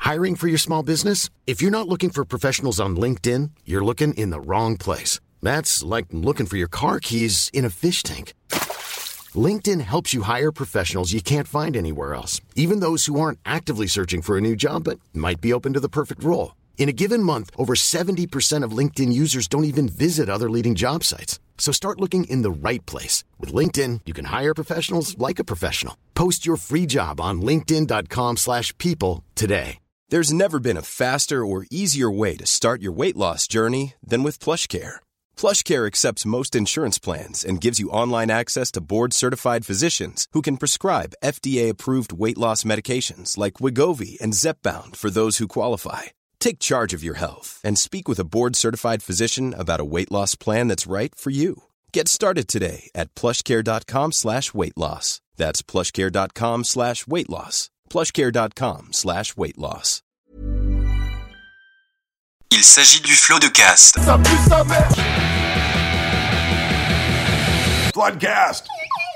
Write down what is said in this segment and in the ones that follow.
Hiring for your small business? If you're not looking for professionals on LinkedIn, you're looking in the wrong place. That's like looking for your car keys in a fish tank. LinkedIn helps you hire professionals you can't find anywhere else, even those who aren't actively searching for a new job but might be open to the perfect role. In a given month, over 70% of LinkedIn users don't even visit other leading job sites. So start looking in the right place. With LinkedIn, you can hire professionals like a professional. Post your free job on linkedin.com/people today. There's never been a faster or easier way to start your weight loss journey than with PlushCare. PlushCare accepts most insurance plans and gives you online access to board-certified physicians who can prescribe FDA-approved weight loss medications like Wegovy and Zepbound for those who qualify. Take charge of your health and speak with a board-certified physician about a weight loss plan that's right for you. Get started today at plushcare.com/weight loss. That's plushcare.com/weight loss. plushcare.com/weight-loss. Il s'agit du Floodcast. Ça pue sa mère. Floodcast.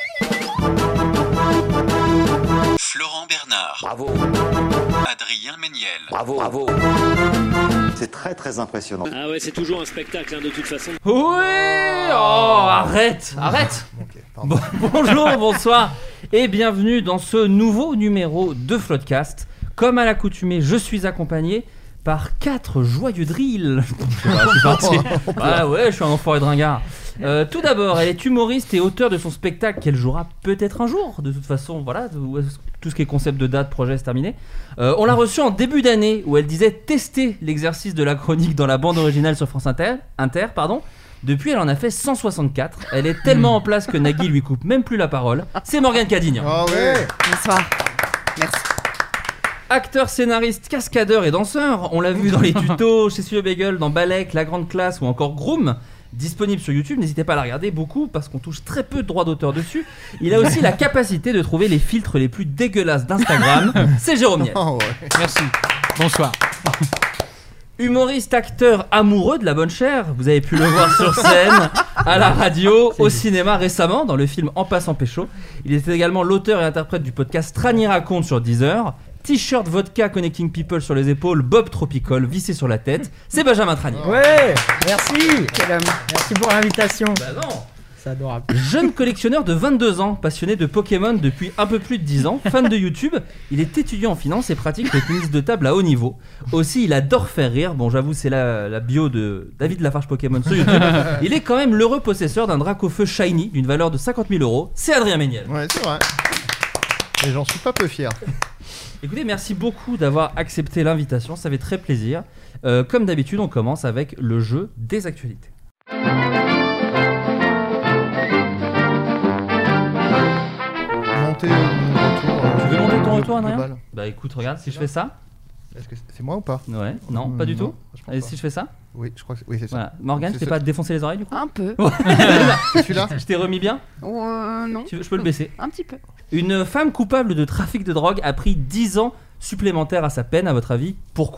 Florent Bernard. Bravo. Adrien Méniel. Bravo, bravo. C'est très très impressionnant. Ah ouais, c'est toujours un spectacle de toute façon. Oui. Oh, arrête. Okay, Bonjour, bonsoir et bienvenue dans ce nouveau numéro de Floodcast. Comme à l'accoutumée, je suis accompagné par 4 joyeux drills. Je suis parti. Ah ouais, je suis un enfoiré de ringard. Tout d'abord, elle est humoriste et auteure de son spectacle qu'elle jouera peut-être un jour. De toute façon, voilà, tout ce qui est concept de date, projet, c'est terminé. On l'a reçue en début d'année où elle disait tester l'exercice de la chronique dans la bande originale sur France Inter. Depuis, elle en a fait 164. Elle est tellement en place que Nagui lui coupe même plus la parole. C'est Morgane Cadignan. Ah ouais. Bonsoir. Merci. Acteur, scénariste, cascadeur et danseur, on l'a vu dans les tutos, chez Studio Bagel, dans Balek, La Grande Classe ou encore Groom, disponible sur YouTube, n'hésitez pas à la regarder beaucoup parce qu'on touche très peu de droits d'auteur dessus. Il a aussi la capacité de trouver les filtres les plus dégueulasses d'Instagram, c'est Jérôme Niel. Oh ouais. Merci, bonsoir. Humoriste, acteur, amoureux de la bonne chair, vous avez pu le voir sur scène, à la radio, au cinéma récemment, dans le film En passant pécho. Il est également l'auteur et interprète du podcast Trani raconte sur Deezer. T-shirt vodka connecting people sur les épaules, Bob Tropical vissé sur la tête, c'est Benjamin Tranier. Ouais, merci. Quel homme. Merci pour l'invitation. Bah non. C'est adorable. Jeune collectionneur de 22 ans, passionné de Pokémon depuis un peu plus de 10 ans, fan de YouTube, il est étudiant en finance et pratique le tennis de table à haut niveau. Aussi, il adore faire rire. Bon, j'avoue, c'est la bio de David Lafarge Pokémon sur YouTube. Il est quand même l'heureux possesseur d'un drac au feu shiny d'une valeur de 50 000 €. C'est Adrien Méniel. Ouais, c'est vrai. Et j'en suis pas peu fier. Écoutez, merci beaucoup d'avoir accepté l'invitation, ça fait très plaisir. Comme d'habitude, on commence avec le jeu des actualités. Monter mon retour. Tu veux monter ton retour, Adrien ? global. Bah écoute, regarde, si je fais ça. Est-ce que c'est moi ou pas ? Ouais, non, pas du tout. Je pense Et pas. si je fais ça ? Oui, je crois que oui, c'est ça. Voilà. Morgane, C'est je t'ai ça. pas défoncé les oreilles du coup ? Un peu. C'est celui-là ? Je t'ai remis bien ? Non. Je peux le baisser. Un petit peu. Une femme coupable de trafic de drogue a pris 10 ans supplémentaires à sa peine, à votre avis, pourquoi ?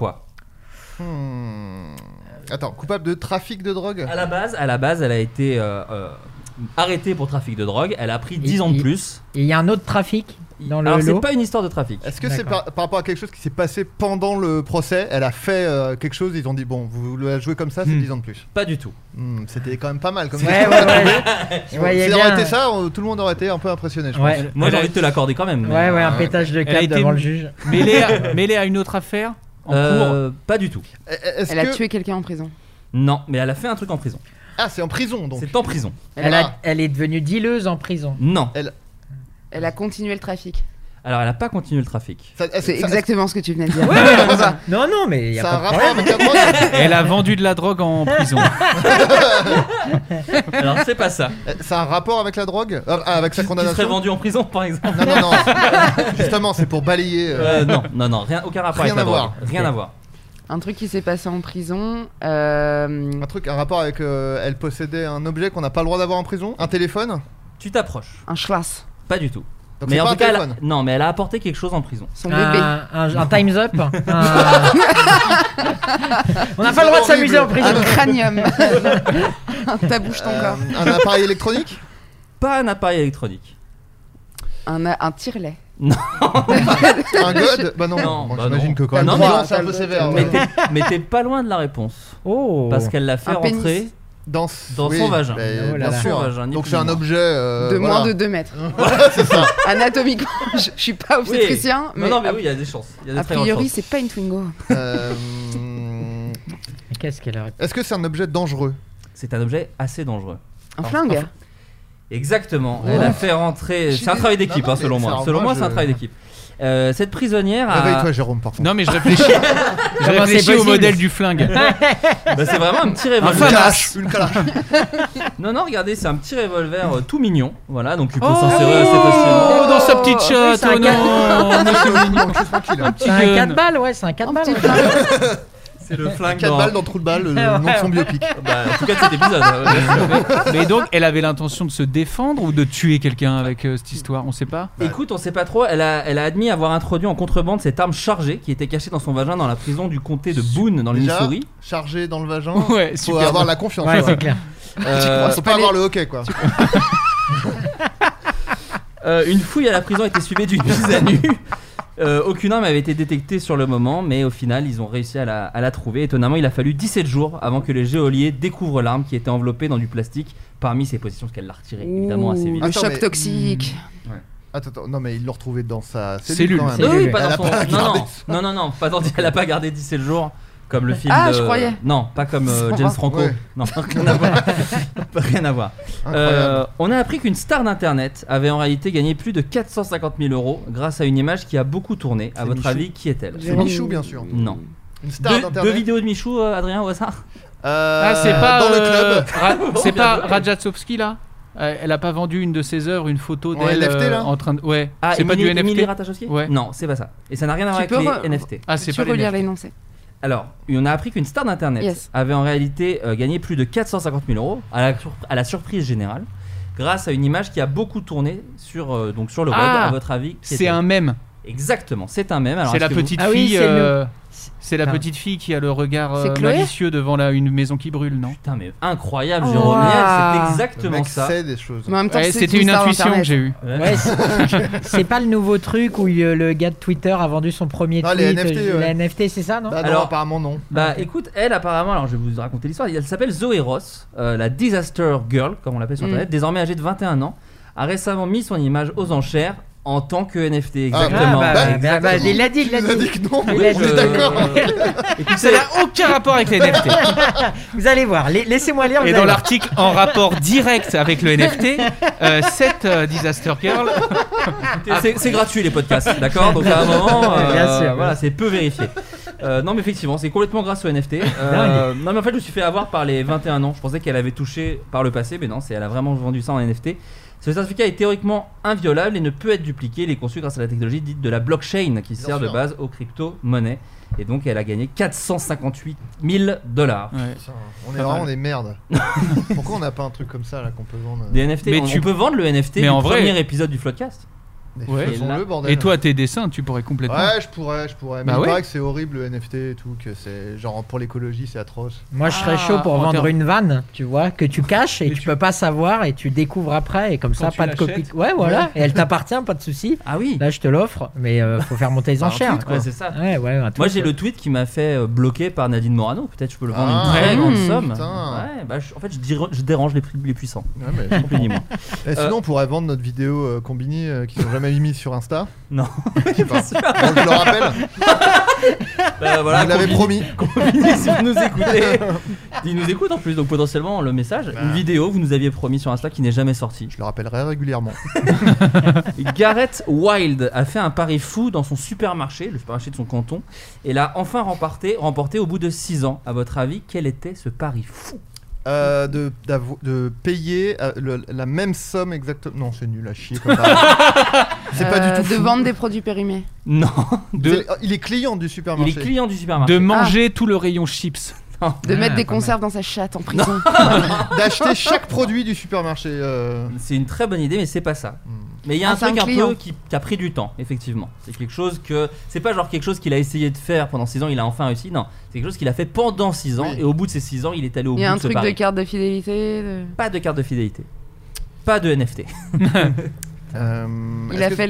Attends, coupable de trafic de drogue ? À la base, elle a été arrêtée pour trafic de drogue, elle a pris 10 ans de plus. Et il y a un autre trafic dans le Alors lot. c'est pas une histoire de trafic. Est-ce que c'est D'accord. par rapport à quelque chose qui s'est passé pendant le procès ? Elle a fait quelque chose, ils ont dit bon, vous la jouez comme ça, c'est 10 ans de plus. Pas du tout. C'était quand même pas mal comme Ouais. Je voyais Si ça bien. aurait été ça, tout le monde aurait été un peu impressionné, je pense. Ouais. Moi j'ai envie de te l'accorder quand même. mais- Ouais, un pétage de Elle a câble été devant le juge. mêlée à une autre affaire en cours. Pas du tout. Est-ce Elle a que... tué quelqu'un en prison. Non, mais elle a fait un truc en prison. Ah, c'est en prison donc. C'est en prison. Elle est devenue dealeuse en prison. Non. Elle a continué le trafic. Alors elle a pas continué le trafic. C'est exactement ce que tu venais de dire. Non, mais il y a Ça a pas un de rapport problème. avec la drogue. Elle a vendu de la drogue en prison. Alors c'est pas ça. Ça a un rapport avec la drogue avec sa Qui serait condamnation. vendu en prison par exemple. Non. Justement, c'est pour balayer. Non, rien, aucun rapport Rien avec la à voir. drogue. Rien à voir. Un truc qui s'est passé en prison. Un rapport avec. Elle possédait un objet qu'on n'a pas le droit d'avoir en prison. Un téléphone. Tu t'approches. Un schlass. Pas du tout. Donc Mais c'est en pas tout un cas, téléphone. non, mais elle a apporté quelque chose en prison. Son bébé. Un Time's Up. On n'a pas le droit de s'amuser en prison. Un cranium. Ta bouche ton corps. Un appareil électronique. Pas un appareil électronique. Un tire-lait. Non. Un god? Bah non, Non, bon, bah j'imagine non. que quand même Non, 3, mais- c'est un peu sévère. Mais t'es pas loin de la réponse. Oh. Parce qu'elle l'a fait Un pénis. rentrer Dans dans son vagin. mais Oh là bien là. sûr. Son vagin, ni Donc plus c'est ni un moins. objet. De voilà. moins de 2 mètres. C'est ça. Anatomiquement, je suis pas obstétricien, mais, Non, mais oui, il y a des chances. Il y a des a très grandes priori, chances. c'est pas une Twingo. Euh, Qu'est-ce qu'elle a Est-ce que c'est un objet dangereux? C'est un objet assez dangereux. Un flingue. Exactement. Elle a fait rentrer. C'est un travail d'équipe, Non, hein, selon mais moi. c'est- Selon moi, je- c'est un travail d'équipe. Cette prisonnière a. Réveille-toi, Jérôme, par contre. Non, mais je réfléchis, je Comment réfléchis c'est au possible modèle du flingue. Bah, c'est vraiment un petit Enfin, revolver. Famas. Une calache. Non, regardez, c'est un petit revolver tout mignon. Voilà, donc il peut Oh, s'en serrer oui. assez facilement. Oh, dans sa petite chatte, c'est un oh non, monsieur mignon. Tranquille. C'est un gun. 4 balles, ouais, c'est un 4 Un balles. petit ouais. flingue. C'est le flingue 4 dans- balles dans trou de balle, le nom de son biopic. Bah, en tout cas, de cet épisode. Mais donc, elle avait l'intention de se défendre ou de tuer quelqu'un avec cette histoire? On sait pas. Écoute, on sait pas trop. Elle a admis avoir introduit en contrebande cette arme chargée qui était cachée dans son vagin dans la prison du comté de Boone dans le Déjà, Missouri. chargé dans le vagin. Ouais, Faut super. avoir la confiance. Ouais, quoi. c'est clair. Faut pas avoir le hockey, quoi. Une fouille à la prison était suivie d'une mise à nu. Aucune arme avait été détectée sur le moment, mais au final, ils ont réussi à la trouver. Étonnamment, il a fallu 17 jours avant que les geôliers découvrent l'arme qui était enveloppée dans du plastique parmi ses possessions, parce qu'elle l'a retirée évidemment assez vite. Le Attends, choc mais- toxique. Attends, non, mais il l'a retrouvé dans sa Cellule. quand même. Cellule. Oui, Elle pas a dans son. pas gardé ça. Non, pas dans. Elle a pas gardé 17 jours. Comme le film Ah, de... je croyais. Non, pas comme James Franco. Ouais. Non, rien à voir. Rien à voir. Incroyable. On a appris qu'une star d'internet avait en réalité gagné plus de 450 000 euros grâce à une image qui a beaucoup tourné. À C'est votre Michou. avis, qui est-elle? C'est Michou, bien sûr. Non. Une star Deux d'internet. vidéos de Michou, Adrien, au hasard? Ah, c'est pas dans le club. C'est Bien pas joué. Rajatowski là. Elle a pas vendu une de ses œuvres, une photo En d'elle NFT, là en train de. Ouais. Ah, c'est pas du Emily NFT. Ratajkowski? Ouais. Non, c'est pas ça. Et ça n'a rien à voir Tu avec peux les NFT. Ah, c'est Tu pas peux les relire NFT. l'énoncé. Alors, on a appris qu'une star d'internet Yes. avait en réalité gagné plus de 450 000 euros à la surprise générale grâce à une image qui a beaucoup tourné sur, donc sur le web. Ah, À votre avis, qui C'est est-elle? un mème. Exactement, c'est un mème. Alors, C'est la est-ce que vous- petite Ah oui, fille. c'est C'est la Ah. petite fille qui a le regard C'est Chloé malicieux devant une maison qui brûle, non? Putain, mais incroyable, Oh, Jérôme Niel, c'est waouh. Le exactement mec ça. sait des choses. Mais en même temps, Ouais, c'est c'était une star intuition que d'Internet. j'ai eue. Ouais, c'est pas le nouveau truc où le gars de Twitter a vendu son premier Ah, tweet. les NFT, Les ouais. NFT, c'est ça, non? Bah non, Alors- apparemment non. Bah écoute, elle apparemment, alors je vais vous raconter l'histoire, elle s'appelle Zoé Ross, la Disaster Girl, comme on l'appelle sur internet, désormais âgée de 21 ans, a récemment mis son image aux enchères en tant que NFT, exactement. Ah, bah, Exactement. il l'a dit, Tu nous as dit que non, Il on a est dit- d'accord. Écoutez, Ça n'a aucun rapport avec les NFT. Vous allez voir, laissez-moi lire. Et vous dans allez voir. l'article en rapport direct avec le NFT, cette Disaster Girl. c'est gratuit les podcasts, d'accord? Donc à un moment, Bien sûr. voilà, c'est peu vérifié. Non mais effectivement, c'est complètement grâce au NFT. Non mais en fait, je me suis fait avoir par les 21 ans. Je pensais qu'elle avait touché par le passé, mais non, elle a vraiment vendu ça en NFT. Ce certificat est théoriquement inviolable et ne peut être dupliqué. Il est conçu grâce à la technologie dite de la blockchain qui sert de sûr. base aux crypto-monnaies. Et donc elle a gagné 458 000 $. Putain, on est vraiment des merdes. Pourquoi on n'a pas un truc comme ça là qu'on peut vendre Des NFT, Mais on tu- peut vendre le NFT Mais du en vrai- premier épisode du Floodcast. Mais Ouais. faisons-le, bordel. Et toi, tes dessins, tu pourrais complètement. Ouais, je pourrais. Mais Bah il ouais. paraît que c'est horrible le NFT et tout, que c'est genre pour l'écologie c'est atroce. Moi, je serais chaud pour en vendre termes- une vanne, tu vois, que tu caches et Mais tu peux pas savoir et tu découvres après et comme ça, tu pas de copie. l'achètes. Ouais, voilà. Et elle t'appartient, pas de souci. Ah oui. Là, je te l'offre, mais faut faire monter les Bah, un enchères. tweet, Ouais, c'est ça. Ouais, ouais. un Moi tweet, j'ai le tweet qui m'a fait bloquer par Nadine Morano. Peut-être je peux le vendre Ah, une très grande mmh, somme. putain. Ouais, bah, en fait je dérange les puissants. Ouais, mais- Ni plus ni moins. Et sinon, on pourrait vendre notre vidéo Combini qui sont jamais mise sur Insta. Non. Je sais pas. Bon, je le rappelle. Bah, voilà, Vous l'avez promis. Combini, si vous nous écoutez. Il nous écoute en plus, donc potentiellement le message. Une vidéo, vous nous aviez promis sur Insta qui n'est jamais sortie. Je le rappellerai régulièrement. Gareth Wild a fait un pari fou dans son supermarché, le supermarché de son canton, et l'a enfin remporté au bout de 6 ans. À votre avis, quel était ce pari fou? De payer la même somme exactement. Non, c'est nul à chier comme ça. C'est pas du tout De fou. vendre des produits périmés. Non. Il est client du Il supermarché. est client du supermarché. De manger tout le rayon chips. De mettre des pas mal. conserves dans sa chatte en prison. D'acheter chaque produit du supermarché. C'est une très bonne idée, mais c'est pas ça. Mais il y a Ah, un c'est truc un un client. peu qui a pris du temps, effectivement. C'est quelque chose que. C'est pas genre quelque chose qu'il a essayé de faire pendant 6 ans, il a enfin réussi. Non, c'est quelque chose qu'il a fait pendant 6 ans, Oui. et au bout de ces 6 ans, il est allé au Il bout y a un de ce truc de pari. carte de fidélité. Pas de carte de fidélité. Pas de NFT. Il a fait la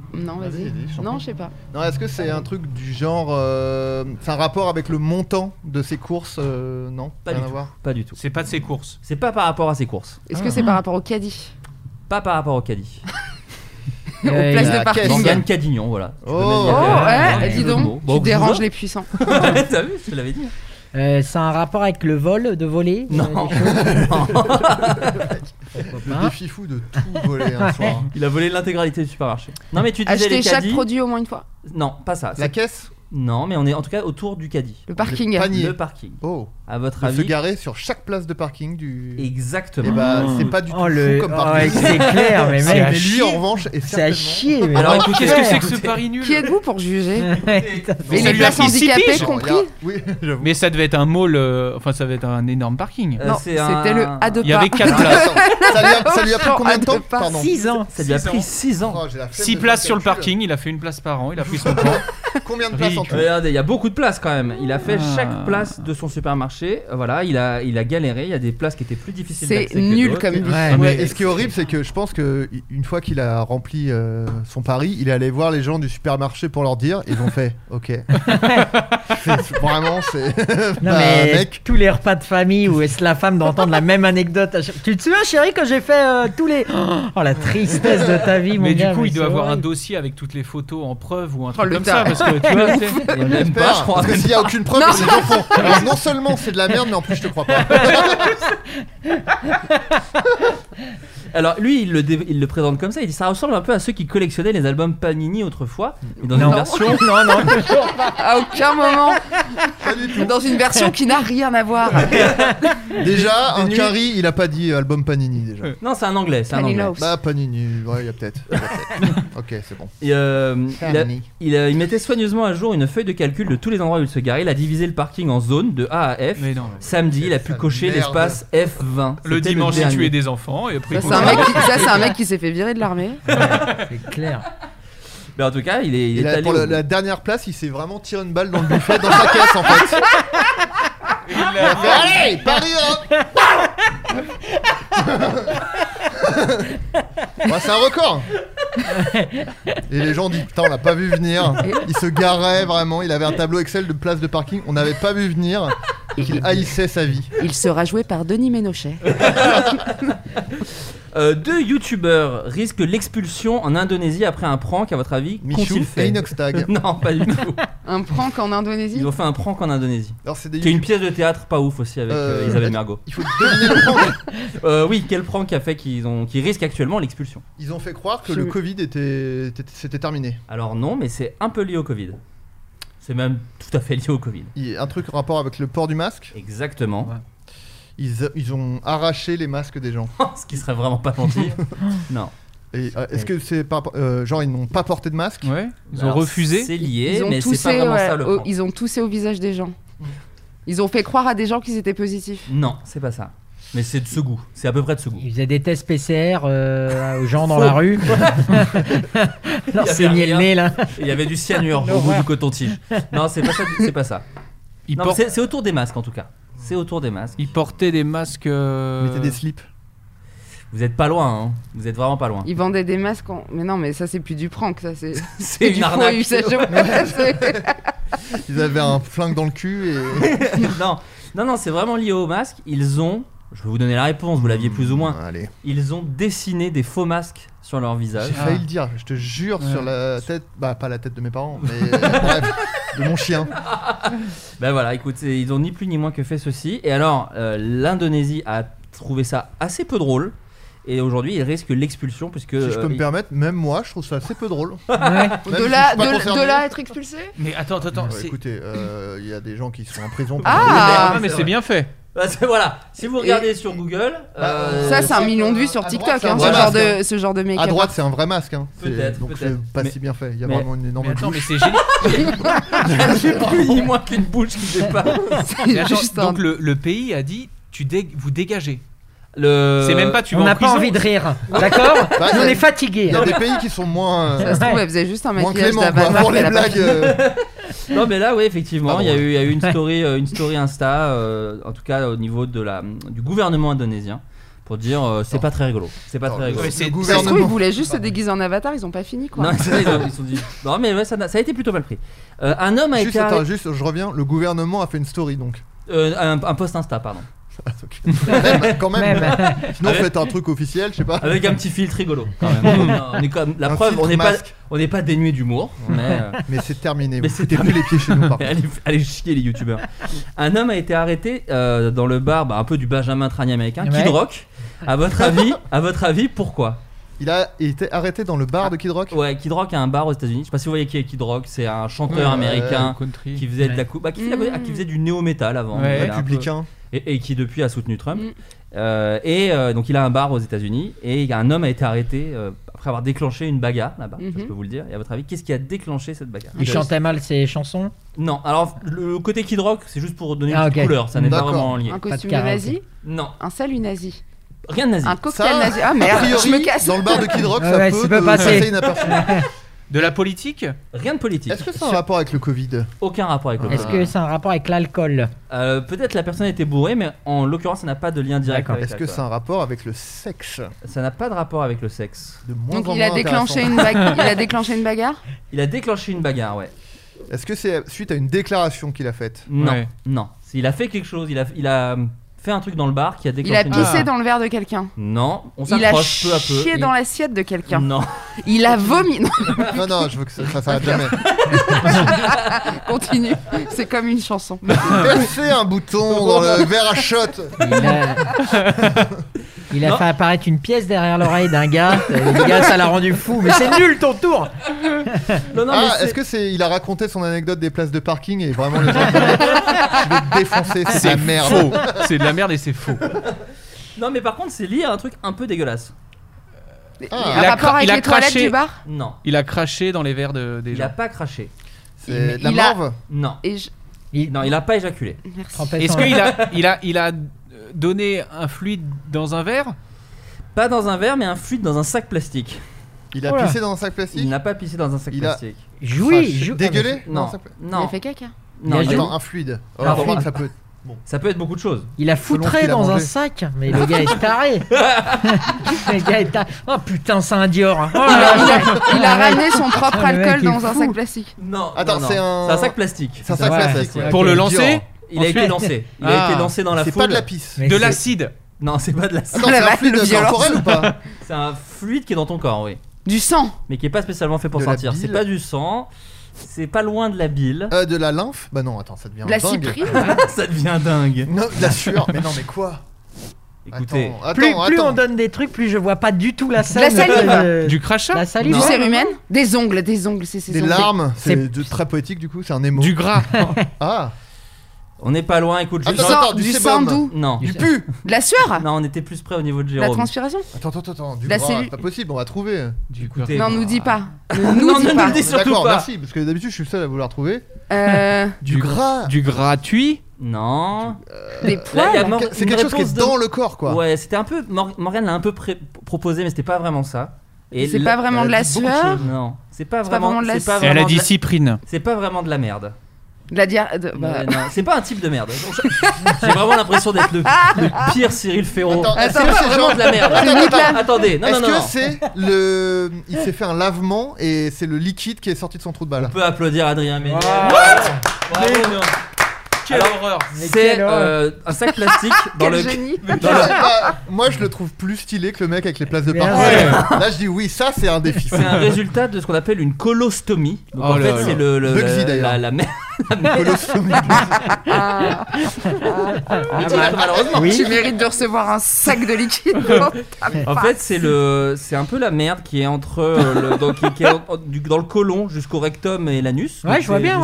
Non, vas-y. Non, je sais pas. Non, est-ce que c'est un truc du genre. C'est un rapport avec le montant de ses courses Non, Pas rien du à tout. voir. Pas du tout. C'est pas de ses courses. C'est pas par rapport à ses courses. Est-ce que c'est par rapport au caddie? Pas par rapport au caddie. Aux places la de parking? caisse. Morgane Cadignon, voilà. Je peux Oh. même dire Oh, que- ouais, dis jeu de mots. donc, Bon, tu vous déranges autres les puissants. T'as vu, je te l'avais dit. C'est un rapport avec le vol, de voler Non. des choses Le défi fou de tout voler un soir. Il a volé l'intégralité du supermarché. Non, mais tu disais Acheter les chaque caddies. produit au moins une fois. Non, pas ça. La C'est- caisse. Non, mais on est en tout cas autour du caddie. Le parking. panier. Le parking. Oh. À votre De se avis. garer sur chaque place de parking du. Exactement. Et bah, c'est pas du tout Oh, fou comme parking. c'est clair, mais Mais mec, lui, en revanche, est c'est à certainement. chier. Mais Alors, non, écoutez, Qu'est-ce que c'est que ce écoutez. pari nul? Qui êtes-vous pour juger? Ouais, putain. Et Ça les lui a places pris 6 handicapées piges. compris? Oui, j'avoue. Mais ça devait être un mall, enfin ça devait être un énorme parking. Non, c'est c'était le A de Il y avait pas. 4 places. Attends, ça lui a pris combien de temps? Attends, Pardon. 6 ans. Ça lui a 6 pris ans. 6 ans. Oh, j'ai la flemme 6 de places faire sur le calcul. parking, il a fait une place par an, il a pris son plan. Combien de places en tout? Regardez, il y a beaucoup de places quand même. Il a fait Ah. chaque place de son supermarché. Voilà, il a galéré. Il y a des places qui étaient plus difficiles C'est d'accès que nul d'autres. comme vie. Ouais, Ouais, mais et ce qui est horrible, c'est que je pense que une fois qu'il a rempli son pari, il est allé voir les gens du supermarché pour leur dire. Ils ont fait OK. Vraiment, c'est. Non, Bah, mais mec. tous les repas de famille où est-ce la femme d'entendre la même anecdote Tu te souviens, chérie, quand j'ai fait tous les. Oh, la tristesse de ta vie, mon Mais gars. du coup, il doit c'est avoir un horrible. dossier avec toutes les photos en preuve ou un Oh, truc le comme ça. taré. Parce que tu vois, tu sais, Il y en a même pas, J'espère, je crois. parce que s'il n'y a aucune preuve, Non. c'est des enfants. Alors non seulement c'est de la merde, mais en plus je te crois pas. Alors lui, il le présente comme ça. Il dit ça ressemble un peu à ceux qui collectionnaient les albums Panini autrefois, mais dans une Non. version. Non, non, toujours pas. À aucun moment. Pas du tout. Dans une version qui n'a rien à voir. Déjà, un nuits. Carrie, il a pas dit album Panini déjà. Non, c'est un anglais. C'est un Panini anglais. House. Bah Panini, ouais, il y a peut-être. Ok, c'est bon. Et, Panini. il mettait soigneusement à jour une feuille de calcul de tous les endroits où il se garait. Il a divisé le parking en zones de A à F. Mais non. Samedi, il a pu Ça cocher merde. l'espace F20. Le C'était dimanche, il dernier. tuait des enfants et après Ça, il c'est un mec qui s'est fait virer de l'armée. C'est clair. Mais en tout cas, il est Et là, allé pour au bout. la dernière place, il s'est vraiment tiré une balle dans le buffet, dans sa caisse en fait. Il a fait, allez, Paris hein. Bah, c'est un record. Et les gens disent putain, on l'a pas vu venir. Il se garait vraiment, il avait un tableau Excel de place de parking, on n'avait pas vu venir qu'il haïssait sa vie. Il sera joué par Denis Ménochet. Deux youtubeurs risquent l'expulsion en Indonésie après un prank. À votre avis, Michou qu'ont-ils et fait? Inoxtag. Non, pas du tout. Un prank en Indonésie. Ils ont fait un prank en Indonésie. Alors c'est des Qui est une pièce de théâtre pas ouf aussi avec Isabelle Mergo. Il faut deviner le prank. Oui, quel prank a fait qu'ils risquent actuellement l'expulsion? Ils ont fait croire que le Covid c'était terminé. Alors non, mais c'est un peu lié au Covid. C'est même tout à fait lié au Covid. Il y a un truc en rapport avec le port du masque. Exactement. Ouais. Ils ont arraché les masques des gens. Ce qui serait vraiment pas gentil. Non. Et est-ce que c'est par genre ils n'ont pas porté de masque? Ouais, ils ont Alors, refusé. C'est lié, Ils ont mais c'est toussé, pas vraiment ouais, ça le prank. ils ont toussé au visage des gens. Ils ont fait croire à des gens qu'ils étaient positifs. Non, c'est pas ça. Mais c'est de ce goût. C'est à peu près de ce goût. Ils faisaient des tests PCR aux gens dans la rue. Leur Il y avait saigner le rien. nez là. Il y avait du cyanure au bout du coton-tige. Non, c'est pas ça. C'est pas ça. Ils, Non, por- c'est autour des masques en tout cas. C'est autour des masques. ils portaient des masques. Mettez des slips. Vous êtes pas loin, hein. Vous êtes vraiment pas loin. Ils vendaient des masques Mais non, mais ça c'est plus du prank, ça c'est C'est une du faux arnaque. usage. C'est- Ils avaient un flingue dans le cul et. Non, c'est vraiment lié au masque. Ils ont, je vais vous donner la réponse, vous l'aviez plus ou moins. Allez. Ils ont dessiné des faux masques sur leur visage. J'ai failli le dire, je te jure, Ouais. sur la tête, bah pas la tête de mes parents, mais bref, de mon chien. Ben voilà, écoute, ils ont ni plus ni moins que fait ceci. Et alors, l'Indonésie a trouvé ça assez peu drôle. Et aujourd'hui, ils risquent l'expulsion puisque. Si je peux me permettre, même moi, je trouve ça assez peu drôle. Ouais. Même si je suis pas concerné. de là à être expulsé. Mais attends. Ouais, c'est- écoutez, il y a des gens qui sont en prison. Pour Ah, mais c'est bien fait. Bah, voilà, si vous regardez sur Google. Ça c'est un million de vues sur à TikTok, droite, c'est un hein, vrai masque, ce genre de make-up. À droite, c'est un vrai masque. Hein. Peut-être, Donc peut-être. c'est pas Mais- si bien fait. Il y a mais- vraiment une énorme Mais attends, bouche. mais c'est génial. J'ai plus ni moins qu'une bouche qui dépasse. Mais attends, Juste un- donc le pays a dit vous dégagez. Le... C'est même pas tu On vas en n'a pas prison. envie de rire. D'accord. Bah, Nous, on ça- est Il fatigués. y a des pays qui sont moins. Ça se trouve, elle faisait juste un Moins maquillage clément quoi, d'avatar pour les qu'elle a pas blagues. fait. Non mais là oui effectivement Pas il y a drôle. eu une story Insta en tout cas au niveau de du gouvernement indonésien pour dire c'est pas très rigolo. C'est pas très rigolo. Ça se trouve, ils voulaient juste se déguiser en avatar, ils ont pas fini quoi. Non, ils se sont dit. Non, mais ouais, ça a été plutôt mal pris. Un homme a été. Juste, je reviens. Le gouvernement a fait une story donc. Un post Insta, pardon. Quand même. Sinon, faites un truc officiel, je sais pas. Avec un petit filtre rigolo. Quand même. On est comme la preuve, on n'est pas dénué d'humour. Mais c'est terminé. C'était plus les pieds chez nous. Allez chier les youtubeurs. Un homme a été arrêté dans le bar, un peu du Benjamin Tranier américain, Kid Rock. À votre avis, pourquoi? Il a été arrêté dans le bar de Kid Rock. Ouais, Kid Rock a un bar aux États-Unis. Je sais pas si vous voyez qui est Kid Rock. C'est un chanteur américain qui faisait de la qui faisait du néo-metal avant. Républicain. Et qui depuis a soutenu Trump. Donc il a un bar aux États-Unis et un homme a été arrêté après avoir déclenché une bagarre là-bas. Je peux vous le dire. Et à votre avis, qu'est-ce qui a déclenché cette bagarre? Il chantait mal ses chansons? Non. Alors le côté Kid Rock, c'est juste pour donner une petite couleur. Ça n'est pas vraiment lié. Un costume de nazi? Non. Un salut nazi? Rien de nazi. Un cocktail nazi. Ah merde, je me casse. Dans le bar de Kid Rock, ça peut passer inaperçu. De la politique? Rien de politique. Est-ce que c'est un rapport avec le Covid? Aucun rapport avec le Covid. Est-ce que c'est un rapport avec l'alcool? Peut-être la personne était bourrée, mais en l'occurrence, ça n'a pas de lien direct avec l'alcool. Est-ce que c'est un rapport avec le sexe? Ça n'a pas de rapport avec le sexe. Donc il a déclenché une bagarre? Il a déclenché une bagarre, ouais. Est-ce que c'est suite à une déclaration qu'il a faite? Non, non. Il a fait quelque chose, il a fait un truc dans le bar qui a déclenché. Il a pissé dans le verre de quelqu'un? Non, on s'approche peu à peu. Il a chié dans l'assiette de quelqu'un? Non. Il a vomi? Non, je veux que ça s'arrête jamais. Continue, c'est comme une chanson. Percez un bouton dans le verre à shot. Il a fait apparaître une pièce derrière l'oreille d'un gars. Le gars, ça l'a rendu fou. Mais c'est nul ton tour. Est-ce que il a raconté son anecdote des places de parking et vraiment les gens je vais te défoncer, c'est de la merde. Faux. C'est de la merde et c'est faux. Non, mais par contre, c'est lié à un truc un peu dégueulasse. Un rapport avec les toilettes du bar? Non. Il a craché dans les verres des gens. Il a pas craché. C'est de la morve? Non. Non, il a pas éjaculé. Merci. Est-ce qu'il a donné un fluide dans un verre? Pas dans un verre, mais un fluide dans un sac plastique. Il a pissé dans un sac plastique? Il n'a pas pissé dans un sac plastique. Dégueulé? Non. Il a fait caca? Non, un fluide. Ça peut. Bon. Ça peut être beaucoup de choses. Il a foutré dans un sac. Mais le gars est taré. Oh putain, c'est un Dior. Il a ramené son propre alcool dans un sac plastique. Non. Attends, c'est un sac plastique. C'est un sac plastique. Pour le lancer? Il a été lancé. Il a été lancé dans la foule. C'est pas de la pisse. De l'acide? Non, c'est pas de l'acide. Attends, c'est un fluide corporel ou pas? C'est un fluide qui est dans ton corps, oui. Du sang? Mais qui est pas spécialement fait pour sortir. C'est pas du sang. C'est pas loin de la bile. De la lymphe? Bah non, attends, ça devient dingue. La cyprine? Ça devient dingue. Non, de la sueur. Mais non, mais quoi? Écoutez, plus on donne des trucs, plus je vois pas du tout la scène. La salive? Du crachat? La salive? Du cérumen? Des ongles, c'est des larmes. C'est très poétique du coup, c'est un émo. Du gras? Ah. On n'est pas loin, écoute. Du sang doux? Non. Du pu? De la sueur? Non, on était plus près au niveau de Jérôme. La transpiration? Attends, du gras, c'est pas possible, on va trouver. Écoutez, non, nous dis pas. Ne nous dis surtout d'accord, pas. Merci, parce que d'habitude je suis le seul à vouloir trouver. Du gras? Du gratuit? Non. Des poils? C'est quelque chose qui est dans le corps, quoi. Ouais, c'était un peu. Morgane l'a un peu proposé, mais c'était pas vraiment ça. Et c'est pas vraiment de la sueur? Non, c'est pas vraiment de la sueur. Elle a dit cyprine. C'est pas vraiment de la merde. Non, c'est pas un type de merde. J'ai vraiment l'impression d'être le pire Cyril Ferraud. C'est pas vraiment de la merde. Attendez, non. Est-ce que c'est le. Il s'est fait un lavement et c'est le liquide qui est sorti de son trou de balle? On peut applaudir Adrien Méniel. Bravo. Quelle horreur! C'est un sac plastique dans le. Moi je le trouve plus stylé que le mec avec les places de parking. Là je dis oui, ça c'est un défi. C'est un résultat de ce qu'on appelle une colostomie. Donc en fait c'est la colostomie. Malheureusement, tu mérites de recevoir un sac de liquide. En fait c'est un peu la merde qui est entre dans le côlon jusqu'au rectum et l'anus. Ouais, je vois bien.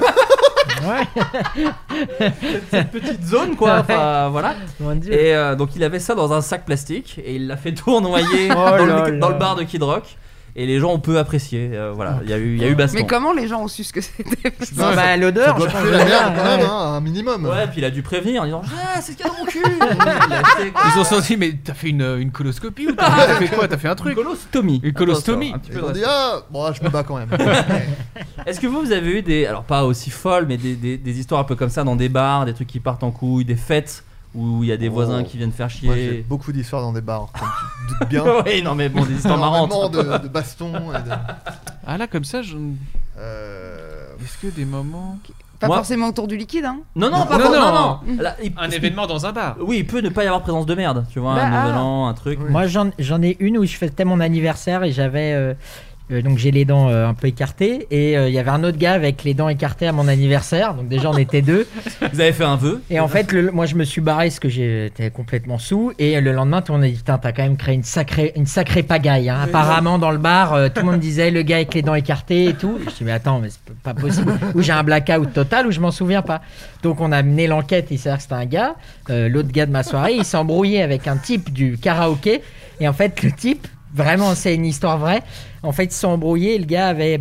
Cette petite zone quoi, enfin voilà. Et donc il avait ça dans un sac plastique et il l'a fait tournoyer dans le bar de Kid Rock. Et les gens ont peu apprécié, voilà, il y a eu baston. Mais comment les gens ont su ce que c'était? L'odeur, ça doit puer la merde quand même, un minimum. Ouais, puis il a dû prévenir en disant c'est ce qu'il y a dans mon cul. Ils se sont dit mais t'as fait une coloscopie ou t'as fait quoi? T'as fait un truc? Une colostomie. Ils ont dit bon je me bats quand même. Est-ce que vous avez eu alors pas aussi folles, mais des histoires un peu comme ça dans des bars, des trucs qui partent en couille, des fêtes où il y a des voisins qui viennent faire chier. Moi, j'ai beaucoup d'histoires dans des bars, comme tu te doutes bien. Oui, non mais bon, des histoires marrantes. De bastons. Ah là, comme ça, est-ce que des moments... Pas forcément autour du liquide, hein. Non. Là, un événement dans un bar. Oui, il peut ne pas y avoir présence de merde, tu vois, un nouvel an, un truc. Oui. Moi, j'en ai une où je fêtais mon anniversaire et j'avais... donc j'ai les dents un peu écartées et il y avait un autre gars avec les dents écartées à mon anniversaire, donc déjà on était deux. Vous avez fait un vœu. Et en fait moi je me suis barré parce que j'étais complètement sous et le lendemain tout le monde a dit putain t'as quand même créé une sacrée pagaille hein. Apparemment dans le bar tout le monde disait le gars avec les dents écartées et tout. Je dis mais attends mais c'est pas possible. Ou j'ai un blackout total ou je m'en souviens pas. Donc on a mené l'enquête, il s'avère que c'était un gars, l'autre gars de ma soirée, il s'est embrouillé avec un type du karaoké et en fait le type vraiment, c'est une histoire vraie. En fait, ils se sont embrouillés. Le gars avait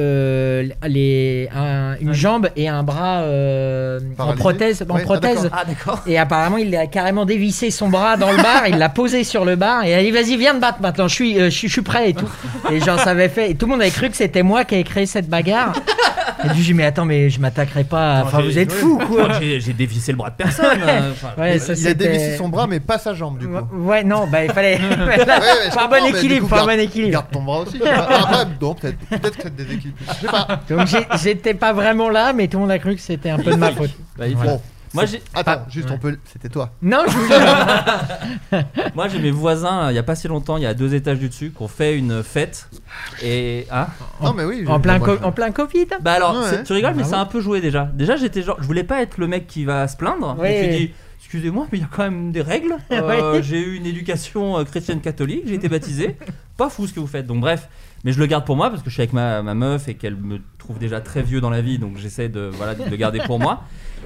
une jambe et un bras en prothèse. Ah, d'accord. Et apparemment, il a carrément dévissé son bras dans le bar. Il l'a posé sur le bar et il a dit vas-y, viens te battre maintenant. Je suis prêt et tout. Et genre, ça avait fait. Et tout le monde avait cru que c'était moi qui avais créé cette bagarre. Et j'ai dit mais attends mais je m'attaquerai pas. Enfin vous êtes fous quoi. J'ai dévissé le bras de personne. Il a dévissé son bras mais pas sa jambe du coup. Ouais non bah il fallait. Pas un bon équilibre. Garde ton bras aussi. Après non peut-être que c'est des équilibres. Je sais pas. Donc j'étais pas vraiment là mais tout le monde a cru que c'était un peu de ma faute. Bon. Moi attends, juste on peut. C'était toi. Non, je vous Moi j'ai mes voisins il y a pas si longtemps, il y a 2 étages du dessus, qui ont fait une fête et non mais oui. En plein Covid. Bah alors tu rigoles mais ça a un peu joué déjà. Déjà j'étais genre je voulais pas être le mec qui va se plaindre. Je me suis dit excusez-moi mais il y a quand même des règles. J'ai eu une éducation chrétienne catholique, j'ai été baptisé. Pas fou ce que vous faites. Donc bref. Mais je le garde pour moi parce que je suis avec ma meuf et qu'elle me trouve déjà très vieux dans la vie, donc j'essaie de le garder pour moi.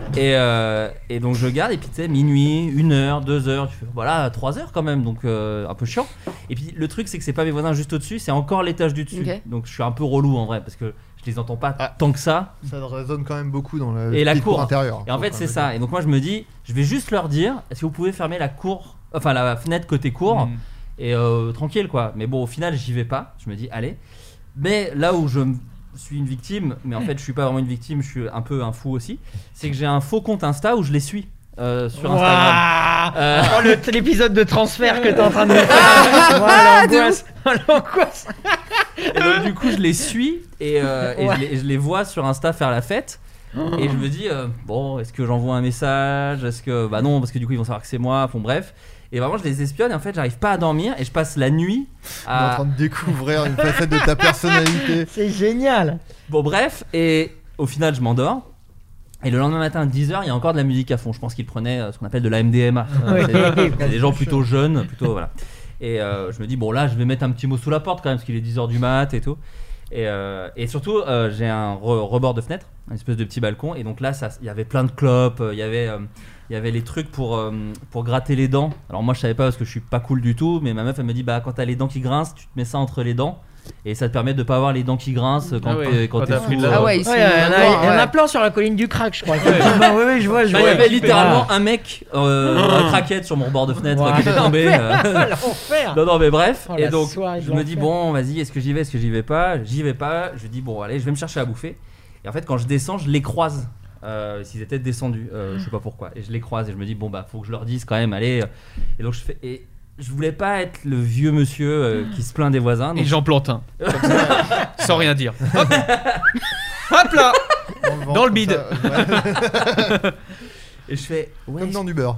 Et donc je garde et puis tu sais minuit, 1h, 2h, tu fais voilà 3h quand même, donc un peu chiant. Et puis le truc c'est que c'est pas mes voisins juste au-dessus, c'est encore l'étage du dessus. Okay. Donc je suis un peu relou en vrai parce que je les entends pas tant que ça. Ça résonne quand même beaucoup dans la cour intérieure. Et en fait c'est ça. Et donc moi je me dis, je vais juste leur dire, est-ce que vous pouvez fermer la fenêtre côté cour et tranquille quoi. Mais bon au final j'y vais pas. Je me dis allez. Mais là où je suis une victime, mais en fait je suis pas vraiment une victime, je suis un peu un fou aussi, c'est que j'ai un faux compte Insta où je les suis sur Instagram. L'épisode de transfert que t'es en train de faire. L'angoisse. Et donc du coup je les suis et je les vois sur Insta faire la fête. Et je me dis bon, est-ce que j'envoie un message, est-ce que bah non parce que du coup ils vont savoir que c'est moi, bon bref. Et vraiment je les espionne et en fait j'arrive pas à dormir et je passe la nuit en train de découvrir une facette de ta personnalité. C'est génial. Bon bref, et au final je m'endors. Et le lendemain matin à 10h il y a encore de la musique à fond. Je pense qu'ils prenaient ce qu'on appelle de la MDMA. C'est des gens plutôt jeunes, plutôt voilà. Et je me dis bon là je vais mettre un petit mot sous la porte quand même parce qu'il est 10h du mat et tout. Et surtout j'ai un rebord de fenêtre, une espèce de petit balcon. Et donc là il y avait plein de clopes, il y avait les trucs pour gratter les dents. Alors moi je savais pas parce que je suis pas cool du tout, mais ma meuf elle me dit bah quand t'as les dents qui grincent tu te mets ça entre les dents et ça te permet de pas avoir les dents qui grincent quand t'es sous. Il y en a plein sur la colline du crack je crois. Oui je vois. Il y avait littéralement un mec un craquette sur mon rebord de fenêtre qui était tombé. Non mais bref. Et donc je me dis bon vas-y est-ce que j'y vais, est-ce que j'y vais pas. J'y vais pas. Je dis bon allez je vais me chercher à bouffer. Et en fait quand je descends je les croise. S'ils étaient descendus, je sais pas pourquoi, et je les croise et je me dis bon bah faut que je leur dise quand même allez. Et donc je voulais pas être le vieux monsieur qui se plaint des voisins donc... Et j'en plante un sans rien dire. Hop là dans le bide. Et je fais ouais, comme dans du beurre.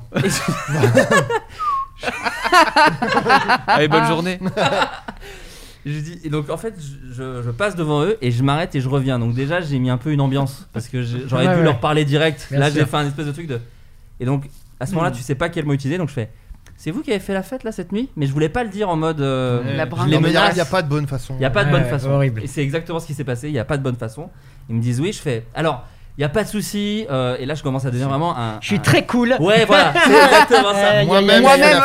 Allez bonne journée. Je dis, et donc en fait je passe devant eux et je m'arrête et je reviens. Donc déjà j'ai mis un peu une ambiance parce que j'aurais dû leur parler direct. Bien là sûr. J'ai fait un espèce de truc de. Et donc à ce moment-là tu sais pas quel mot utiliser donc je fais. C'est vous qui avez fait la fête là cette nuit? Mais je voulais pas le dire en mode. Je les menace. Il y a pas de bonne façon. Il y a pas de bonne façon. Horrible. Et c'est exactement ce qui s'est passé. Il y a pas de bonne façon. Ils me disent oui. Je fais. Alors. Il y a pas de souci et là je commence à devenir vraiment un. Je suis très cool. Ouais voilà, c'est exactement ça. Moi-même.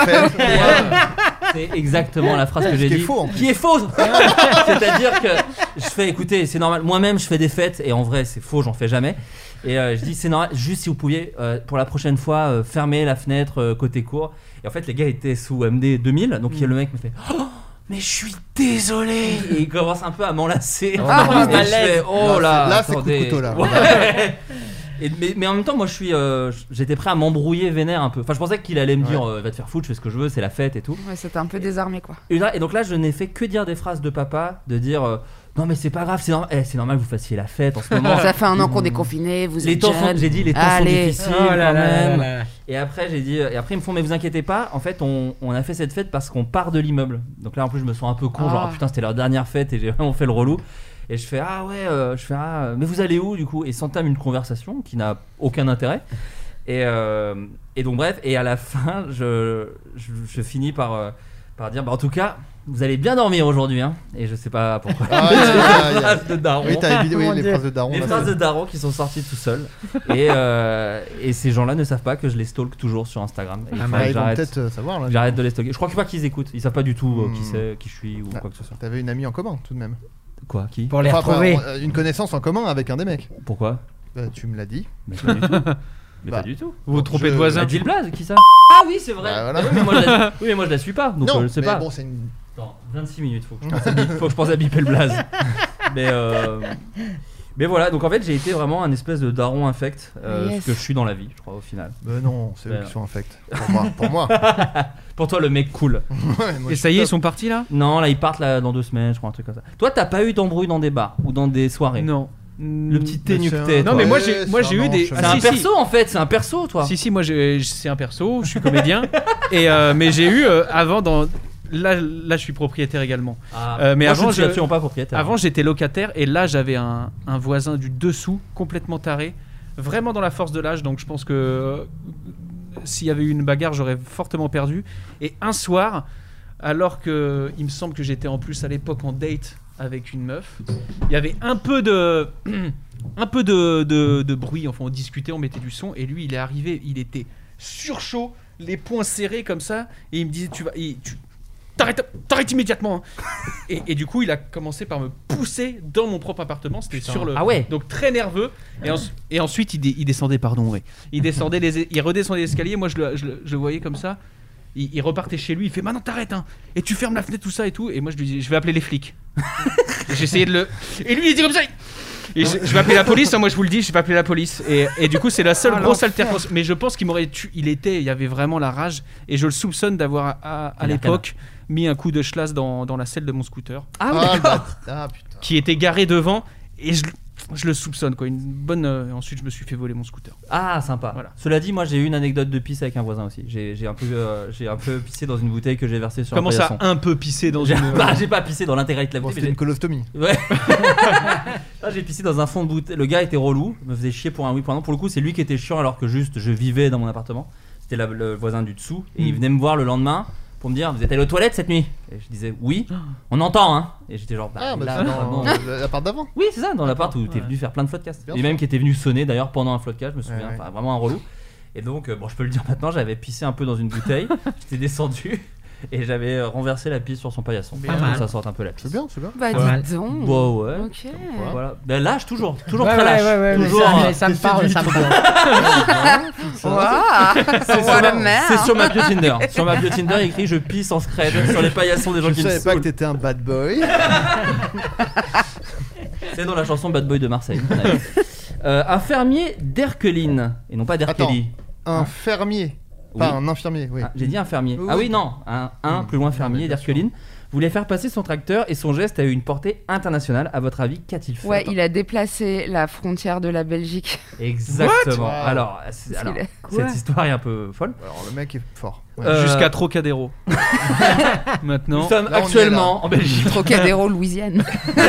C'est exactement la phrase que j'ai dit. Qui est faux. C'est-à-dire que je fais écoutez, c'est normal. Moi-même je fais des fêtes et en vrai c'est faux, j'en fais jamais. Et je dis c'est normal. Juste si vous pouviez pour la prochaine fois fermer la fenêtre côté cour. Et en fait les gars étaient sous MD 2000, donc le mec me fait. Oh mais je suis désolé. Et il commence un peu à m'enlacer. Là c'est coup de couteau là. Ouais. Mais en même temps, moi, j'étais prêt à m'embrouiller vénère un peu. Enfin, je pensais qu'il allait me dire, va te faire foutre, je fais ce que je veux, c'est la fête et tout. Ouais, c'était un peu désarmé, quoi. Et donc là, je n'ai fait que dire des phrases de papa, de dire. Non mais c'est pas grave, c'est normal que vous fassiez la fête en ce moment. Ça fait un an qu'on est confinés, vous êtes jeunes. J'ai dit les temps sont difficiles quand même. Et après ils me font mais vous inquiétez pas, en fait on a fait cette fête parce qu'on part de l'immeuble. Donc là en plus je me sens un peu con, genre putain c'était leur dernière fête et j'ai vraiment fait le relou. Et je fais mais vous allez où du coup? Et s'entame une conversation qui n'a aucun intérêt. Et donc bref, et à la fin je finis par dire en tout cas vous allez bien dormir aujourd'hui hein. Et je sais pas pourquoi. Les phrases de daron. Oui, t'as les phrases de daron. Les phrases de daron qui sont sorties tout seuls. Et ces gens-là ne savent pas que je les stalk toujours sur Instagram. Et ils vont peut-être savoir là. J'arrête de les stalker. Je crois pas qu'ils écoutent. Ils savent pas du tout qui je suis ou quoi que ce soit. T'avais une amie en commun tout de même. Quoi? Qui? Pour les retrouver. Une connaissance en commun avec un des mecs. Pourquoi? Tu me l'as dit. Mais pas du tout. Mais pas du tout. Vous vous trompez de voisin. Gilles Blaze, qui ça? Ah oui, c'est vrai. Voilà. Oui, mais moi je la suis pas. Donc non, je sais pas. Bon, c'est une... Attends, 26 minutes, faut que je pense à biper le blaze. Mais voilà, donc en fait j'ai été vraiment un espèce de daron infect, ce que je suis dans la vie, je crois au final. Non, c'est eux qui sont infects. Pour moi. Pour toi le mec cool. Et ça y est, ils sont partis là? Non, là ils partent là dans 2 semaines, je crois un truc comme ça. Toi t'as pas eu d'embrouille dans des bars ou dans des soirées? Non. Le petit ténucté. Non mais moi j'ai eu des. C'est un perso en fait, c'est un perso toi. Si moi c'est un perso, je suis comédien et mais j'ai eu avant dans. Là, je suis propriétaire également. Mais moi, avant, je suis absolument pas propriétaire. Avant, j'étais locataire et là, j'avais un voisin du dessous complètement taré, vraiment dans la force de l'âge. Donc, je pense que s'il y avait eu une bagarre, j'aurais fortement perdu. Et un soir, alors que il me semble que j'étais en plus à l'époque en date avec une meuf, il y avait un peu de bruit. Enfin, on discutait, on mettait du son et lui, il est arrivé, il était surchaud, les poings serrés comme ça, et il me disait T'arrêtes immédiatement hein. Et du coup il a commencé par me pousser dans mon propre appartement. C'était sur le... Ah ouais. Donc très nerveux. Et ensuite il descendait il redescendait les escaliers. Moi je le voyais comme ça. Il repartait chez lui. Il fait maintenant t'arrêtes hein. Et tu fermes la fenêtre tout ça et tout. Et moi je lui dis je vais appeler les flics. J'essayais de le... Et lui il dit comme ça et je vais appeler la police, hein, moi je vous le dis, je vais appeler la police. Et du coup, c'est la seule grosse altercation. Mais je pense qu'il m'aurait tué. Il y avait vraiment la rage. Et je le soupçonne d'avoir, à l'époque, mis un coup de schlass dans la selle de mon scooter. Ah, d'accord. Putain. Qui était garé devant. Et je le soupçonne, quoi. Une bonne. Ensuite, je me suis fait voler mon scooter. Ah, sympa. Voilà. Cela dit, moi j'ai eu une anecdote de pisse avec un voisin aussi. J'ai un peu pissé dans une bouteille que j'ai versée sur Comment un paillasson. ça, un peu pissé dans une. J'ai pas pissé dans l'intégralité de la bouteille. C'était une colostomie. Ouais. Là, j'ai pissé dans un fond de bouteille. Le gars était relou, me faisait chier pour un oui, pour un non. Pour le coup, c'est lui qui était chiant alors que juste je vivais dans mon appartement. C'était le voisin du dessous et il venait me voir le lendemain pour me dire vous êtes allé aux toilettes cette nuit? Et je disais oui, on entend hein. Et j'étais genre dans l'appart d'avant. Oui c'est ça, dans l'appart où t'es venu faire plein de floodcasts. Et même qui était venu sonner d'ailleurs pendant un floodcast, je me souviens, enfin vraiment un relou. Et donc bon je peux le dire maintenant, j'avais pissé un peu dans une bouteille, j'étais descendu et j'avais renversé la pisse sur son paillasson pour que ça sorte un peu la pisse. C'est bien. Bah dis donc. Bon ouais. Ok. Voilà. Ben lâche toujours très lâche. Ouais, toujours. Ça me parle. C'est sur ma bio Tinder. Sur ma bio Tinder, il écrit je pisse en scred sur les paillassons des gens qui me saoulent. Je savais pas que t'étais un bad boy. C'est dans la chanson Bad Boy de Marseille. Un fermier d'Erqueline et non pas d'Erquelie. Un fermier. Pas un infirmier, oui. J'ai dit un fermier. Ah oui, non, un plus loin fermier d'Erqueline voulait faire passer son tracteur et son geste a eu une portée internationale. À votre avis, qu'a-t-il fait? Ouais, il a déplacé la frontière de la Belgique. Exactement. Alors, cette histoire est un peu folle. Alors, le mec est fort. Jusqu'à Trocadéro. Maintenant. Nous sommes actuellement en Belgique. Trocadéro, Louisiane.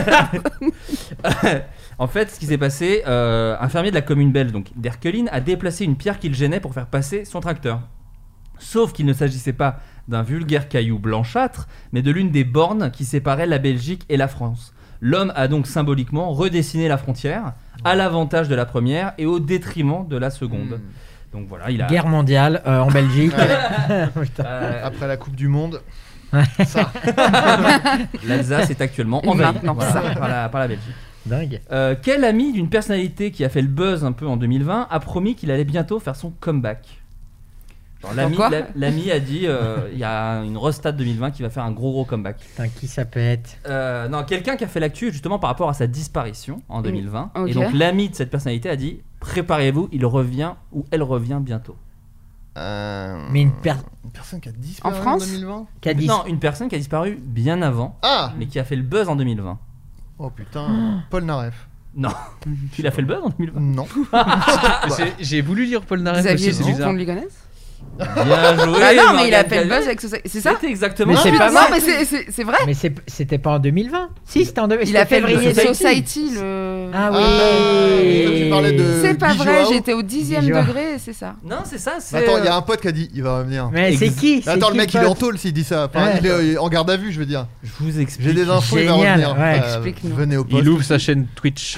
En fait, ce qui s'est passé, un fermier de la commune belge donc d'Erqueline a déplacé une pierre qu'il gênait pour faire passer son tracteur. Sauf qu'il ne s'agissait pas d'un vulgaire caillou blanchâtre, mais de l'une des bornes qui séparaient la Belgique et la France. L'homme a donc symboliquement redessiné la frontière à l'avantage de la première et au détriment de la seconde. Donc voilà, il a... Guerre mondiale en Belgique. Après la Coupe du Monde. Ça. L'Alsace est actuellement envahie par la Belgique. Dingue. Quel ami d'une personnalité qui a fait le buzz un peu en 2020 a promis qu'il allait bientôt faire son comeback? Genre, l'ami a dit il y a une Rostat 2020 qui va faire un gros comeback. Putain, qui ça peut être? Non, quelqu'un qui a fait l'actu justement par rapport à sa disparition en 2020. Okay. Et donc l'ami de cette personnalité a dit préparez-vous, il revient ou elle revient bientôt. Mais une personne qui a disparu En France 2020 Non, une personne qui a disparu bien avant, mais qui a fait le buzz en 2020. Oh putain, Paul Naref. Non, il a fait le buzz en 2020. Non. J'ai voulu dire Paul Naref Xavier aussi, c'est Dupont, bizarre. on lui connaît. Bien joué. Bah non, mais il a Morgane fait le buzz Cavier. avec c'est ça. C'était exactement. Mais c'est pas Non, mal. mais c'est vrai. Mais c'était pas en 2020. Si, c'était en 2020. Il a fait le février. Society, le. Ah oui. Tu parlais de C'est pas Guy vrai, Joao. j'étais au 10e Guy Joao. degré, c'est ça. Non, c'est ça. C'est Attends, il y a un pote qui a dit il va revenir. Mais c'est qui Attends, le mec il est en pote tôle s'il dit ça. Enfin, Ouais. il est en garde à vue, je veux dire. Je vous explique. J'ai des infos, il va Génial, revenir. ouais. Explique-nous. Venez au poste. Il ouvre sa chaîne Twitch.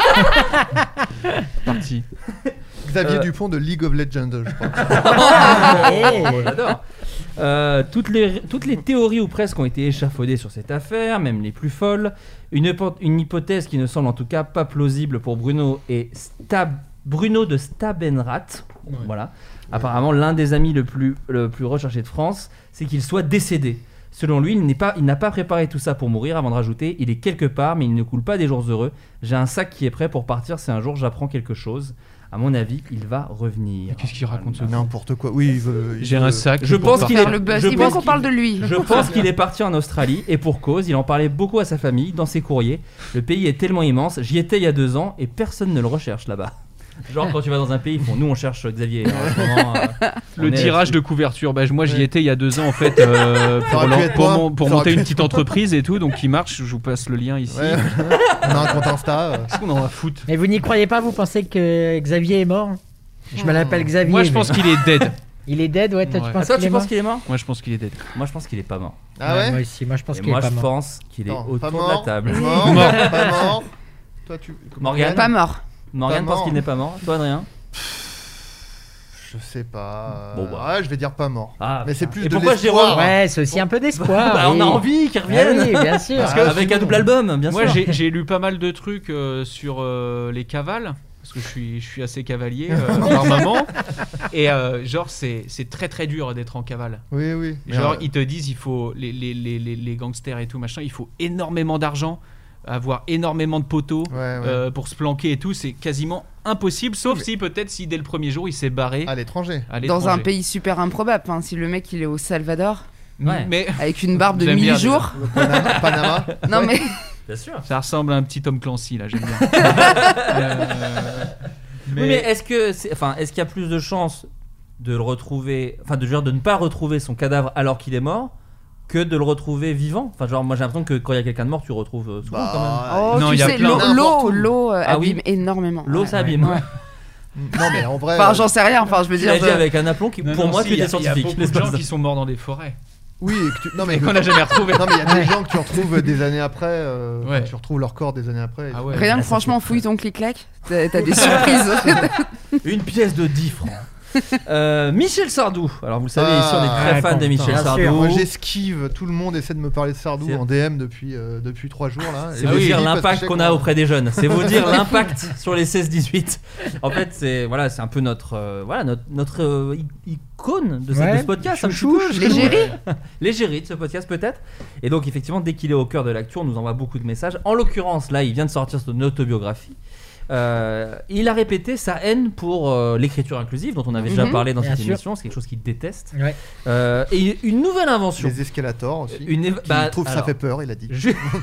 Parti. Xavier Dupont de League of Legends, je crois. Oh, j'adore. Toutes les théories ou presque ont été échafaudées sur cette affaire, même les plus folles. Une hypothèse qui ne semble en tout cas pas plausible pour Bruno de Stabenrath. Ouais. Voilà. Apparemment, l'un des amis le plus recherché de France, c'est qu'il soit décédé. Selon lui, il n'a pas préparé tout ça pour mourir, avant de rajouter, il est quelque part, mais il ne coule pas des jours heureux. J'ai un sac qui est prêt pour partir si un jour j'apprends quelque chose. À mon avis, il va revenir. Qu'est-ce qu'il raconte ce N'importe quoi. Oui, J'ai un sac. Je pense qu'il Faire est le buzz. je Il veut pense qu'on qu'il- parle de lui. Je pense qu'il est parti en Australie et pour cause, il en parlait beaucoup à sa famille dans ses courriers. Le pays est tellement immense, j'y étais il y a 2 ans et personne ne le recherche là-bas. Genre quand tu vas dans un pays, ils font nous on cherche Xavier. En ce moment, Le on est tirage là-dessus. de couverture, moi j'y Ouais. étais il y a 2 ans en fait aurait pu être moi. pour Ça aurait monter pu une être petite moi. entreprise et tout, donc qui marche. Je vous passe le lien ici. Ouais. On a un compte Insta. Qu'est-ce qu'on en va foutre? Mais vous n'y croyez pas, vous pensez que Xavier est mort? Je me l'appelle Xavier. Moi je mais- pense qu'il est dead. Il est dead, ouais, toi Ouais. tu penses Toi, qu'il tu est mort? penses qu'il est mort? Moi je pense qu'il est dead. Moi je pense qu'il est pas mort. Ah ouais Moi aussi, moi je pense Et qu'il moi est pas je mort. pense qu'il est Attends, autour pas de mort, la table. Mort, Mort. pas mort. Toi, Morgane Pas mort. Morgane Pas pense mort. qu'il n'est pas mort. Toi Adrien? Je sais pas. Bon, bah. Ouais, je vais dire pas mort. Ah, Mais c'est putain. plus Et de pourquoi l'espoir. Jérôme Ouais, c'est aussi un peu d'espoir. Bah, on oui. a envie qu'il Ah revienne. oui, bien sûr. Parce que Avec un double album, bien Moi sûr. j'ai lu pas mal de trucs sur les cavales. Parce que je suis assez cavalier par maman. Et genre c'est très très dur d'être en cavale. Oui, oui. Mais, Genre ils te disent il faut les gangsters et tout machin, il faut énormément d'argent, avoir énormément de poteaux ouais. pour se planquer et tout, c'est quasiment impossible, sauf si peut-être si dès le premier jour il s'est barré à l'étranger. Dans un pays super improbable. Enfin, si le mec il est au Salvador Ouais. Mais avec une barbe de J'aime 1000 bien, jours. Panama. Non Ouais. mais Bien sûr. ça ressemble à un petit Tom Clancy là, j'aime bien. Oui, mais est-ce qu'il y a plus de chances de le retrouver, enfin de ne pas retrouver son cadavre alors qu'il est mort que de le retrouver vivant? Enfin genre moi j'ai l'impression que quand il y a quelqu'un de mort tu retrouves souvent quand même. oh, Non, tu il y a sais, plein. l'eau Ah oui. abîme énormément. L'eau Ouais, ça abîme. ouais. Non, mais en vrai. Enfin, j'en sais rien. Enfin, je veux Tu dire. l'as dit avec un aplomb qui pour moi si, tu il y a- étais scientifique. Il y a beaucoup de gens qui sont morts dans des forêts. Oui, et que non, mais Et qu'on n'a jamais retrouvé. Non, mais il y a des gens que tu retrouves des années après. Ouais. Tu retrouves leur corps des années après. Ah ouais. Rien que franchement, fouille ton clic-clac. T'as des surprises. Une pièce de 10 francs. Michel Sardou. Alors vous le savez, ici on est très ouais, fan de Michel bien sûr. Sardou. Moi j'esquive, tout le monde essaie de me parler de Sardou C'est- en DM depuis 3 jours là. C'est Et vous je dire dis parce que l'impact je sais qu'on a auprès des jeunes. C'est vous dire l'impact sur les 16-18. En fait, c'est un peu notre icône de Ouais, ce podcast. chouchou, L'égérie. L'égérie de ce podcast peut-être. Et donc effectivement, dès qu'il est au cœur de l'actu, on nous envoie beaucoup de messages. En l'occurrence, là, il vient de sortir son autobiographie. Il a répété sa haine pour l'écriture inclusive dont on avait déjà parlé dans Bien cette sûr. émission. C'est quelque chose qu'il déteste. Ouais. Et une nouvelle invention. Les escalators aussi. Il trouve ça fait peur, il a dit.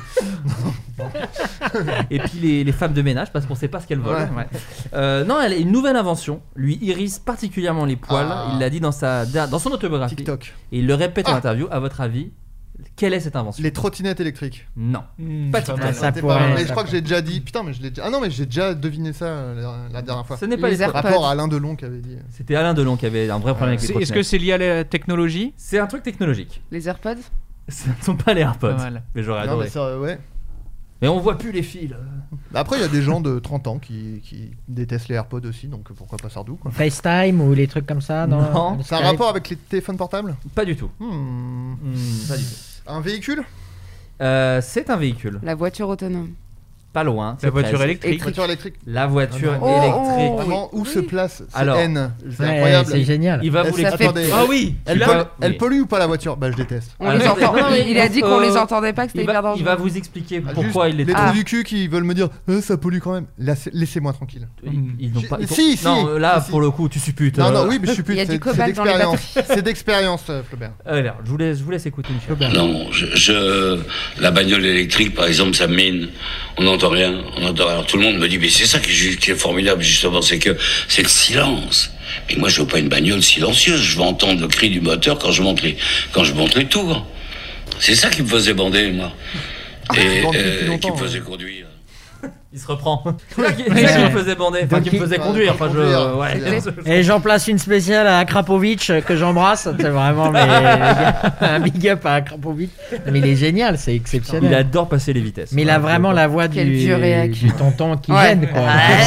Et puis les femmes de ménage parce qu'on sait pas ce qu'elles veulent. Ouais. Non, elle a une nouvelle invention. Lui irise particulièrement les poils. Il l'a dit dans son autobiographie. TikTok. Et il le répète en interview. À votre avis, quelle est cette invention? Les trottinettes électriques. Non, pas pas TikTok. mal. Ça C'était pourrait- pas mal. Mais ça je crois que j'ai déjà dit. Putain, mais je l'ai déjà. Ah non, mais j'ai déjà deviné ça la dernière fois. Ce n'est pas Les les AirPods. Rapport à Alain Delon qui avait dit. C'était Alain Delon qui avait un vrai problème avec les Est-ce trottinettes. que c'est lié à la technologie? C'est un truc technologique. Les AirPods. Ce ne sont pas les AirPods. Pas mal. Mais j'aurais Non, adoré. mais ça, ouais. Mais on voit plus les fils. Après, il y a des gens de 30 ans qui détestent les AirPods aussi, donc pourquoi pas Sardou quoi. FaceTime ou les trucs comme ça Non. le C'est un Skype. rapport avec les téléphones portables Pas du tout. Hmm. Pas du tout. Un véhicule C'est un véhicule. La voiture autonome. Pas loin. La voiture presque. électrique. Voiture électrique. La voiture Oh, électrique. Vraiment, où se place cette Alors, haine? C'est Ouais, incroyable. c'est génial. Il va vous Ça fait- l'expliquer. Ah oui. Elle pollue ou pas la voiture? Bah je déteste. On les entend. Il a dit qu'on les entendait pas, que c'était hyper Il dangereux. va vous expliquer Ah, pourquoi juste il est. les trous du cul qui veulent me dire ça pollue quand même. Laissez-moi tranquille. Ils n'ont pas. Si, Non, là si. pour le coup, tu supputes. Non, oui, mais je suis plus. Il y a du C'est cobalt dans les d'expérience. C'est d'expérience, Flaubert. Alors, je vous laisse écouter Michel. Non, la bagnole électrique, par exemple, ça mine. On n'entend rien. Alors tout le monde me dit, mais c'est ça qui est formidable, justement, c'est le silence. Mais moi, je veux pas une bagnole silencieuse. Je veux entendre le cri du moteur quand je monte les tours. C'est ça qui me faisait bander, moi. Et qui me faisait conduire. Il se reprend. C'est ça qui me faisait bander, enfin qui me faisait conduire. Enfin, Et j'en place une spéciale à Akrapovic que j'embrasse. C'est vraiment un big up à Akrapovic. Mais il est génial, c'est exceptionnel. Il adore passer les vitesses. Mais il a vraiment la voix du tonton qui gêne, quoi.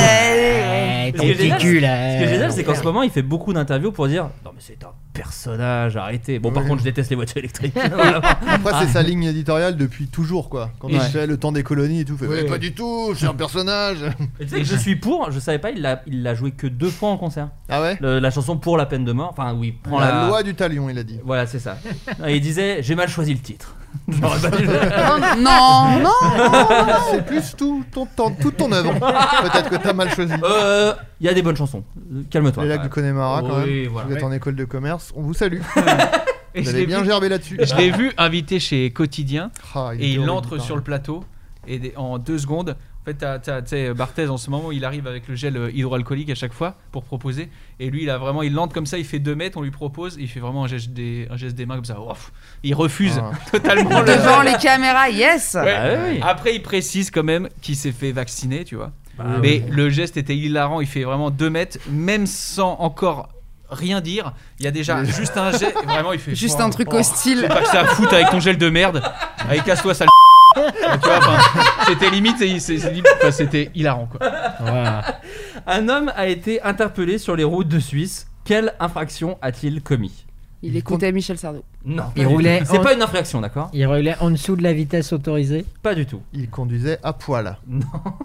Ce qui est génial, c'est qu'en ce moment, il fait beaucoup d'interviews pour dire non, mais c'est un personnage, arrêtez. Bon, par contre, je déteste les voitures électriques. Après, c'est sa ligne éditoriale depuis toujours, quoi. Quand il fait le temps des colonies et tout, fait pas du tout, c'est un personnage. Et je suis pour, je savais pas, il l'a joué que 2 fois en concert. Ah ouais? La chanson Pour la peine de mort, enfin, oui, prend la loi du talion, il a dit. Voilà, c'est ça. Et il disait j'ai mal choisi le titre. J'aurais pas dû Non. C'est plus tout ton œuvre. Peut-être que t'as mal choisi. Il y a des bonnes chansons. Calme-toi. Les lacs du Connemara, quand même. Voilà. Vous êtes en école de commerce, on vous salue. Et Vous avez bien gerbé là-dessus. Je l'ai vu invité chez Quotidien et il horrible, entre sur le plateau et en 2 secondes. En fait, t'as Barthez en ce moment, il arrive avec le gel hydroalcoolique à chaque fois pour proposer. Et lui, il entre comme ça, il fait 2 mètres, on lui propose, il fait vraiment un geste des mains comme ça. Ouf, il refuse totalement. Devant les caméras, yes. Ouais. oui. Après, il précise quand même qu'il s'est fait vacciner, tu vois. Mais le geste était hilarant, il fait vraiment 2 mètres, même sans encore rien dire. Il y a déjà juste un geste, vraiment, il fait juste un truc hostile. C'est pas que ça à foutre avec ton gel de merde. Allez, casse-toi, sale. Tu vois, c'était limite, c'était hilarant, quoi. Voilà. Un homme a été interpellé sur les routes de Suisse. Quelle infraction a-t-il commis? Il écoutait Michel Sardou. Non. Il roulait. C'est pas une infraction, d'accord? Il roulait en dessous de la vitesse autorisée. Pas du tout. Il conduisait à poil. Non.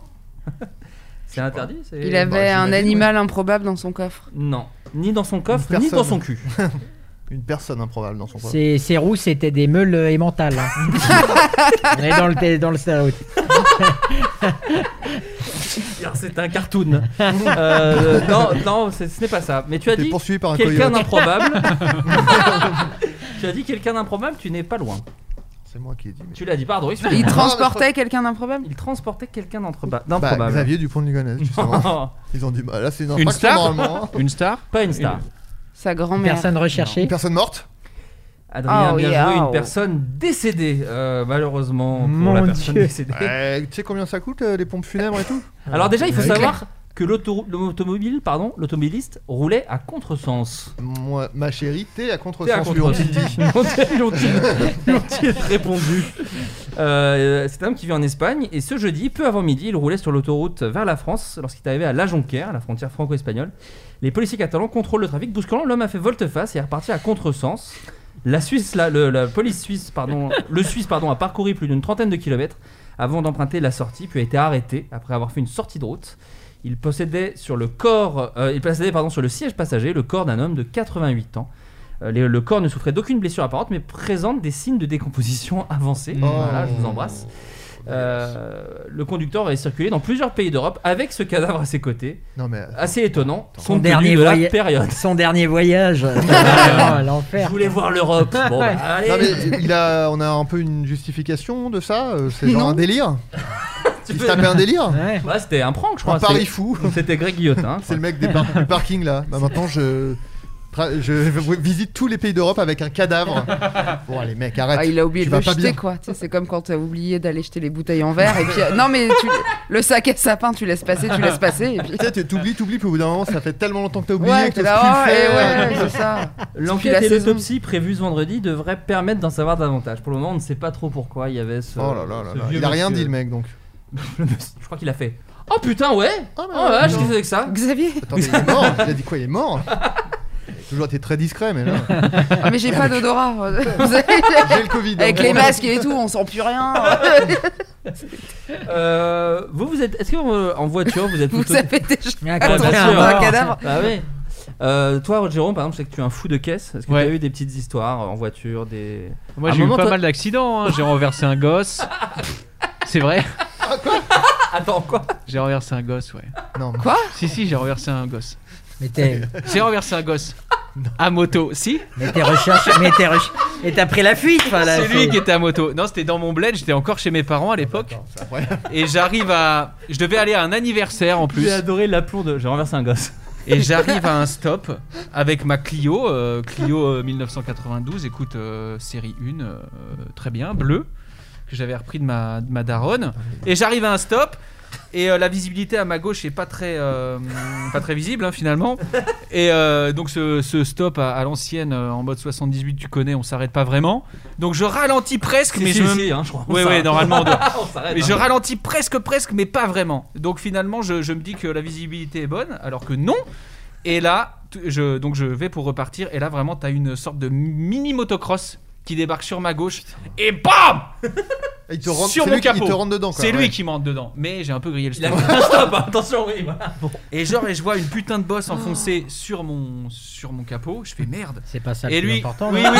C'est interdit. Il avait un animal improbable dans son coffre. Non. Ni dans son coffre, ni dans son cul. Une personne improbable dans son coffre. Ses roues, c'était des meules émentales. On est dans le stéréotype. C'est un cartoon. Non, ce n'est pas ça. Mais tu as dit poursuivi par un quelqu'un coyote. d'improbable. Tu as dit quelqu'un d'improbable, tu n'es pas loin. C'est moi qui ai dit. Tu l'as dit, pardon. Il transportait quelqu'un d'improbable. Il transportait quelqu'un d'improbable. Xavier Dupont de Ligonnès, justement. Ils ont dit là c'est une star normalement. Une star? Pas une star. Sa grand-mère. Personne recherchée. Une personne morte. Adrien, bien joué, une personne décédée, malheureusement pour la personne décédée. Tu sais combien ça coûte les pompes funèbres et tout? Alors déjà, il faut savoir que l'automobiliste roulait à contresens. Moi, ma chérie, t'es à contresens. Lui ont-ils répondu. C'est un homme qui vit en Espagne et ce jeudi, peu avant midi, il roulait sur l'autoroute vers la France lorsqu'il est arrivé à La Jonquière, la frontière franco-espagnole. Les policiers catalans contrôlent le trafic. Bousculant, l'homme a fait volte-face et est reparti à contresens. La Suisse, le Suisse a parcouru plus d'une trentaine de kilomètres avant d'emprunter la sortie, puis a été arrêté après avoir fait une sortie de route. Il possédait sur le siège passager le corps d'un homme de 88 ans. Le corps ne souffrait d'aucune blessure apparente, mais présente des signes de décomposition avancés. Voilà, je vous embrasse. Le conducteur avait circulé dans plusieurs pays d'Europe avec ce cadavre à ses côtés. Assez étonnant. Son dernier période. Son dernier voyage. L'enfer. Je voulais voir l'Europe. Bon, allez. Non, mais on a un peu une justification de ça. C'est genre un délire. Il se tapait un délire. Ouais, c'était un prank, je crois. Un pari fou. C'était Greg Guillotin. C'est le mec du parking là. Maintenant je visite tous les pays d'Europe avec un cadavre. Bon allez mec, arrête. Il a oublié de le jeter quoi. Tu sais, c'est comme quand t'as oublié d'aller jeter les bouteilles en verre et puis non mais le sac à sapin tu laisses passer et puis t'oublies puis au bout d'un moment ça fait tellement longtemps que t'as oublié que t'es là c'est ça. L'enquête et l'autopsie prévue ce vendredi devraient permettre d'en savoir davantage. Pour le moment on ne sait pas trop pourquoi il y avait ce il a rien dit le mec donc. Je crois qu'il a fait oh putain ouais. Qu'est-ce que c'est que ça Xavier. Attendez, il est mort. Il a dit quoi? Il est mort. Toujours été très discret, mais là. Mais j'ai pas d'odorat. J'ai le Covid. Avec les masques et tout, on sent plus rien. Vous êtes. Est-ce que en voiture vous êtes plutôt. Vous avez déjà Ah, bien sûr. un cadavre. Ah oui. Toi, Jérôme, par exemple, je sais que tu es un fou de caisse. Est-ce que tu as eu des petites histoires en voiture des... Moi, j'ai eu pas mal d'accidents. J'ai renversé un gosse. C'est vrai. Attends, quoi? J'ai renversé un gosse, ouais. Non. Quoi? Si, j'ai renversé un gosse. Mais J'ai renversé un gosse. À moto, si. Mais t'es recherché. Et t'as pris la fuite. C'est lui qui était à moto. Non, c'était dans mon bled. J'étais encore chez mes parents à l'époque. Et je devais aller à un anniversaire en plus. J'ai adoré l'aplomb de. J'ai renversé un gosse. Et j'arrive à un stop avec ma Clio, Clio 1992, écoute, série 1, très bien, bleue, que j'avais repris de ma daronne. Et j'arrive à un stop, et la visibilité à ma gauche est pas très visible hein, finalement. Et donc ce stop à l'ancienne, en mode 78, tu connais, on s'arrête pas vraiment. Donc je ralentis presque, mais je crois. Oui, normalement on doit. On s'arrête, Mais je ralentis presque, mais pas vraiment. Donc finalement, je me dis que la visibilité est bonne, alors que non. Et là, je vais pour repartir. Et là, vraiment, t'as une sorte de mini motocross qui débarque sur ma gauche. Et BAM sur mon capot. Il te rentre dedans, quoi. C'est lui qui m'entre dedans. Mais j'ai un peu grillé le stop. Stop, attention, oui, voilà. Bon. Et je vois une putain de bosse enfoncée sur mon capot. Je fais merde. C'est pas ça le et plus lui, important. oui.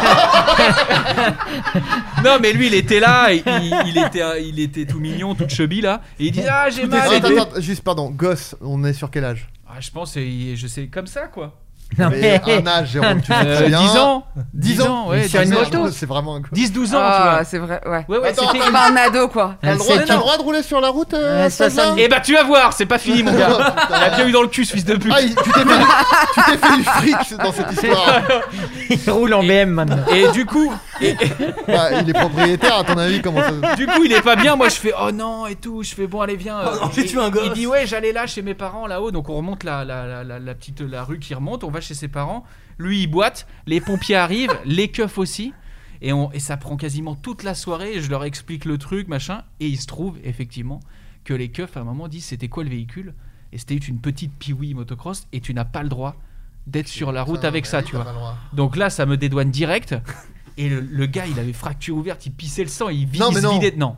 Non, mais lui, il était là. Il était tout mignon, tout chubby là. Et il dit j'ai mal. Attends, juste pardon. Gosse, on est sur quel âge? Je pense, je sais, comme ça quoi. Non, mais un âge, Jérôme, tu sais très 10 bien. ans 10 ans, ouais. Sur une moto. C'est vraiment un 10-12 ans, tu Ah, vois. c'est vrai, ouais. Ouais, Attends, c'était Comme un ado, quoi. T'as le droit de rouler sur la route Eh bah, tu vas voir, c'est pas fini, mon gars. Il a bien eu dans le cul, ce fils de pute. Ah, tu t'es fait du fric dans cette histoire. Il roule en BM maintenant. Et du coup, Bah, il est propriétaire, à ton avis, comment ça... du coup, il est pas bien. Moi, je fais oh non et tout. Je fais bon, allez, viens. Oh non, j'ai tué un gosse. Il dit ouais, j'allais là chez mes parents là-haut. Donc on remonte la rue qui remonte. On va chez ses parents. Lui, il boite. Les pompiers arrivent, les keufs aussi. Et ça prend quasiment toute la soirée. Et je leur explique le truc, machin. Et il se trouve effectivement que les keufs à un moment disent c'était quoi le véhicule? Et c'était une petite Piwi motocross. Et tu n'as pas le droit d'être sur la route avec ça, tu vois. Donc là, ça me dédouane direct. Et le gars, il avait fracture ouverte, il pissait le sang, il vidait. Non.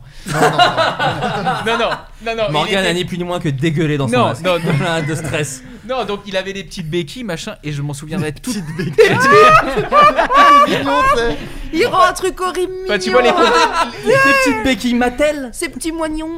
Morgane a ni plus ni moins que dégueulé dans son masque. Non. De stress. Non, donc il avait des petites béquilles, machin, et je m'en souviendrai tout. Petite béquille. Mignon, c'est. Il rend un truc horrible. Bah, tu vois les petites béquilles Mattel. Ces petits moignons.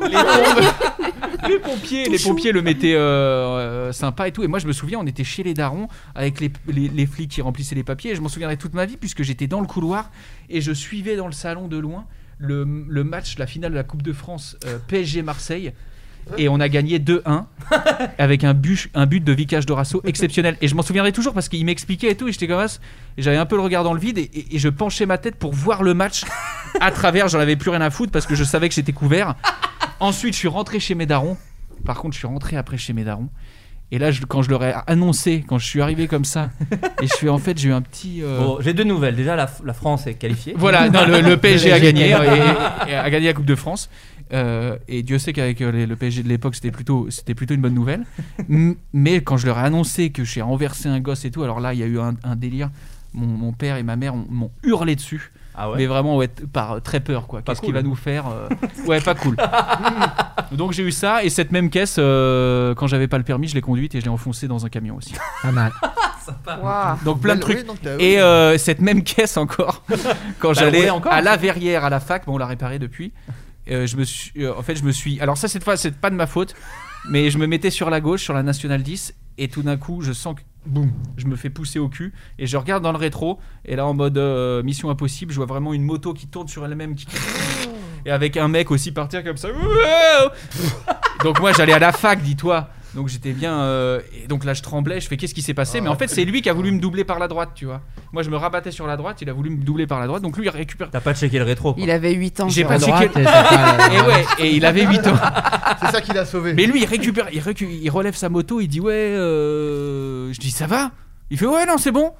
Les pompiers le mettaient sympa et tout. Et moi, je me souviens, on était chez les darons avec les flics qui remplissaient les papiers. Et je m'en souviendrai toute ma vie puisque j'étais dans le couloir et je suivais dans le salon de loin le match, la finale de la Coupe de France PSG Marseille. Et on a gagné 2-1 avec un but de Vicage Dorasso exceptionnel. Et je m'en souviendrai toujours parce qu'il m'expliquait et tout. Et j'étais comme ça. Et j'avais un peu le regard dans le vide. Et je penchais ma tête pour voir le match à travers. J'en avais plus rien à foutre parce que je savais que j'étais couvert. Ensuite, je suis rentré chez mes darons. Par contre, je suis rentré après chez mes darons. Et là, quand je leur ai annoncé, quand je suis arrivé comme ça, et je fais en fait, j'ai eu un petit. Bon, j'ai deux nouvelles. Déjà, la France est qualifiée. Voilà, non, le PSG a gagné et a gagné la Coupe de France. Et Dieu sait qu'avec le PSG de l'époque, c'était plutôt une bonne nouvelle. Mais quand je leur ai annoncé que j'ai renversé un gosse et tout, alors là, il y a eu un délire. Mon père et ma mère m'ont hurlé dessus. Ah ouais. Mais vraiment par très peur quoi. Qu'est-ce qu'il va nous faire Ouais, pas cool. Donc j'ai eu ça et cette même caisse quand j'avais pas le permis, je l'ai conduite et je l'ai enfoncée dans un camion aussi. Pas mal. Wow. Donc plein de trucs. Et cette même caisse encore quand j'allais à la Verrière à la fac, bon on l'a réparée depuis. Je me suis alors ça cette fois c'est pas de ma faute, mais je me mettais sur la gauche sur la Nationale 10 et tout d'un coup je sens que boum, je me fais pousser au cul et je regarde dans le rétro et là en mode Mission Impossible, je vois vraiment une moto qui tourne sur elle-même et avec un mec aussi partir comme ça. Donc moi j'allais à la fac, dis-toi. Donc j'étais bien et donc là je tremblais, je fais qu'est-ce qui s'est passé, mais en fait c'est lui qui a voulu me doubler par la droite, tu vois. Moi je me rabattais sur la droite, il a voulu me doubler par la droite, donc lui il récupère. T'as pas checké le rétro quoi. Il avait 8 ans. J'ai pas checké. Et il avait 8 ans. C'est ça qui l'a sauvé. Mais lui il récupère, il relève sa moto, il dit ouais je dis ça va. Il fait ouais non c'est bon.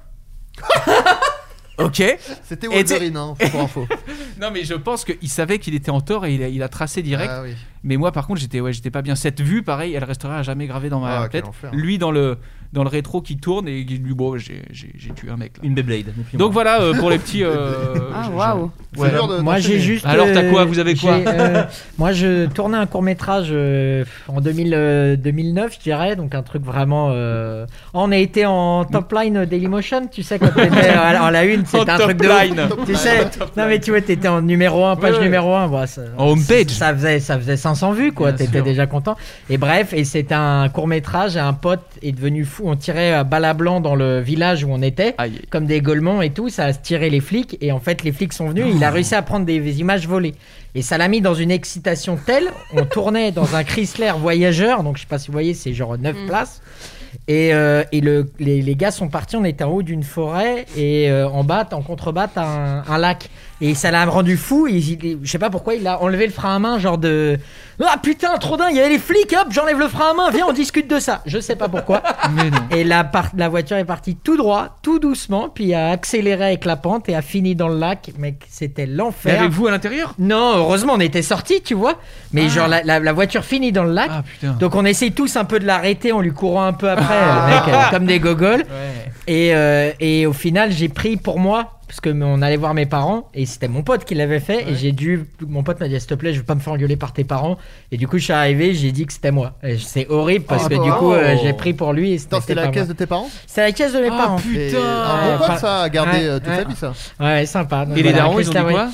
Ok. C'était Wolverine, hein, pour info. Non mais je pense qu'il savait qu'il était en tort et il a tracé direct. Ah, oui. Mais moi par contre j'étais pas bien. Cette vue pareil, elle restera à jamais gravée dans ma tête. Lui dans le dans le rétro qui tourne et qui lui bon j'ai tué un mec là. Une Beyblade. Donc voilà pour les petits. Ah waouh. Moi j'ai juste. Alors t'as quoi? Vous avez quoi? Moi je tournais un court-métrage en 2009 je dirais, donc un truc vraiment. On a été en top line Dailymotion, tu sais quand t'étais en la une, c'était un truc de ouf. Tu sais. Non mais tu vois t'étais en numéro 1, page numéro 1. Bon, en homepage. Ça faisait 500 vues quoi. Bien t'étais sûr. déjà content. Et bref, et c'était un court-métrage et un pote est devenu fou. On tirait à balles à blanc dans le village où on était, comme des gaulements et tout. Ça a tiré les flics et en fait les flics sont venus. Et il a réussi à prendre des images volées. Et ça l'a mis dans une excitation telle. On tournait dans un Chrysler Voyageur, donc je sais pas si vous voyez, c'est genre 9 places. Et les gars sont partis, on était en haut d'une forêt et en contrebas t'as un lac. Et ça l'a rendu fou. Je sais pas pourquoi il a enlevé le frein à main, genre de ah putain trop dingue, il y avait les flics, hop j'enlève le frein à main, viens on discute de ça. Je sais pas pourquoi. Mais non. Et la voiture est partie tout droit, tout doucement, puis a accéléré avec la pente et a fini dans le lac. Mec, c'était l'enfer. Mais avec vous à l'intérieur? Non, heureusement on était sortis, tu vois. Mais genre la voiture finit dans le lac. Ah putain. Donc on essaye tous un peu de l'arrêter en lui courant un peu après, mec, comme des gogoles. Ouais. Et au final j'ai pris pour moi. Parce que on allait voir mes parents et c'était mon pote qui l'avait fait. Et mon pote m'a dit s'il te plaît je veux pas me faire engueuler par tes parents. Et du coup je suis arrivé, j'ai dit que c'était moi. Et c'est horrible parce que du coup j'ai pris pour lui et c'était la caisse de tes parents? C'est la caisse de mes parents. Putain. Un bon pote ça à garder toute sa vie ça. Ouais sympa. Donc, et les darons ils ont dit quoi?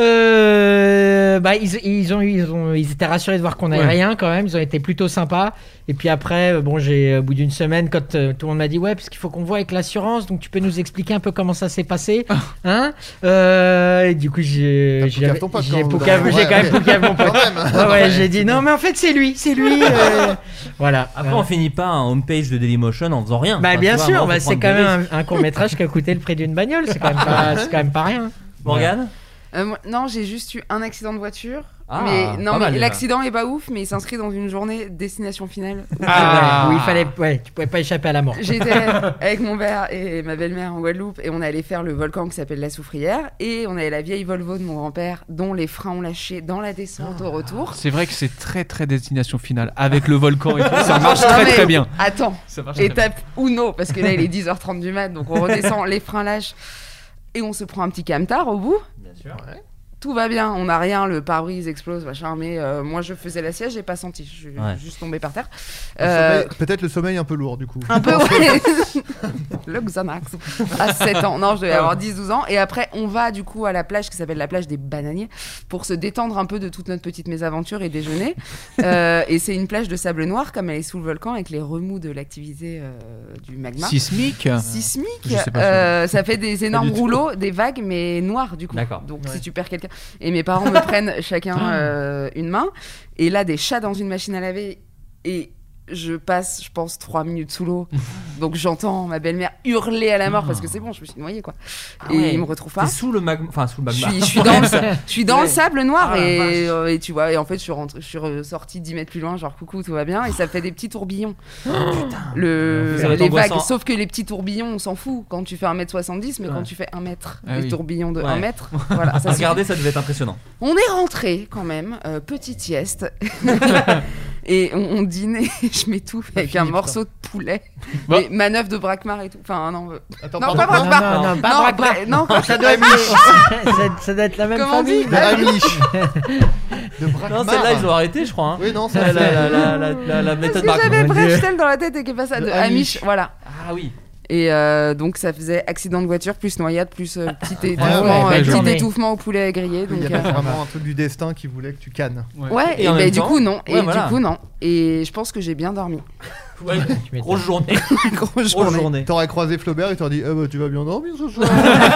Ils étaient rassurés de voir qu'on n'avait rien quand même. Ils ont été plutôt sympas. Et puis après au bout d'une semaine quand tout le monde m'a dit ouais parce qu'il faut qu'on voit avec l'assurance, donc tu peux nous expliquer un peu comment ça s'est passé. Hein et du coup j'ai quand même poucave mon pote. Ouais, j'ai dit non mais en fait c'est lui voilà. Après on finit pas un homepage de Dailymotion en faisant rien. Bah bien sûr, c'est quand même un court-métrage qui a coûté le prix d'une bagnole, c'est quand même pas rien. Morgane? Non, j'ai juste eu un accident de voiture. Ah, mais non, mais l'accident est pas ouf, mais il s'inscrit dans une journée destination finale. Où il fallait, tu pouvais pas échapper à la mort. J'étais avec mon père et ma belle-mère en Guadeloupe et on allait faire le volcan qui s'appelle la Soufrière et on avait la vieille Volvo de mon grand-père dont les freins ont lâché dans la descente au retour. C'est vrai que c'est très très destination finale avec le volcan et tout. Ça marche très bien. Attends, étape Uno parce que là il est 10h30 du mat, donc on redescend, les freins lâchent et on se prend un petit camtar au bout. Bien sûr. Ouais. Tout va bien, on n'a rien, le pare-brise explose, machin, mais moi je faisais la sieste, j'ai pas senti, je suis juste tombée par terre. Peut-être le sommeil un peu lourd du coup. Un peu, ouais. Le Xanax. À 7 ans, non, je devais avoir 10-12 ans. Et après, on va du coup à la plage qui s'appelle la plage des Bananiers pour se détendre un peu de toute notre petite mésaventure et déjeuner. Et c'est une plage de sable noir, comme elle est sous le volcan, avec les remous de l'activité du magma. Sismique. Ça fait des énormes rouleaux, des vagues, mais noires du coup. D'accord. Donc si tu perds quelqu'un. Et mes parents me prennent chacun une main. Et là, des chats dans une machine à laver. Et je passe, je pense, 3 minutes sous l'eau. Donc j'entends ma belle-mère hurler à la mort parce que c'est bon, je me suis noyée quoi. Et il me retrouve pas. T'es sous le magma. Enfin, sous le magma. Je suis dans le sable noir et tu vois. Et en fait, je suis ressortie 10 mètres plus loin, genre coucou, tout va bien. Et ça fait des petits tourbillons. Les vagues. Sauf que les petits tourbillons, on s'en fout quand tu fais 1m70, mais quand tu fais 1 mètre, les tourbillons de 1 mètre. Voilà, regardez, ça devait être impressionnant. On est rentré quand même, petite sieste. Et on dînait, je m'étouffe avec un morceau de poulet. Bon. Et manœuvre de braquemar et tout. Enfin, non. Attends, non, pas braquemar. Non, pas braquemar. Non, ça doit être la même Comment famille. on dit De Heimlich. De braquemar. Non, celle-là, ils ont arrêté, je crois. Hein. Oui, non, c'est la méthode Parce que j'avais braquemar. Brechtel dans la tête et qui est pas ça. De Heimlich, voilà. Ah oui. Et donc ça faisait accident de voiture plus noyade plus petit étouffement au poulet grillé. Donc il y avait vraiment un truc du destin qui voulait que tu cannes. Ouais, et du coup non. Et du coup non. Et je pense que j'ai bien dormi. Ouais, grosse journée. Grosse journée. T'aurais croisé Flaubert, il t'aurait dit tu vas bien dormir ce soir.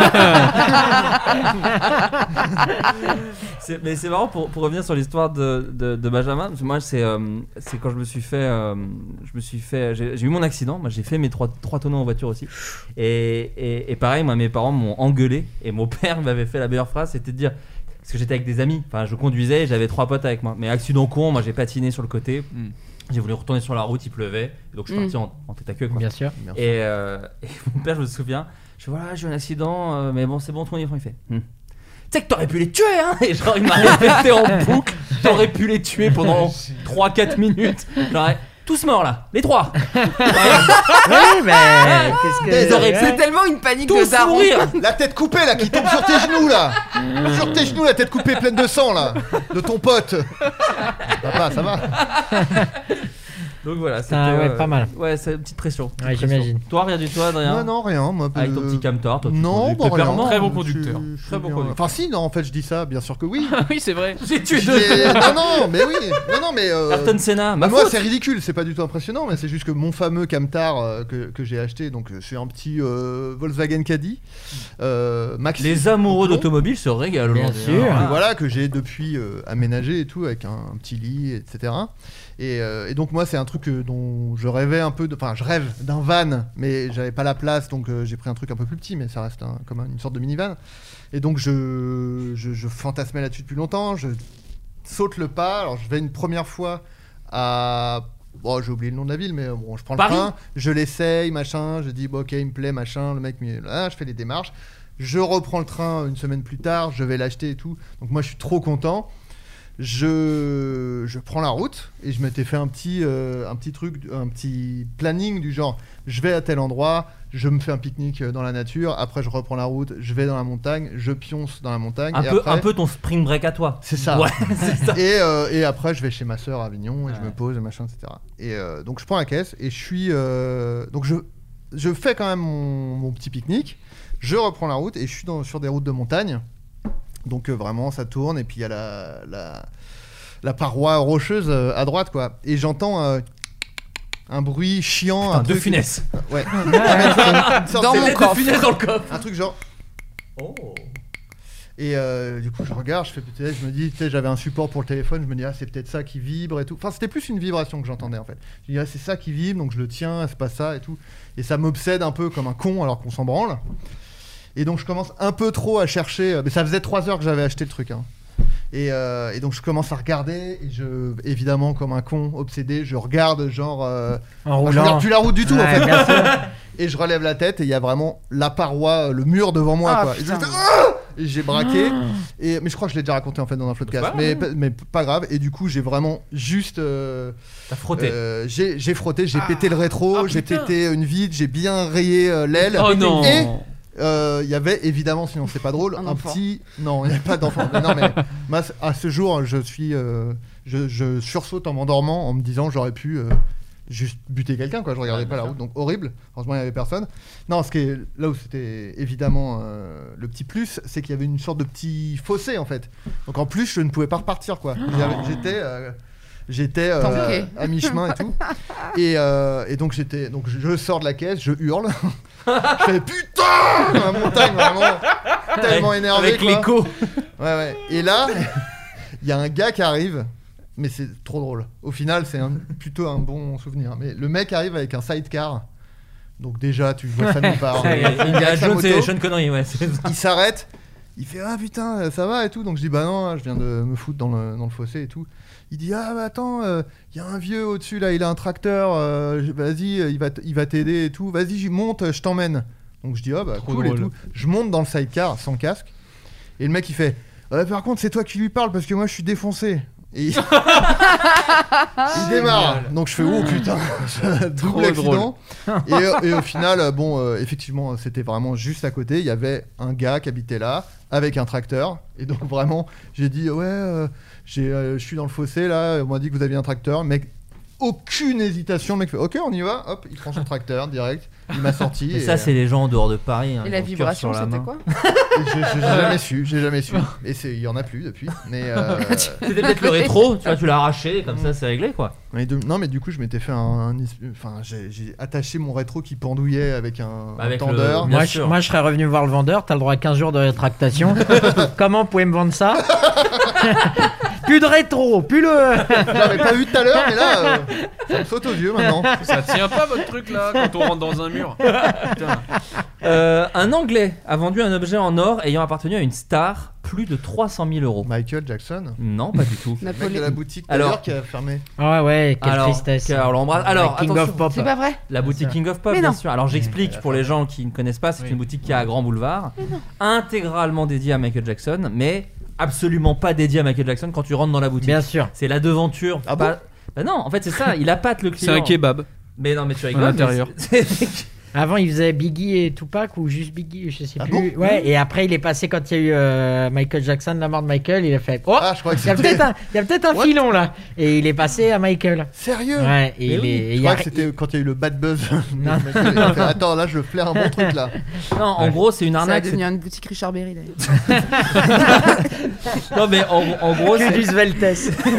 Mais c'est marrant pour revenir sur l'histoire de Benjamin. Parce que moi c'est quand je me suis fait j'ai eu mon accident. Moi j'ai fait mes 3 tonneaux en voiture aussi. Et pareil, moi mes parents m'ont engueulé et mon père m'avait fait la meilleure phrase, c'était de dire, parce que j'étais avec des amis, enfin je conduisais et j'avais 3 potes avec moi. Mais accident con, moi j'ai patiné sur le côté. J'ai voulu retourner sur la route, il pleuvait, donc je suis parti en tête à queue. Quoi. Bien sûr. Et mon père, je me souviens, je fais voilà, j'ai eu un accident, mais bon, c'est bon, tout le monde est il fait. Tu sais que t'aurais pu les tuer, hein. Et genre, il m'a répété en boucle, t'aurais pu les tuer pendant 3-4 minutes. Genre, tous morts là, les 3. Oui, mais qu'est-ce que. C'est tellement une panique de Tous daron. mourir. La tête coupée là qui tombe sur tes genoux là. Sur tes genoux, la tête coupée pleine de sang là. De ton pote. Papa, ça va. Donc voilà, c'était ouais, pas mal. Ouais, c'est une petite pression. Ouais, j'imagine. Toi, rien du tout, Adrien. Non, rien. Moi, Avec ton petit camtar, toi. Non, bon, rien. Très bon conducteur. Très bon bien. conducteur. Enfin, si, non, en fait, je dis ça, bien sûr que oui. Oui, c'est vrai. J'ai tué Non, mais oui. Non, mais. Ayrton Senna, ma moi, faute. c'est ridicule, c'est pas du tout impressionnant, mais c'est juste que mon fameux camtar que j'ai acheté, donc c'est un petit Volkswagen Caddy. Maxi. Les amoureux d'automobile se régalent Bien aujourd'hui. sûr. hein. Voilà, que j'ai depuis aménagé et tout, avec un petit lit, etc. Et donc, moi, c'est un truc dont je rêvais un peu. Enfin, je rêve d'un van, mais j'avais pas la place, donc j'ai pris un truc un peu plus petit, mais ça reste comme une sorte de minivan. Et donc, je fantasmais là-dessus depuis longtemps. Je saute le pas. Alors, je vais une première fois à. Bon, j'ai oublié le nom de la ville, mais bon, je prends Paris. le train, je l'essaye, machin. Je dis, bon, ok, il me plaît, machin. Le mec, là, je fais les démarches. Je reprends le train une semaine plus tard, je vais l'acheter et tout. Donc, moi, je suis trop content. Je prends la route et je m'étais fait un petit truc, un petit planning du genre je vais à tel endroit, je me fais un pique-nique dans la nature, après je reprends la route, je vais dans la montagne, je pionce dans la montagne. Un peu ton spring break à toi. C'est ça. Ouais, c'est ça. Et après je vais chez ma sœur à Avignon et je me pose et machin, etc. Et donc je prends la caisse et je suis donc je fais quand même mon petit pique-nique, je reprends la route et je suis sur des routes de montagne. Donc vraiment ça tourne et puis il y a la paroi rocheuse à droite quoi. Et j'entends un bruit chiant. Putain, un de truc... finesse. Ouais. Dans mon coffre. De finesse dans le coffre. Un truc genre. Oh. Et du coup je regarde, je me dis, tu sais, j'avais un support pour le téléphone, je me dis ah c'est peut-être ça qui vibre et tout. Enfin c'était plus une vibration que j'entendais en fait. Je me dis ah c'est ça qui vibre donc je le tiens, c'est pas ça et tout. Et ça m'obsède un peu comme un con alors qu'on s'en branle. Et donc je commence un peu trop à chercher, mais ça faisait 3 heures que j'avais acheté le truc. Hein. Et donc je commence à regarder, et évidemment comme un con obsédé, je regarde genre... En roulant. Je regarde plus la route du tout Ouais, en fait. bien sûr. Et je relève la tête et il y a vraiment la paroi, le mur devant moi. Ah, Quoi. Et, et j'ai braqué, mais je crois que je l'ai déjà raconté en fait dans un podcast, mais pas grave. Et du coup j'ai vraiment juste... T'as frotté. J'ai frotté, j'ai pété le rétro, j'ai pété une vitre, j'ai bien rayé l'aile. Oh non. Et il y avait évidemment, sinon c'est pas drôle, un petit. Non, il n'y a pas d'enfant. Non, mais moi, à ce jour, je sursaute en m'endormant en me disant j'aurais pu juste buter quelqu'un, quoi. Je regardais pas la route, donc horrible. Heureusement, il n'y avait personne. Non, ce qui est là où c'était évidemment le petit plus, c'est qu'il y avait une sorte de petit fossé en fait. Donc en plus, je ne pouvais pas repartir, quoi. J'étais à mi-chemin et tout. Et donc je sors de la caisse, je hurle. Je fais putain dans la montagne, vraiment tellement énervé. Avec quoi. l'écho. Ouais. Et là, il y a un gars qui arrive, mais c'est trop drôle. Au final, c'est plutôt un bon souvenir. Mais le mec arrive avec un sidecar. Donc déjà, tu vois ça nulle part. Il y a Jones et Sean Connery, ouais. Il s'arrête. Il fait ah putain ça va et tout, donc je dis bah non je viens de me foutre dans le fossé et tout. Il dit ah bah attends il y a un vieux au-dessus là, il a un tracteur, vas-y il va t'aider et tout, vas-y monte, je t'emmène. Donc je dis ah bah cool et tout. Je monte dans le sidecar sans casque et le mec il fait par contre c'est toi qui lui parles parce que moi je suis défoncé. Et il démarre. Donc je fais oh putain double accident. Et au final effectivement c'était vraiment juste à côté. Il y avait un gars qui habitait là avec un tracteur. Et donc vraiment j'ai dit je suis dans le fossé là. On m'a dit que vous aviez un tracteur. Mec, aucune hésitation. Le mec fait ok on y va. Hop il prend son tracteur direct. Il m'a sorti. Mais ça c'est les gens en dehors de Paris. Hein, et la vibration c'était quoi? J'ai jamais su. Et il y en a plus depuis. Mais c'était peut-être le rétro. Tu l'as arraché comme ça c'est réglé quoi. Non mais du coup je m'étais fait j'ai attaché mon rétro qui pendouillait avec un tendeur. Moi je serais revenu voir le vendeur. T'as le droit à 15 jours de rétractation. Comment vous pouvez me vendre ça? Plus de rétro, plus le. J'avais pas vu tout à l'heure, mais là, ça me saute aux yeux maintenant. Ça tient pas votre truc là quand on rentre dans un mur. Putain. Un Anglais a vendu un objet en or ayant appartenu à une star plus de 300 000 euros. Michael Jackson? Non, pas du tout. Le mec de la boutique d'ailleurs qui a fermé. Ouais, quelle tristesse. Alors, King of Pop. C'est pas vrai? La boutique King of Pop, bien sûr. Alors j'explique pour les gens qui ne connaissent pas, c'est une boutique qui est à Grand Boulevard, intégralement dédiée à Michael Jackson, mais absolument pas dédié à Michael Jackson quand tu rentres dans la boutique. Bien sûr. C'est la devanture. Ah bon Bah non, en fait c'est ça, il appâte le client. C'est un kebab. Mais non, mais tu À rigoles. l'intérieur. Avant, il faisait Biggie et Tupac ou juste Biggie, je sais Ah plus. bon Ouais, et après, il est passé quand il y a eu Michael Jackson, la mort de Michael. Il a fait oh, Ah, je crois que il y a c'était. peut-être un What filon là. Et il est passé à Michael. Sérieux? Ouais, et Mais il oui. est. Je il y a- crois que c'était quand il y a eu le bad buzz. Non. Il a fait, attends, là, je flaire un bon truc là. Non, en gros c'est une Ça va arnaque. devenir une boutique Richard Berry d'ailleurs. Non mais en gros Que du Sveltes.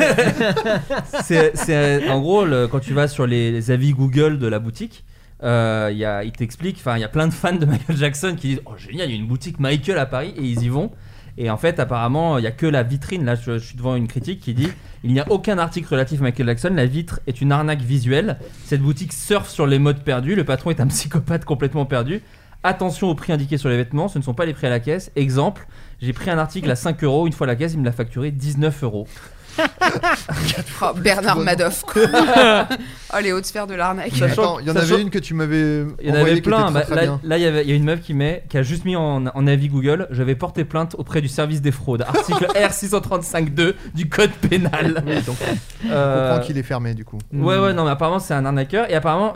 en gros quand tu vas sur les avis Google de la boutique. Il t'explique, enfin il y a plein de fans de Michael Jackson qui disent oh génial, il y a une boutique Michael à Paris et ils y vont. Et en fait apparemment il y a que la vitrine, là je suis devant une critique qui dit il n'y a aucun article relatif à Michael Jackson, la vitre est une arnaque visuelle, cette boutique surfe sur les modes perdus, le patron est un psychopathe complètement perdu. Attention aux prix indiqués sur les vêtements, ce ne sont pas les prix à la caisse. Exemple, j'ai pris un article à 5 €, une fois à la caisse il me l'a facturé 19 €. Oh, Bernard Madoff. quoi. Oh, les hautes sphères de l'arnaque. Attends, il y en avait une que tu m'avais Il y en envoyée avait qui était plein. très, très Là, bien. il y a une meuf qui a juste mis en avis Google. J'avais porté plainte auprès du service des fraudes. Article R635.2 du code pénal. Oui, donc, on comprend qu'il est fermé du coup. Ouais, non, mais apparemment c'est un arnaqueur. Et apparemment,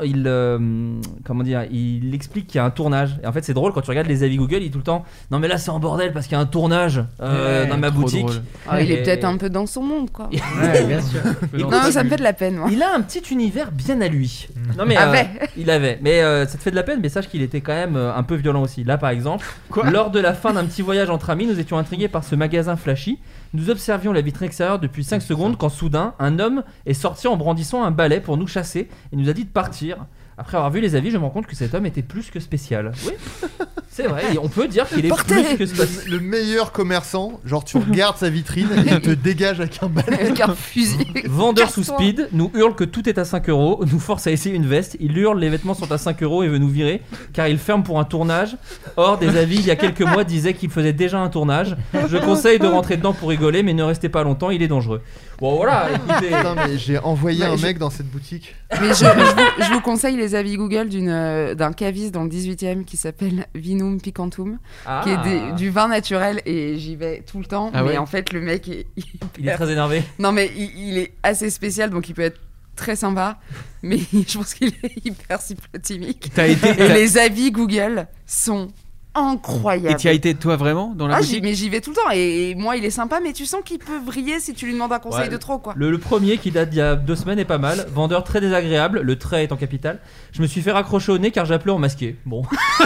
il explique qu'il y a un tournage. Et en fait, c'est drôle quand tu regardes les avis Google, il est tout le temps non, mais là c'est en bordel parce qu'il y a un tournage dans ma trop boutique. drôle. Ah, il est Et- peut-être un peu dans son monde, quoi. Ouais, bien sûr. Non, ça me fait de la peine, moi. Il a un petit univers bien à lui. Non mais Avait. il avait. Mais ça te fait de la peine, mais sache qu'il était quand même un peu violent aussi. Là par exemple, lors de la fin d'un petit voyage entre amis, nous étions intrigués par ce magasin flashy. Nous observions la vitrine extérieure depuis 5 secondes quand soudain, un homme est sorti en brandissant un balai pour nous chasser et nous a dit de partir. Après avoir vu les avis, je me rends compte que cet homme était plus que spécial. Oui, c'est vrai, et on peut dire qu'il est plus que spécial. Le meilleur commerçant, genre tu regardes sa vitrine et il te dégage avec un balai. Avec un fusil. Vendeur sous Casse-toi. speed nous hurle que tout est à 5 €, nous force à essayer une veste, il hurle les vêtements sont à 5 € et veut nous virer car il ferme pour un tournage. Or des avis il y a quelques mois disaient qu'il faisait déjà un tournage. Je conseille de rentrer dedans pour rigoler mais ne restez pas longtemps, il est dangereux. Bon voilà, écoutez. Putain, mais j'ai envoyé Bah, un je- mec dans cette boutique. Mais je vous conseille les avis Google d'un caviste dans le 18e qui s'appelle Vinum Picantum, qui est du vin naturel et j'y vais tout le temps. Ah mais ouais. en fait, le mec est Il est très énervé. Non, mais il est assez spécial, donc il peut être très sympa, mais je pense qu'il est hyper cyclotimique. Et les avis Google sont incroyables. Et tu as été toi vraiment dans la boutique? Mais j'y vais tout le temps et moi il est sympa, mais tu sens qu'il peut vriller si tu lui demandes un conseil Ouais, de trop, quoi. Le premier qui date d'il y a 2 semaines est pas mal. Vendeur très désagréable, le trait est en capital. Je me suis fait raccrocher au nez car j'appelais en masqué. Bon.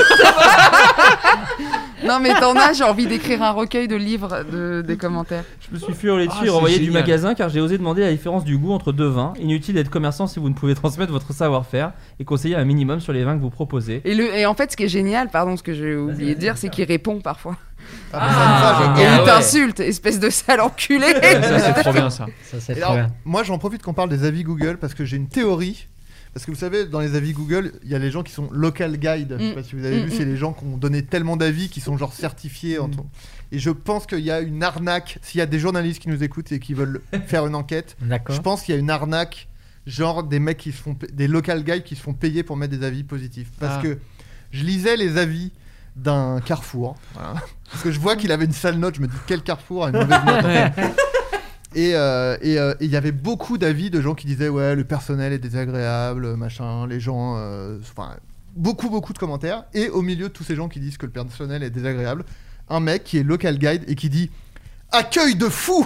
Non, mais t'en as, j'ai envie d'écrire un recueil de livres des commentaires. Je me suis fait hurler dessus Ah, et renvoyer c'est du génial. magasin car j'ai osé demander la différence du goût entre 2 vins. Inutile d'être commerçant si vous ne pouvez transmettre votre savoir-faire et conseiller un minimum sur les vins que vous proposez. Et en fait, ce qui est génial, pardon, ce que j'ai oublié de dire, c'est qu'il répond parfois. Ah, Et ah il ouais. t'insulte, espèce de sale enculé. Ça, c'est trop bien ça. Ça, c'est Et trop alors, bien. moi j'en profite qu'on parle des avis Google parce que j'ai une théorie. Parce que vous savez, dans les avis Google, il y a les gens qui sont local guide. Je sais pas si vous avez vu, c'est les gens qui ont donné tellement d'avis qui sont genre certifiés. Et je pense qu'il y a une arnaque. S'il y a des journalistes qui nous écoutent et qui veulent faire une enquête, D'accord. je pense qu'il y a une arnaque, genre des mecs qui se font, des local guides qui se font payer pour mettre des avis positifs. Parce que je lisais les avis d'un Carrefour. Voilà. Parce que je vois qu'il avait une sale note. Je me dis quel Carrefour a une mauvaise note. Ouais. Et il y avait beaucoup d'avis de gens qui disaient ouais, le personnel est désagréable, machin, les gens, enfin beaucoup de commentaires. Et au milieu de tous ces gens qui disent que le personnel est désagréable, un mec qui est local guide et qui dit accueil de fou.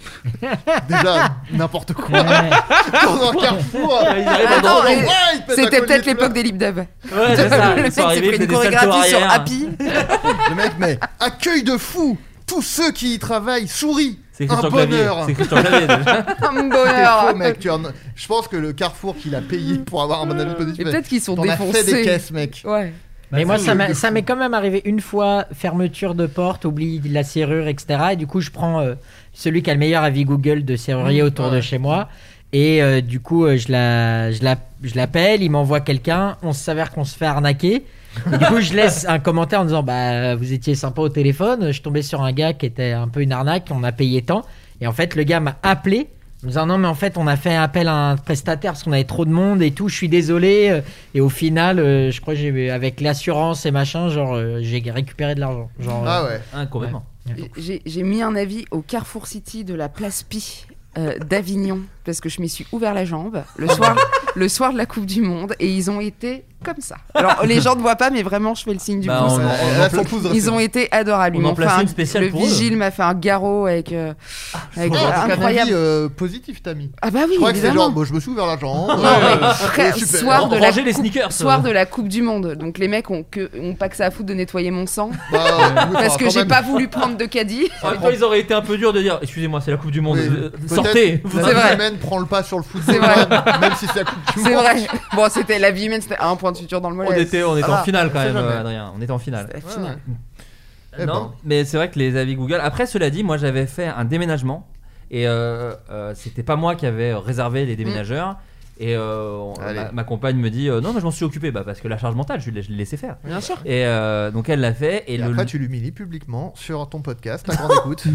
Déjà n'importe quoi. Dans un Carrefour. Attends, il pète un c'était collier peut-être de l'époque fleurs. des lip dub. Ouais, c'est ça. Le Ils mec sont s'est arrivés, pris ils une faisaient des chorégraphie sur saltos arrière. Happy. Le mec, mais accueil de fou. Tous ceux qui y travaillent sourient. C'est Un Christian Clavier. bonheur. C'est Christian Clavier déjà. Un T'es bonheur. faux, mec. Je pense que le Carrefour qu'il a payé pour avoir un bon avis positif. Et peut-être qu'ils sont t'en as fait des défoncés. caisses, mec. Ouais. Mais moi, ça, ça m'est quand même arrivé une fois, fermeture de porte, oubli de la serrure, etc. Et du coup, je prends celui qui a le meilleur avis Google de serrurier autour de chez moi. Et du coup, je l'appelle, il m'envoie quelqu'un, on s'avère qu'on se fait arnaquer. Et du coup, je laisse un commentaire en disant bah, vous étiez sympa au téléphone. Je tombais sur un gars qui était un peu une arnaque, on a payé tant. Et en fait, le gars m'a appelé. En me disant non mais en fait on a fait appel à un prestataire parce qu'on avait trop de monde et tout, je suis désolé, et au final je crois que j'ai avec l'assurance et machin genre j'ai récupéré de l'argent genre, Ah ouais. Complètement. J'ai mis un avis au Carrefour City de la Place Pi d'Avignon parce que je m'y suis ouvert la jambe le soir de la Coupe du Monde et ils ont été comme ça. Alors les gens ne voient pas mais vraiment je fais le signe du pouce. Ils ont été adorables. On en place une spéciale pour eux. Le vigile m'a fait un garrot avec incroyable. Un avis positif Tammy. Ah bah oui, je crois que c'est évidemment. genre je me suis ouvert la jambe. Soir de la Coupe du Monde. Donc les mecs ont pas que ça à foutre de nettoyer mon sang parce que j'ai pas voulu prendre de caddie. Ils auraient été un peu durs de dire excusez-moi c'est la Coupe du Monde, sortez. La vie humaine prend le pas sur le football, même si c'est la Coupe du Monde. C'est vrai. Bon, c'était la vie humaine, c'était un point de suture dans le mollet. On était en finale quand même, Adrien. On était en finale. Non, mais c'est vrai que les avis Google. Après, cela dit, moi j'avais fait un déménagement et c'était pas moi qui avais réservé les déménageurs. Et ma compagne me dit non, mais je m'en suis occupé parce que la charge mentale, je l'ai laissé faire. Bien sûr. Et donc elle l'a fait. Et après, tu l'humilies publiquement sur ton podcast à grande écoute.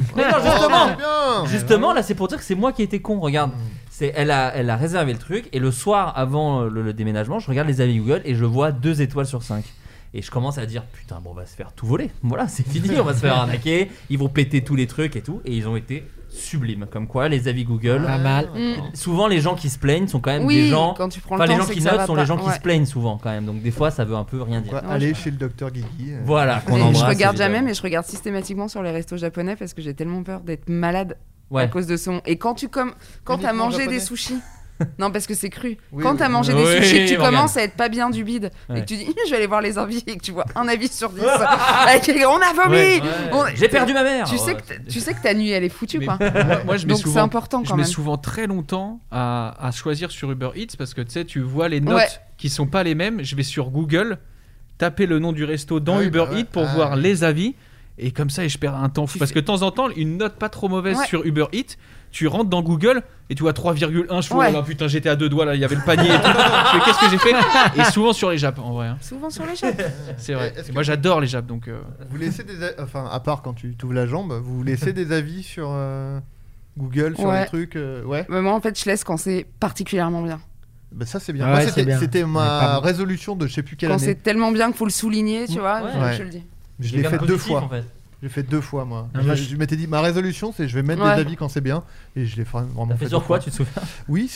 Non, justement, là, c'est pour dire que c'est moi qui étais con. Regarde, elle a réservé le truc et le soir avant le déménagement, je regarde les avis Google et je vois 2 étoiles sur 5. Et je commence à dire putain, bon, on va se faire tout voler. Voilà, c'est fini, on va se faire arnaquer. Ils vont péter tous les trucs et tout. Et ils ont été sublimes. Comme quoi, les avis Google. Pas mal. Souvent, les gens qui se plaignent sont quand même des gens. Quand tu prends le temps, les gens qui notent sont les gens qui se plaignent souvent quand même. Donc des fois, ça veut un peu rien dire. Aller chez le docteur Guigui. Voilà. Je regarde jamais, mais je regarde systématiquement sur les restos japonais parce que j'ai tellement peur d'être malade à cause de son. Et quand t'as mangé des sushis. Non, parce que c'est cru. Quand t'as mangé des sushis, que tu commences à être pas bien du bide et que tu dis je vais aller voir les avis et que tu vois un avis sur 10 avec on a vomi, j'ai perdu ma mère. Tu sais que ta nuit elle est foutue quoi. Moi je mets donc souvent, c'est important quand même. Je mets souvent très longtemps à choisir sur Uber Eats parce que tu sais tu vois les notes qui sont pas les mêmes. Je vais sur Google taper le nom du resto dans Uber Eats pour voir les avis. Et comme ça, je perds un temps fou. Parce que de temps en temps, une note pas trop mauvaise sur Uber Eats, tu rentres dans Google et tu vois 3,1. Je fais, oh là, putain, j'étais à 2 doigts là, il y avait le panier et tout. Je fais, qu'est-ce que j'ai fait ? Et souvent sur les Japs, en vrai. Souvent sur les Japs. C'est vrai. Moi, j'adore les Japs. Donc, Vous laissez enfin, à part quand tu t'ouvres la jambe, vous laissez des avis sur Google, sur les trucs Mais moi, en fait, je laisse quand c'est particulièrement bien. Bah ça c'est bien. Moi, c'était ma résolution de je sais plus quelle année. Quand c'est tellement bien qu'il faut le souligner, tu vois, je le dis. Je l'ai fait 2 fois. En fait. J'ai fait 2 fois moi. Je m'étais dit ma résolution c'est je vais mettre des avis quand c'est bien et je l'ai vraiment fait. T'as fait sur quoi, tu te souviens ? Oui,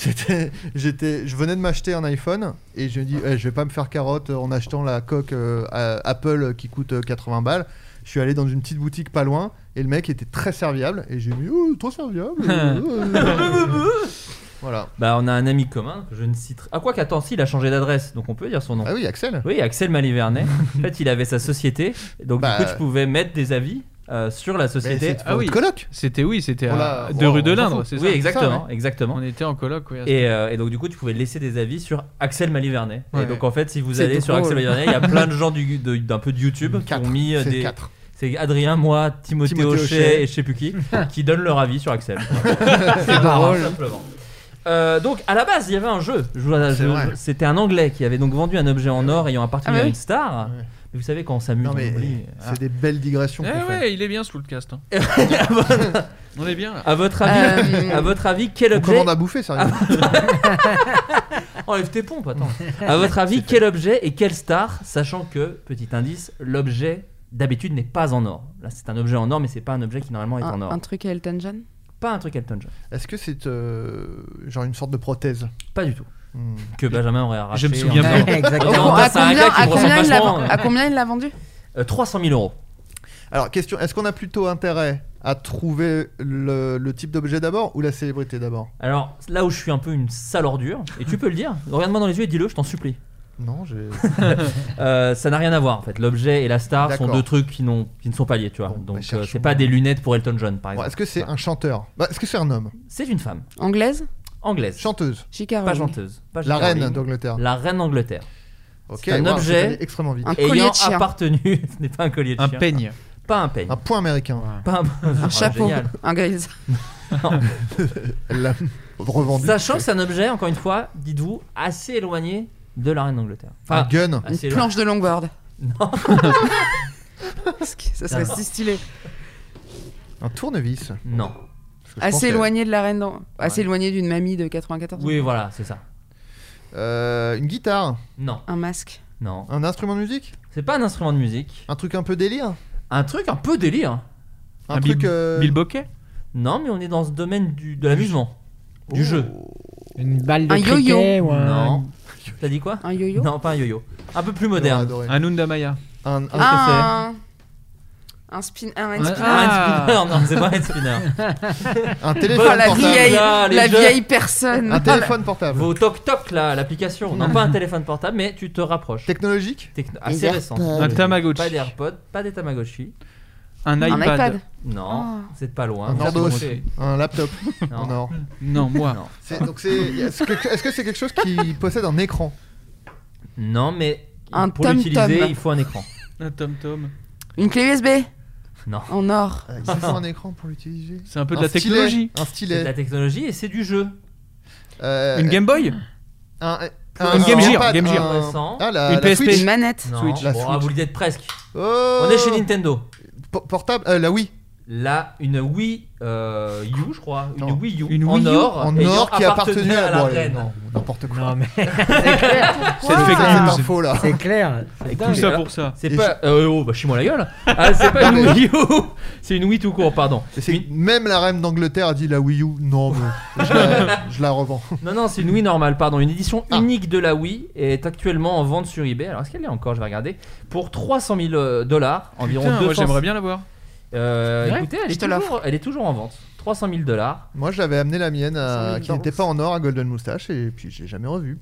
je venais de m'acheter un iPhone et je me dis je vais pas me faire carotte en achetant la coque Apple qui coûte 80 balles. Je suis allé dans une petite boutique pas loin et le mec était très serviable et j'ai mis trop serviable. Voilà. Bah on a un ami commun que je ne citerai. Ah quoi qu'attends, si il a changé d'adresse, donc on peut dire son nom. Ah oui, Axel. Oui, Axel Malivernet. En fait, il avait sa société, donc du coup tu pouvais mettre des avis sur la société. Ah oui, coloc. C'était de rue de l'Indre, c'est ça. Oui, exactement. On était en coloc. Oui, et donc du coup tu pouvais laisser des avis sur Axel Malivernet. Et donc en fait, si vous allez sur Axel Malivernet, il y a plein de gens d'un peu de YouTube qui ont mis des. C'est Adrien, moi, Timothée Hochet et je sais plus qui donnent leur avis sur Axel. C'est drôle. Simplement. Donc à la base il y avait un jeu, c'était un Anglais qui avait donc vendu un objet en or ayant appartenu à une star. Mais vous savez quand on s'amuse on oublie. C'est des belles digressions qu'on fait. Ouais, il est bien ce podcast. On est bien là. À votre avis quel objet... Comment on a bouffé ça Enlève tes pompes, attends. À votre avis quel objet et quelle star, sachant que, petit indice, l'objet d'habitude n'est pas en or. Là c'est un objet en or mais c'est pas un objet qui normalement est en or. Un truc à Elton John ? Pas un truc Elton John. Est-ce que c'est genre une sorte de prothèse ? Pas du tout. Que Benjamin aurait arraché. Je me souviens pas. Exactement. À combien il l'a vendu ? 300 000 €. Alors question, est-ce qu'on a plutôt intérêt à trouver le type d'objet d'abord ou la célébrité d'abord ? Alors là où je suis un peu une sale ordure, et tu peux le dire, regarde-moi dans les yeux et dis-le, je t'en supplie. Non, ça n'a rien à voir en fait. L'objet et la star sont 2 trucs qui ne sont pas liés, tu vois. Bon, donc c'est pas des lunettes pour Elton John par exemple. Est-ce que c'est un chanteur ? Est-ce que c'est un homme ? C'est une femme. Anglaise ? Chanteuse. Pas chanteuse. Pas la reine d'Angleterre. La reine d'Angleterre. Ok. C'est un objet extrêmement vite. Ayant appartenu. Ce n'est pas un collier de chien. Un peigne. Pas un peigne. Un point américain. Pas un chapeau. Génial. Un grise. Elle l'a revendu. Sachant que c'est un objet, encore une fois, dites-vous, assez éloigné de la reine d'Angleterre. Un gun. Une planche de longboard. Non. Ça serait si stylé. Un tournevis. Non. Assez éloigné de la reine assez éloigné d'une mamie de 94 ans. Oui, voilà, c'est ça. Une guitare. Non. Un masque. Non. Un instrument de musique. C'est pas un instrument de musique. Un truc un peu délire. Un truc un peu délire. Un truc Bill Bocquet. Non, mais on est dans ce domaine de l'amusement, du jeu. Une balle de Un cricket yo-yo. ou un... Non. T'as dit quoi? Un yo-yo. Non, pas un yo-yo. Un peu plus moderne. Un Undamaya. Un Un spinner. Un spinner, non, c'est pas un spinner. Un téléphone Oh, la portable. vieille personne. Un téléphone portable. Vos toc-toc là, l'application. Non, pas un téléphone portable, mais tu te rapproches. Technologique. Assez récent. Un Tamagotchi. Pas d'AirPods, pas des Tamagotchi. Un iPad. Non, c'est pas loin. Un Ordos. C'est- Un laptop. Non. En or. Non, moi. Non. Est-ce que c'est quelque chose qui possède un écran? Non, mais Un pour tom-tom. l'utiliser, il faut un écran. Un Tom-Tom. Une clé USB. Non. En or. Il faut un écran pour l'utiliser. C'est un peu de Un la stylet. technologie. Un C'est de stylet. la technologie et c'est du jeu. Une Game Boy. Une Game Gear, gamepad, Game Gear. un- Récent. Ah, la Une PSP. Switch. Une manette. Non, Switch. La bon, Switch. vous y êtes presque. Oh. On est chez Nintendo. Portable. La Wii. Là, une Wii U, je crois. Une Non. Wii U Une en Wii U or. En ayant or qui appartenait à la bon, reine. non, n'importe quoi. Non mais C'est C'est fake une news. info là. c'est clair. Tout ça pour ça. C'est Et pas. Oh, bah chie-moi la gueule. Ah, c'est pas une Wii U. C'est une Wii tout court, pardon. Même la reine d'Angleterre a dit la Wii U. Non, mais je la revends. Non, c'est une Wii normale, pardon. Une édition unique de la Wii est actuellement en vente sur eBay. Alors, est-ce qu'elle est encore? Je vais regarder. Pour $300 000, environ Putain, 200. moi j'aimerais bien l'avoir. Écoutez, je te l'offre. elle est toujours en vente. $300 000. Moi, j'avais amené la mienne 100 000 qui n'était pas en or à Golden Moustache et puis j'ai jamais revu.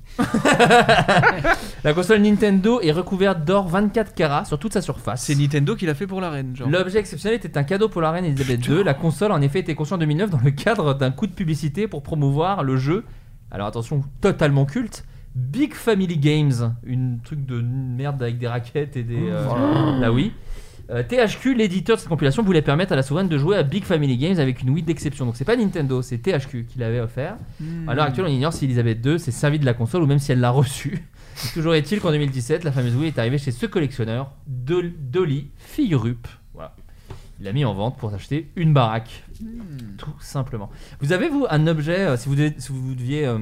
La console Nintendo est recouverte d'or 24 carats sur toute sa surface. C'est Nintendo qui l'a fait pour la reine, genre. L'objet exceptionnel était un cadeau pour la reine Elisabeth II. La console, en effet, était conçue en 2009 dans le cadre d'un coup de publicité pour promouvoir le jeu. Alors attention, totalement culte. Big Family Games, une truc de merde avec des raquettes et des. Là oui. THQ, l'éditeur de cette compilation, voulait permettre à la souveraine de jouer à Big Family Games avec une Wii d'exception. Donc c'est pas Nintendo, c'est THQ qui l'avait offert. À l'heure actuelle, on ignore si Elisabeth II s'est servie de la console ou même si elle l'a reçue. Toujours est-il qu'en 2017, la fameuse Wii est arrivée chez ce collectionneur, Dolly Fillerup. Voilà. Il l'a mis en vente pour acheter une baraque. Tout simplement. Vous avez, vous, un objet, si vous deviez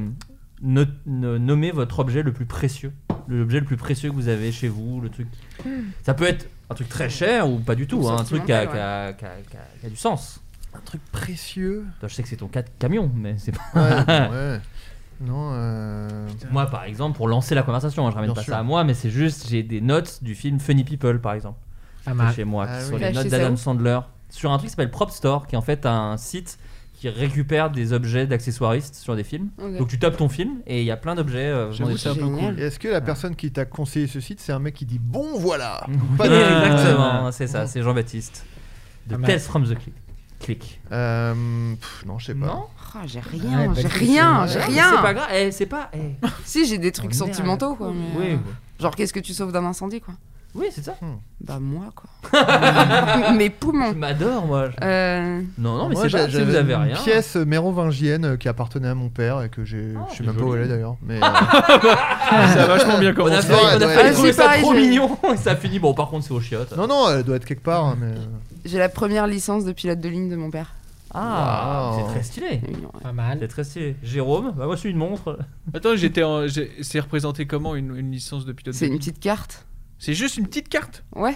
nommer votre objet le plus précieux, l'objet le plus précieux que vous avez chez vous, le truc. Ça peut être un truc très cher ou pas du tout, hein, un truc qui a du sens. Un truc précieux. Toi, je sais que c'est ton camion, mais c'est pas. Ouais. Non. Moi, par exemple, pour lancer la conversation, hein, je ramène Bien pas sûr. ça à moi, mais c'est juste, j'ai des notes du film Funny People, par exemple. Pas mal. Chez moi, Ah qui oui. sont les T'as notes acheté ça d'Adam où Sandler, sur un truc qui s'appelle Prop Store, qui est en fait un site qui récupère des objets d'accessoiristes sur des films. Ok. Donc tu tapes ton film et il y a plein d'objets. J'avoue, des c'est un peu Génial. cool. Et est-ce que la personne qui t'a conseillé ce site, c'est un mec qui dit bon voilà Pas du tout. exactement, c'est ça, c'est Jean-Baptiste. De Pas mal. Tales from the Click. Non, je sais pas. Non, Oh, j'ai Ouais, rien, pas j'ai du tout, rien, c'est- j'ai c'est rien. pas grave, c'est pas. Si, j'ai des trucs On est sentimentaux, quoi. mais, Oui, Genre, qu'est-ce que tu sauves d'un incendie, quoi? oui, c'est ça. Bah, moi, quoi. Mes Tu poumons. m'adores, moi. Non, mais Moi, c'est pas si j'avais vous avez une rien. pièce mérovingienne qui appartenait à mon père et que j'ai. Ah, je sais c'est même pas où joli. elle est d'ailleurs. Mais Ça a vachement bien On a commencé. fait, Ouais, on a ouais. failli Ah, trouver si, ça pareil, trop j'ai- mignon et ça a fini. Bon, par contre, c'est aux chiottes. non, elle doit être quelque part. Mais J'ai la première licence de pilote de ligne de mon père. Ah, Wow. c'est très stylé. C'est mignon, ouais. Pas mal. C'est très stylé. Jérôme, bah moi, je suis une montre. Attends, c'est représenté comment une licence de pilote C'est de une ligne petite carte. C'est juste une petite carte. Ouais.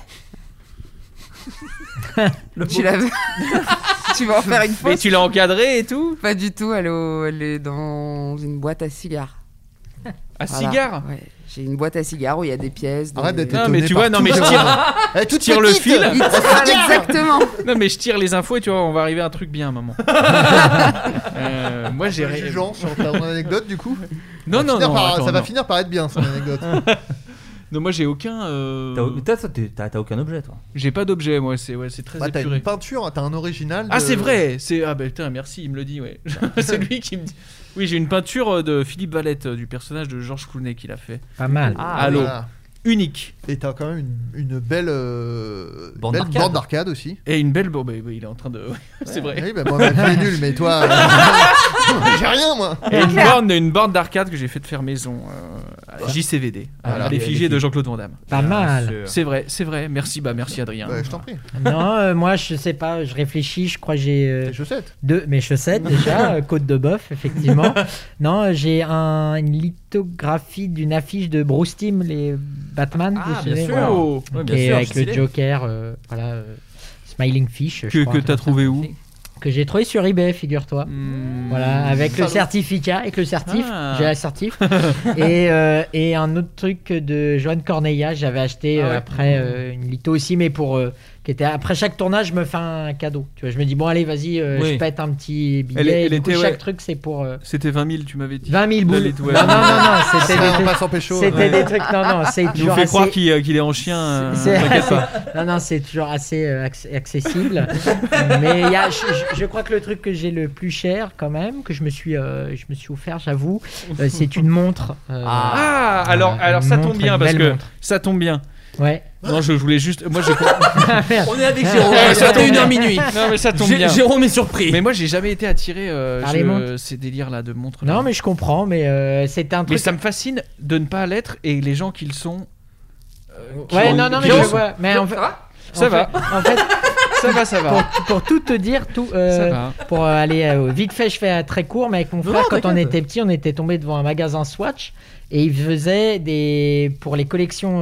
Le Tu l'as Tu vas en faire une Mais fausse? tu l'as encadré et tout. Pas du tout, elle est dans une boîte à cigares. À Voilà. cigare. Ouais, j'ai une boîte à cigares où il y a des pièces. arrête d'être Non, étonné mais tu par vois, non, tout, mais je Jérôme. tire. Elle est toute tire le petite. fil. Il tire exactement. Non, mais je tire les infos et tu vois, on va arriver à un truc bien, maman. Moi, j'ai rien. Jugeant sur ton anecdote du coup. Non, Ça va non, finir non. par- attends, ça va non. finir par être bien son anecdote. Non, moi, j'ai aucun. T'as aucun objet, toi. J'ai pas d'objet, moi. C'est très Bah, t'as épuré. une peinture, t'as un original. Ah, de- c'est vrai. Ah, bah putain, merci, il me le dit, ouais. C'est lui qui me dit. Oui, j'ai une peinture de Philippe Valette, du personnage de Georges Clooney qu'il a fait. Pas mal. Ah, Allô. Voilà. Unique. Et t'as quand même une belle Bande belle d'arcade. bande d'arcade aussi. Et une belle. Bon, bah, il est en train de. C'est vrai. Oui, bah moi ma vie est nulle, mais toi, j'ai rien moi. Et une borne d'arcade que j'ai fait de faire maison à JCVD, Voilà. à l'effigie de Jean-Claude Van Damme. Pas mal. C'est vrai. Merci Adrien. Ouais, je t'en prie. Non, moi je sais pas, je réfléchis, je crois que j'ai Tes chaussettes. mes chaussettes déjà, côte de bœuf effectivement. Non, j'ai une lithographie d'une affiche de Bruce Timm, les Batman. Ah, vous bien savez, sûr. voilà. Ouais, bien Et sûr, avec stylé. le Joker, voilà, Smiling Fish. je Que crois. t'as trouvé où? que j'ai trouvé sur eBay, figure-toi. Voilà, avec le certificat, avec le certif, j'ai la certif. et un autre truc de Joan Corneilla, j'avais acheté après une litho aussi, mais pour qui était après chaque tournage, je me fais un cadeau. Tu vois, je me dis bon allez, vas-y, je pète un petit billet. Du coup, chaque truc c'est pour. C'était 20 000, tu m'avais dit. 20 000 boules. Ouais. Non, c'était des trucs. Pas sans pécho. C'était des trucs. Non, c'est toujours. Nous fait croire qu'il est en chien. T'inquiète pas. Non, c'est toujours assez accessible. Mais il y a, je crois que le truc que j'ai le plus cher quand même, que je me suis offert, j'avoue, c'est une montre. Alors ça tombe bien parce que ça tombe bien. Ouais. Non, je voulais juste. Moi, On est avec Jérôme. Ça 21h minuit. Non, mais ça tombe bien. Jérôme est surpris. Mais moi, j'ai jamais été attiré par les montres. ces délires là de montres. Non, mais je comprends. Mais c'est un truc. Mais ça me fascine de ne pas l'être et les gens qui le sont. Ouais, non, mais je vois. Mais en fait, ça va. En fait. Ça va. Pour tout te dire, pour aller vite fait, je fais très court, mais avec mon frère, quand on était petit, on était tombé devant un magasin Swatch et ils faisaient pour les collections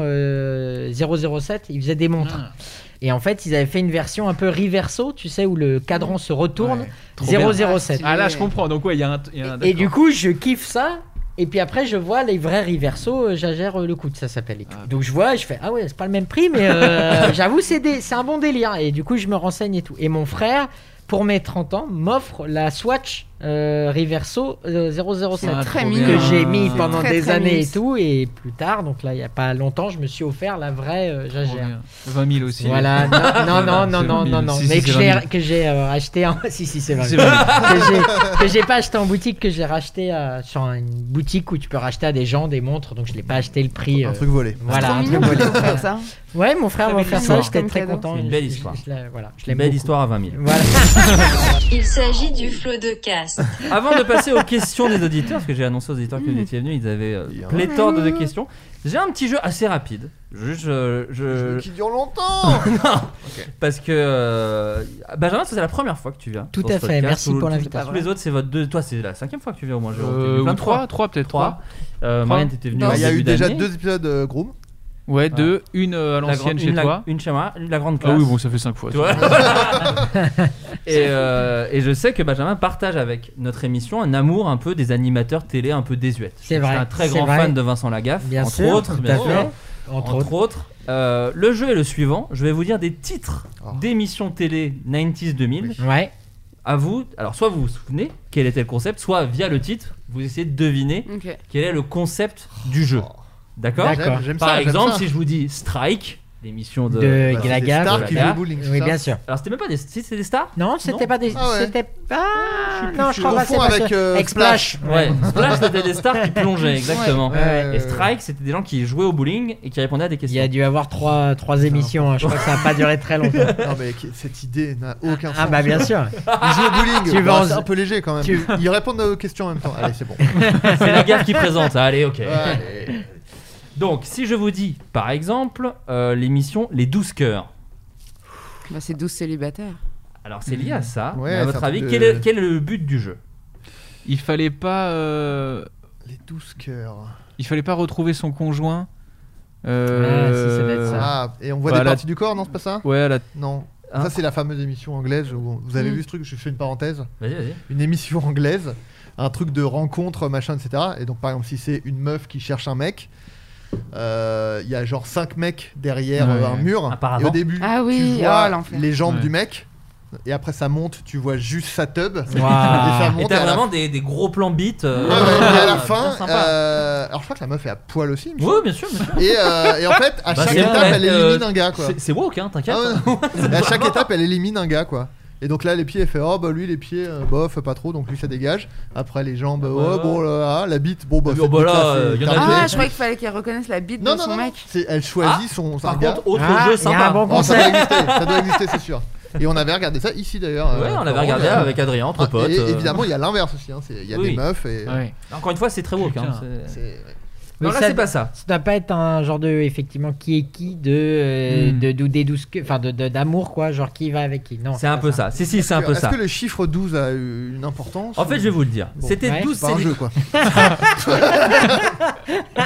007, ils faisaient des montres. Et en fait, ils avaient fait une version un peu reverso, tu sais, où le cadran se retourne, 007. Ah là, je comprends. Donc ouais, il y a un et du coup, je kiffe ça. Et puis après, je vois les vrais reverso, j'agère le coude, ça s'appelle. Donc je vois, je fais ah ouais, c'est pas le même prix, mais j'avoue, c'est un bon délire. Et du coup, je me renseigne et tout. Et mon frère, pour mes 30 ans, m'offre la Swatch Reverso 007 très que j'ai mis pendant des années et tout. Et plus tard, donc là, il y a pas longtemps, je me suis offert la vraie j'agère. 20 000 aussi. Voilà, non. Si, mais que j'ai acheté en. Si, c'est 20 000. que j'ai pas acheté en boutique, que j'ai racheté sur une boutique où tu peux racheter à des gens des montres. Donc je l'ai pas acheté le prix. Un truc volé. Voilà, un truc volé. Ça. Ouais, mon frère m'a offert ça, j'étais très content. Une belle histoire. Une belle histoire à 20 000. Voilà. Il s'agit du flot de cast. Avant de passer aux questions des auditeurs, parce que j'ai annoncé aux auditeurs que vous étiez venus, ils avaient pléthore de questions. J'ai un petit jeu assez rapide. Qui dure longtemps. Non, parce que Benjamin, c'est la première fois que tu viens. Tout à fait, merci pour l'invitation. Tous les autres, c'est votre toi, c'est la 5e fois que tu viens au moins. Jérôme. 3 peut-être 3. Marianne, t'étais venue. Il y a eu déjà 2 épisodes Groom. Ouais, 2, une à l'ancienne chez toi. Une chez moi, la grande classe. Ah oui, bon, ça fait 5 fois. Tu vois. Et je sais que Benjamin partage avec notre émission un amour un peu des animateurs télé un peu désuètes. C'est vrai. Je suis un très grand fan de Vincent Lagaffe, entre autres. Le jeu est le suivant. Je vais vous dire des titres d'émissions télé 90s 2000. Ouais. À vous. Alors, soit vous vous souvenez quel était le concept, soit via le titre, vous essayez de deviner quel est le concept du jeu. D'accord. Par exemple, si je vous dis Strike, l'émission de Gallagher, stars qui jouent bowling. Oui, bien sûr. Alors c'était même pas des, c'était des stars. Non, c'était pas des. C'était pas. Non, je crois pas. C'est avec Splash. Ouais, Splash c'était des stars qui plongeaient exactement. Ouais. Et Strike c'était des gens qui jouaient au bowling et qui répondaient à des questions. Il y a dû avoir trois émissions. Je crois que ça n'a pas duré très longtemps. Non mais cette idée n'a aucun sens. Ah bah bien sûr. Ils jouent au bowling. C'est un peu léger quand même. Tu... Ils répondent aux questions en même temps. Allez, c'est bon. C'est la gaffe qui présente. Allez, ok. Donc, si je vous dis, par exemple, l'émission Les 12 cœurs. Bah, c'est 12 célibataires. Alors, c'est lié à ça. Ouais, mais à votre avis, quel est le but du jeu ? Il fallait pas... Les 12 cœurs. Il fallait pas retrouver son conjoint. Si, ça doit être ça. Ah, et on voit des parties du corps, non, c'est pas ça ? Ouais, non. Ça, c'est la fameuse émission anglaise où vous avez vu ce truc, je fais une parenthèse. Vas-y. Une émission anglaise, un truc de rencontre, machin, etc. Et donc, par exemple, si c'est une meuf qui cherche un mec, il y a genre 5 mecs derrière un mur. Et au début, tu vois les jambes du mec. Et après ça monte, tu vois juste sa tub. Et ça monte. Et t'as vraiment des gros plans beats. Et à la fin, alors je crois que la meuf est à poil aussi. Oui, bien sûr. Et en fait, à chaque étape, elle élimine un gars, quoi. C'est woke, hein, t'inquiète. Et à chaque étape, elle élimine un gars, quoi. Et donc là, les pieds, elle fait lui, les pieds, bof, pas trop, donc lui, ça dégage. Après, les jambes, bon, là, la bite, bon, bof. Je croyais qu'il fallait qu'elle reconnaisse la bite de son mec. Elle choisit son par gars. Contre, autre jeu sympa. Ça doit exister, c'est sûr. Et on avait regardé ça ici d'ailleurs. Ouais, on avait regardé avec Adrien, entre potes. Et évidemment, il y a l'inverse aussi. Il y a des meufs. Et... Encore une fois, c'est très woke. Non, là, c'est pas ça. Ça doit pas être un genre de, effectivement, qui est qui des 12, enfin, d'amour, quoi. Genre qui va avec qui. Non. C'est un peu ça. Si, c'est un peu ça. Est-ce que le chiffre 12 a une importance ? En fait, je vais vous le dire. C'était 12. C'est pas un jeu, quoi.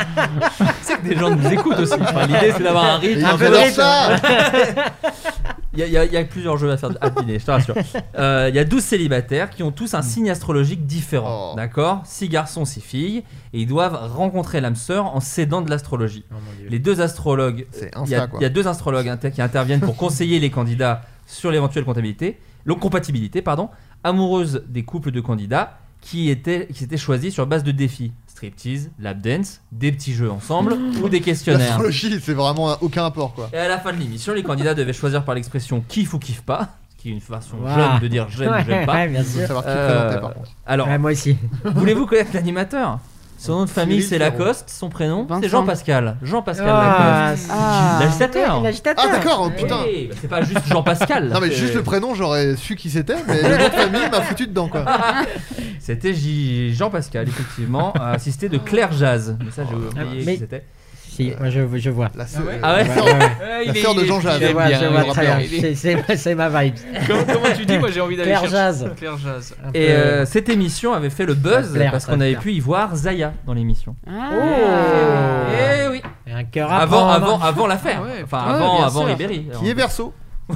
C'est que des gens nous écoutent aussi. Enfin, l'idée, c'est d'avoir un rythme. Un peu de ça. Il y a plusieurs jeux à faire à deviner, je te rassure. Il y a 12 célibataires qui ont tous un signe astrologique différent. D'accord ? 6 garçons, 6 filles. Et ils doivent rencontrer l'âme sœur en s'aidant de l'astrologie. Les deux astrologues, il y a deux astrologues qui interviennent pour conseiller les candidats sur l'éventuelle compatibilité amoureuse des couples de candidats qui s'étaient choisis sur base de défis. Striptease, lap dance, des petits jeux ensemble ou des questionnaires. L'astrologie, c'est vraiment aucun rapport quoi. Et à la fin de l'émission, les candidats devaient choisir par l'expression kiff ou kiffe pas, ce qui est une façon jeune de dire j'aime ou j'aime pas. Ouais, bien sûr. Faut savoir qui présentait par contre. Alors, moi aussi. Voulez-vous connaître l'animateur ? Son nom de famille c'est Lacoste, son prénom c'est Jean-Pascal. Jean-Pascal Lacoste. L'agitateur. Ah d'accord, putain. Oui, c'est pas juste Jean-Pascal. Non mais juste le prénom, j'aurais su qui c'était, mais le nom de famille m'a foutu dedans quoi. C'était Jean-Pascal, effectivement, assisté de Claire Jazz. Mais ça j'ai oublié qui c'était. Si, moi je vois. La sœur La sœur de Jean Jazz. Je vois très bien. C'est ma vibe. Comment tu dis ? Moi j'ai envie d'aller Claire Jazz. Claire Jazz. Et cette émission avait fait le buzz parce qu'on avait pu y voir Zaya dans l'émission. Et oui. Et un cœur à prendre. Avant l'affaire. Enfin avant Ribéry. Qui est Verseau.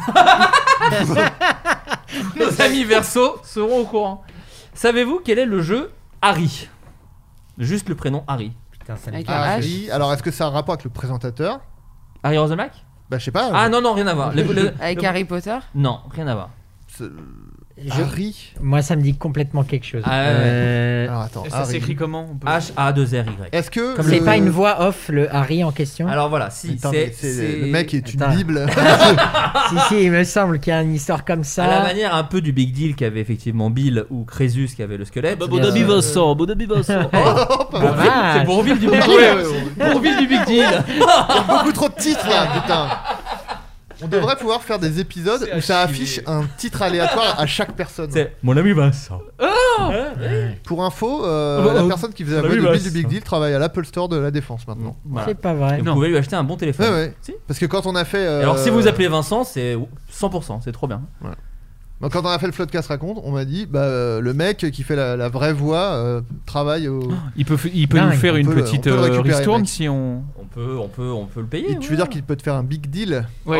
Nos amis Verseau seront au courant. Savez-vous quel est le jeu Harry ? Juste le prénom Harry. Avec un H. Alors est-ce que ça a un rapport avec le présentateur ? Harry Roselmack ? Bah je sais pas. Ah non, rien à voir. Avec Harry Potter ? Non, rien à voir. Harry. Moi ça me dit complètement quelque chose. Alors attends. Ça s'écrit comment ? H-A-2-R-Y. Est-ce que comme c'est pas une voix off le Harry en question ? Alors voilà, si c'est le mec est une bible. si, il me semble qu'il y a une histoire comme ça. À la manière un peu du Big Deal qu'avait effectivement Bill ou Crésus qui avait le squelette. Bonabi Vincent. C'est Bourville du Big Deal. Bourville du Big Deal. Beaucoup trop de titres là, putain. On devrait pouvoir faire des épisodes où ça affiche un titre aléatoire à chaque personne. C'est mon ami Vincent. Pour info, la personne qui faisait la voix de Bill du Big Deal travaille à l'Apple Store de la Défense maintenant. Voilà. C'est pas vrai. Et vous pouvez lui acheter un bon téléphone. Ouais. Si. Parce que quand on a fait. Alors si vous appelez Vincent, c'est 100%, c'est trop bien. Voilà. Donc quand on a fait le Floodcast raconte, on m'a dit le mec qui fait la vraie voix travaille au. Il peut nous faire une petite ristourne si on. On peut le payer. Et tu veux dire qu'il peut te faire un big deal ? Oui.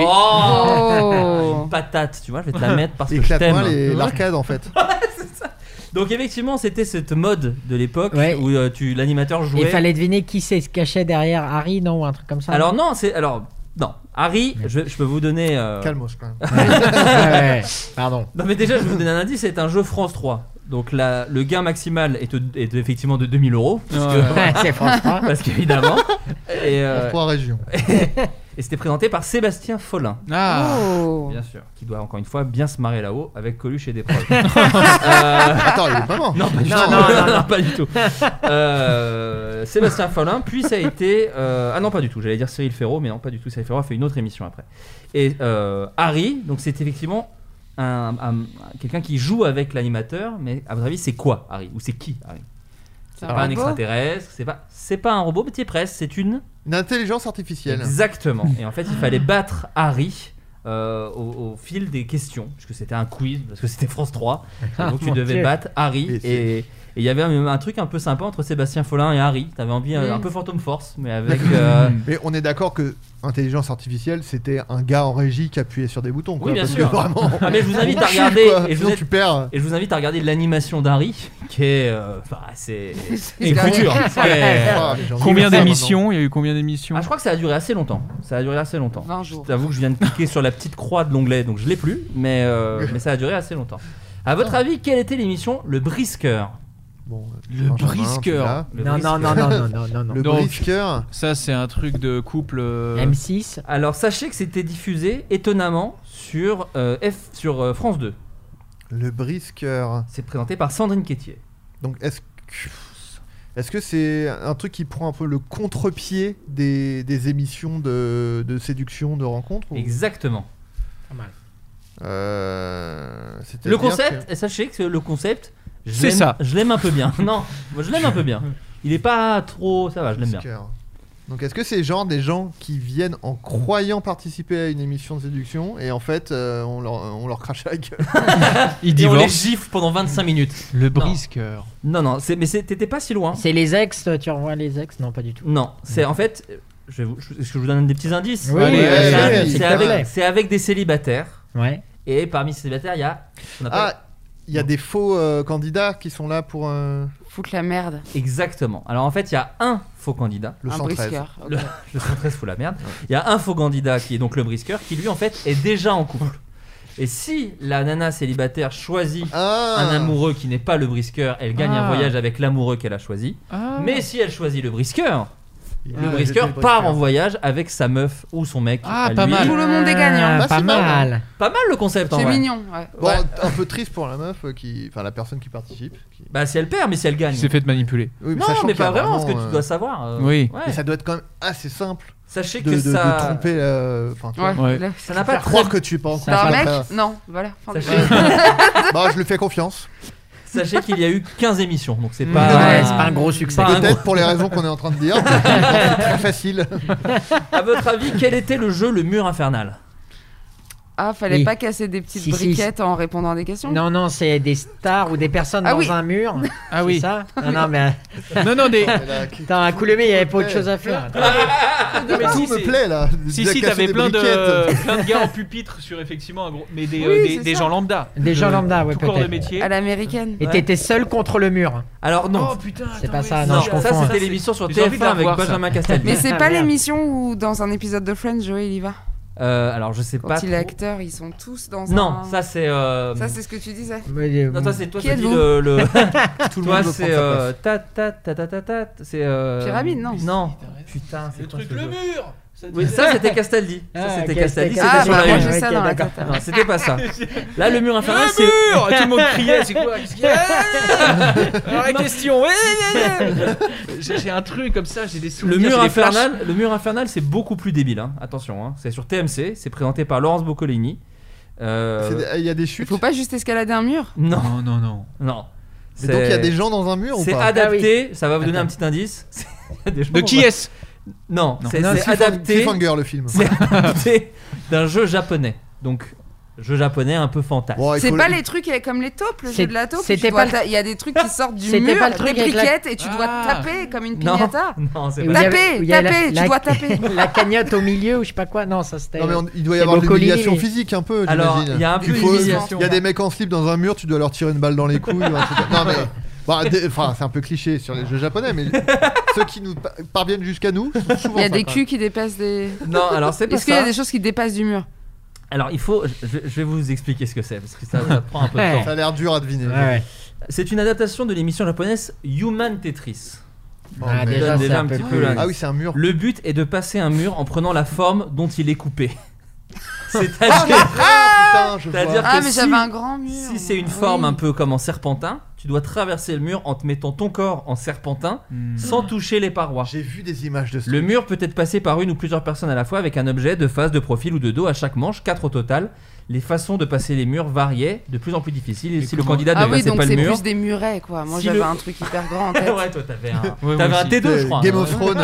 Une patate, tu vois, je vais te la mettre parce que je t'aime. Éclate-moi l'arcade en fait. C'est ça. Donc effectivement, c'était cette mode de l'époque où l'animateur jouait. Il fallait deviner qui se cachait derrière Harry, non, ou un truc comme ça. Alors non, Harry, je peux vous donner. Calmos quand même. Pardon. Non mais déjà, je vais vous donner un indice. C'est un jeu France 3. Donc le gain maximal est effectivement de 2000 €. C'est France 3. Parce qu'évidemment. Et, France 3 régions. Et c'était présenté par Sébastien Follin. Bien sûr. Qui doit encore une fois bien se marrer là-haut avec Coluche et des proches. Attends, il est pas mort. Non, pas du tout. Sébastien Follin, puis ça a été. Ah non, pas du tout. J'allais dire Cyril Ferraud, mais non, pas du tout. Cyril Ferraud a fait une autre émission après. Et Harry, donc c'est effectivement quelqu'un qui joue avec l'animateur, mais à votre avis, c'est quoi Harry ? Ou c'est qui Harry ? C'est pas un extraterrestre, c'est pas un robot, mais c'est presque, c'est une intelligence artificielle. Exactement. Et en fait, il fallait battre Harry au fil des questions, puisque c'était un quiz, parce que c'était France 3. Donc tu devais battre Harry. Et il y avait un truc un peu sympa entre Sébastien Follin et Harry. T'avais envie un peu Phantom Force, mais avec. Mais on est d'accord que intelligence artificielle, c'était un gars en régie qui appuyait sur des boutons. Quoi, oui, bien parce sûr. Que vraiment, mais je vous invite à regarder. Et je vous invite à regarder l'animation d'Harry, qui est. C'est une culture. Combien d'émissions ? Il y a eu combien d'émissions ? Je crois que ça a duré assez longtemps. 20 jours. J'avoue que je viens de cliquer sur la petite croix de l'onglet, donc je l'ai plus, mais ça a duré assez longtemps. À votre avis, quelle était l'émission Le Brisqueur ? Bon, le brisqueur. Non. Le brisqueur. Ça, c'est un truc de couple. M6. Alors, sachez que c'était diffusé étonnamment sur France 2. Le brisqueur. C'est présenté par Sandrine Quétier. Donc, est-ce que c'est un truc qui prend un peu le contre-pied des émissions de séduction, de rencontre ou... Exactement. Pas mal. Le concept, sachez que le concept. Je l'aime un peu bien. Non, moi je l'aime un peu bien. Il est pas trop. Ça va, je l'aime bien. Donc est-ce que c'est genre des gens qui viennent en croyant participer à une émission de séduction et en fait on leur crache la gueule. Ils divorcent. Et on les gifle pendant 25 minutes. Le brisqueur. Non, mais t'étais pas si loin. C'est les ex, tu revois les ex ? Non, pas du tout. Non, c'est en fait. Est-ce que je vous donne des petits indices ? Oui, c'est avec des célibataires Ouais. Et parmi ces célibataires, il y a. Il y a des faux candidats qui sont là pour. Foutre la merde. Exactement. Alors en fait, il y a un faux candidat. Le 113. brisqueur. Le 113 fout la merde. Il y a un faux candidat qui est donc le brisqueur, qui lui en fait est déjà en couple. Et si la nana célibataire choisit un amoureux qui n'est pas le brisqueur, elle gagne un voyage avec l'amoureux qu'elle a choisi. Mais si elle choisit le brisqueur, le brisqueur part en voyage avec sa meuf ou son mec. Ah, pas mal. Tout le monde est gagnant. Pas mal. Pas mal le concept en C'est vrai. mignon. Ouais. Bon, un peu triste pour la meuf, enfin la personne qui participe. Bah si elle perd, mais si elle gagne. Il s'est fait manipuler. Oui, Non, sachant mais qu'il y a pas vraiment, parce que vraiment, tu dois savoir. Oui. Ouais. Mais ça doit être quand même assez simple. Sachez de, que de ça. tromper. Enfin, tu vois. Ouais. Ça n'a pas Faire croire que tu es pas en couple. T'as un mec après. Non, voilà. Sachez... Bah, je lui fais confiance. Sachez qu'il y a eu 15 émissions, donc c'est Ouais, pas. c'est pas un gros succès. Pas un Peut-être gros- pour les raisons qu'on est en train de dire. C'est très facile. À votre avis, quel était le jeu Le Mur Infernal? Ah, fallait Oui. pas casser des petites Si, si. briquettes en répondant à des questions. Non, c'est des stars ou des personnes Ah dans oui. un mur. Ah oui. C'est ça Non, mais. Non, des. Attends, un coup le il y avait pas autre chose à faire. Non, mais Tout si, me c'est- plaît là. Si, De si, casser t'avais des plein briquettes. de gars en pupitre sur effectivement un gros. Mais des, Oui, c'est des ça. gens lambda. Des gens lambda, ouais, Tout corps de peut-être. métier. À l'américaine. Et t'étais seul contre le mur. Alors non. Oh putain, C'est attends, pas ouais, ça, Non, non, je ça confonds. c'était l'émission sur J'ai envie de TF1 la avec voir, ça. Benjamin Castaldi. Mais c'est Ah, pas merde. l'émission où dans un épisode de Friends, Joey il y va. Alors je sais Quand pas. il est trop. acteur, ils sont tous dans Non, un. ça c'est. Ça, c'est ce que tu disais. Non, toi c'est toi Qui tu dis êtes-vous le. Tout le Toi monde veut c'est prendre sa place. c'est Pyramide, non. Non. Putain, c'est Le quoi truc, ce le jeu mur. Oui, ça c'était Castaldi. Ça Ah, c'était ok, Castaldi, c'était c'était Ah, sur bah, la moi une. j'ai ça Ok, dans la d'accord. tête. Non, c'était pas ça. Là, le mur infernal, c'est. Mur. Tout le monde criait, c'est quoi Qu'est-ce qu'il y a Alors la question. J'ai un truc comme ça, j'ai des Le souvenirs. mur j'ai des flashs. infernal, c'est beaucoup plus débile. Hein. Attention, hein. C'est sur TMC, c'est présenté par Laurence Boccolini. Il y a des chutes. Faut pas juste escalader un mur. Non, Non. non. Mais donc il y a des gens dans un mur ou C'est pas adapté. Ça va vous donner un petit indice. Il y a des gens De dans qui un- est-ce Non, c'est Non, adapté. Cliffhanger le film. C'est adapté d'un jeu japonais. Donc, jeu japonais un peu fantasme. Bon, il C'est faut- pas les trucs comme les taupes, le C'est- jeu de la taupe. c'était tu dois pas le- il y a des trucs qui sortent du C'était mur, pas le truc des avec la- briquettes, et tu dois Ah. taper comme une Non, piñata. non, c'est Et où pas il y ça. avait- Taper, où il y a taper, tu dois taper. La cagnotte au milieu ou je sais pas quoi. Non, ça c'était. Non mais il doit y c'est avoir de Boccolini, l'humiliation mais- physique un peu. Alors, j'imagine. il y a un peu faut- d'humiliation. Il y a des mecs en slip dans un mur, tu dois leur tirer une balle dans les couilles. ou un truc comme- Non mais. Enfin, c'est un peu cliché sur les jeux japonais, mais ceux qui nous parviennent jusqu'à nous sont souvent Il y a ça, des quand culs qui dépassent des. Non, alors c'est pas Est-ce qu'il y a ça. des choses qui dépassent du mur? Alors, il faut. Je vais vous expliquer ce que c'est parce que ça prend un peu de Ouais. temps. même. Ça a l'air dur à deviner. Ouais. C'est une adaptation de l'émission japonaise Human Tetris. Oh, Ah, mais- déjà, Déjà c'est un peu petit plus- peu là. Ah oui, c'est un mur. Le but est de passer un mur en prenant la forme dont il est coupé. C'est-à-dire Putain, je C'est-à-dire vois. que Ah, mais si- j'avais un grand mur. si c'est une Oui. forme un peu comme en serpentin, tu dois traverser le mur en te mettant ton corps en serpentin sans toucher les parois. J'ai vu des images de ce Le truc. mur peut être passé par une ou plusieurs personnes à la fois avec un objet de face, de profil ou de dos à chaque manche, 4 au total. Les façons de passer les murs variaient, de plus en plus difficiles. Et si le candidat Ah ne oui, passait donc pas le c'est mur. plus des murets, quoi. Moi Si j'avais le- un truc hyper grand en tête. Ouais, toi t'avais un, Ouais, t'avais moi un aussi. T2, je crois. Game hein. of Thrones.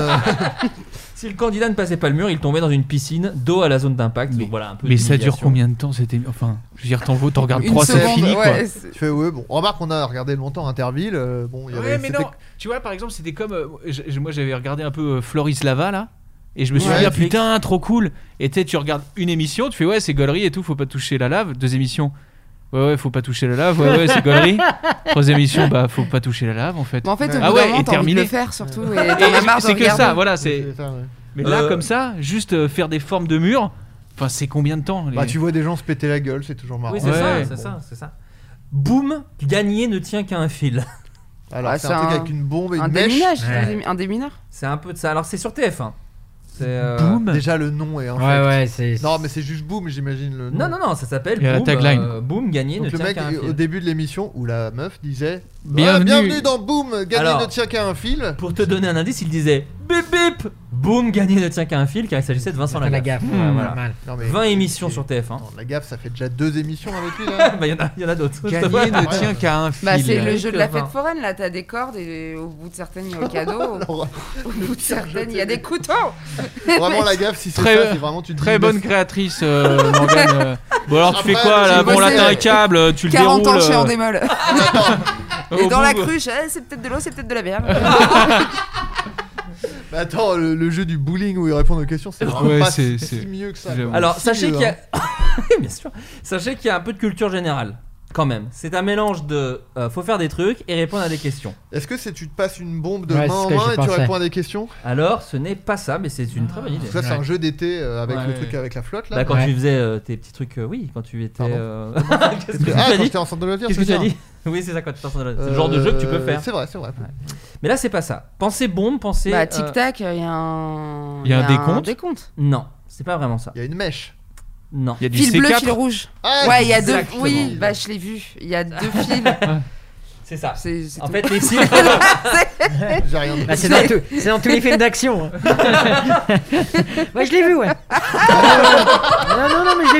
Si le candidat ne passait pas le mur, il tombait dans une piscine, dos à la zone d'impact. Donc voilà, un peu Mais ça dure d'humiliation. combien de temps c'était Enfin, je veux dire, t'en regardes Une 3, c'est seconde, fini quoi. ouais, c'est- Tu fais ouais, bon. Remarque, on a regardé longtemps Interville. Bon, il y Ouais, avait. mais c'était- non, tu vois, par exemple, c'était comme. Moi j'avais regardé un peu Floris Lava là. Et je me suis Ouais, dit, ah, Netflix. putain, trop cool. Et tu regardes une émission, tu fais, ouais, c'est gaulerie et tout, faut pas toucher la lave. 2 émissions, ouais, faut pas toucher la lave, ouais, c'est gaulerie. 3 émissions, bah, faut pas toucher la lave en fait. Mais en fait, au Ah bout ouais, d'un moment, et t'as envie de terminé. le faire surtout. Et Et t'en as marre de c'est que regarder. ça, voilà, c'est. C'est ça, ouais. Mais là, comme ça, juste faire des formes de murs, enfin, c'est combien de temps les- Bah, tu vois des gens se péter la gueule, c'est toujours marrant. Oui, c'est Ouais. c'est ça. Boum, gagner ne tient qu'à un fil. Alors, Ah, c'est c'est un truc un- avec une bombe et Un une mèche. déminage, Ouais. un démineur. C'est un peu de ça. Alors c'est sur TF1. C'est Boum. Déjà, le nom est Ouais, infect. ouais, c'est. Non, mais c'est juste boom, j'imagine. Le Non, nom. non, non, ça s'appelle Il y a la Boom. tagline. Boom, gagner ne Donc, le tient mec, qu'à un au fil. début de l'émission, où la meuf disait Bienvenue. Bienvenue dans Boom, gagner Alors- ne tient qu'à un fil. Pour te donner un indice, il disait bip bip, boum, gagner ne tient qu'à un fil, car il s'agissait de Vincent La Lagaffe. gaffe. Ouais, voilà. Normal. Non, mais 20 émissions sur TF1. Non, la gaffe, ça fait déjà 2 émissions avec lui là. Bah, il y en a d'autres. Gagner ne tient qu'à un fil. Bah, c'est le jeu de la que vingt. fête foraine, là, t'as des cordes et au bout de certaines, il y a au cadeau. Alors, Au bout de certaines, il y a des couteaux. Vraiment, la gaffe, si c'est Très- ça, c'est vraiment tu te Très dis, bonne mais- créatrice, Morgane. Bon, alors tu fais Après, quoi là? j'ai Bon, là bossé. t'as un câble, tu le 40 déroules. ans chez Endemol. au Et dans la bout- cruche, c'est peut-être de l'eau, c'est peut-être de la bière. Bah attends, le jeu du bowling où ils répondent aux questions, c'est vraiment pas si mieux que ça. Alors, sachez qu'il y a. Bien sûr. Sachez qu'il y a un peu de culture générale. Quand même, c'est un mélange de faut faire des trucs et répondre à des questions. Est-ce que tu te passes une bombe de main en main et tu réponds à des questions? Alors, ce n'est pas ça, mais c'est une très bonne idée. Ça, c'est un jeu d'été avec le truc avec la flotte là. Bah, quand tu faisais tes petits trucs, oui, quand tu étais. Qu'est-ce que tu as dit? Quand j'étais en centre de loisirs. Qu'est-ce que tu as dit? Oui, c'est ça, quand tu étais en centre de loisirs. C'est le genre de jeu que tu peux faire. C'est vrai. Ouais. Mais là, c'est pas ça. Pensez bombe, pensez. Bah, tic tac, il y a un. Il y a un décompte. Non, c'est pas vraiment ça. Il y a une mèche. Non. Il y a du fil C4. bleu, fil rouge. Ah, ouais, il y a deux. exactement. Oui, bah je l'ai vu. Il y a 2 fils. C'est ça. C'est en tout. fait, les fils. J'ai rien dit. Bah, c'est dans tous les films d'action. Moi, je l'ai vu, ouais. Non, mais je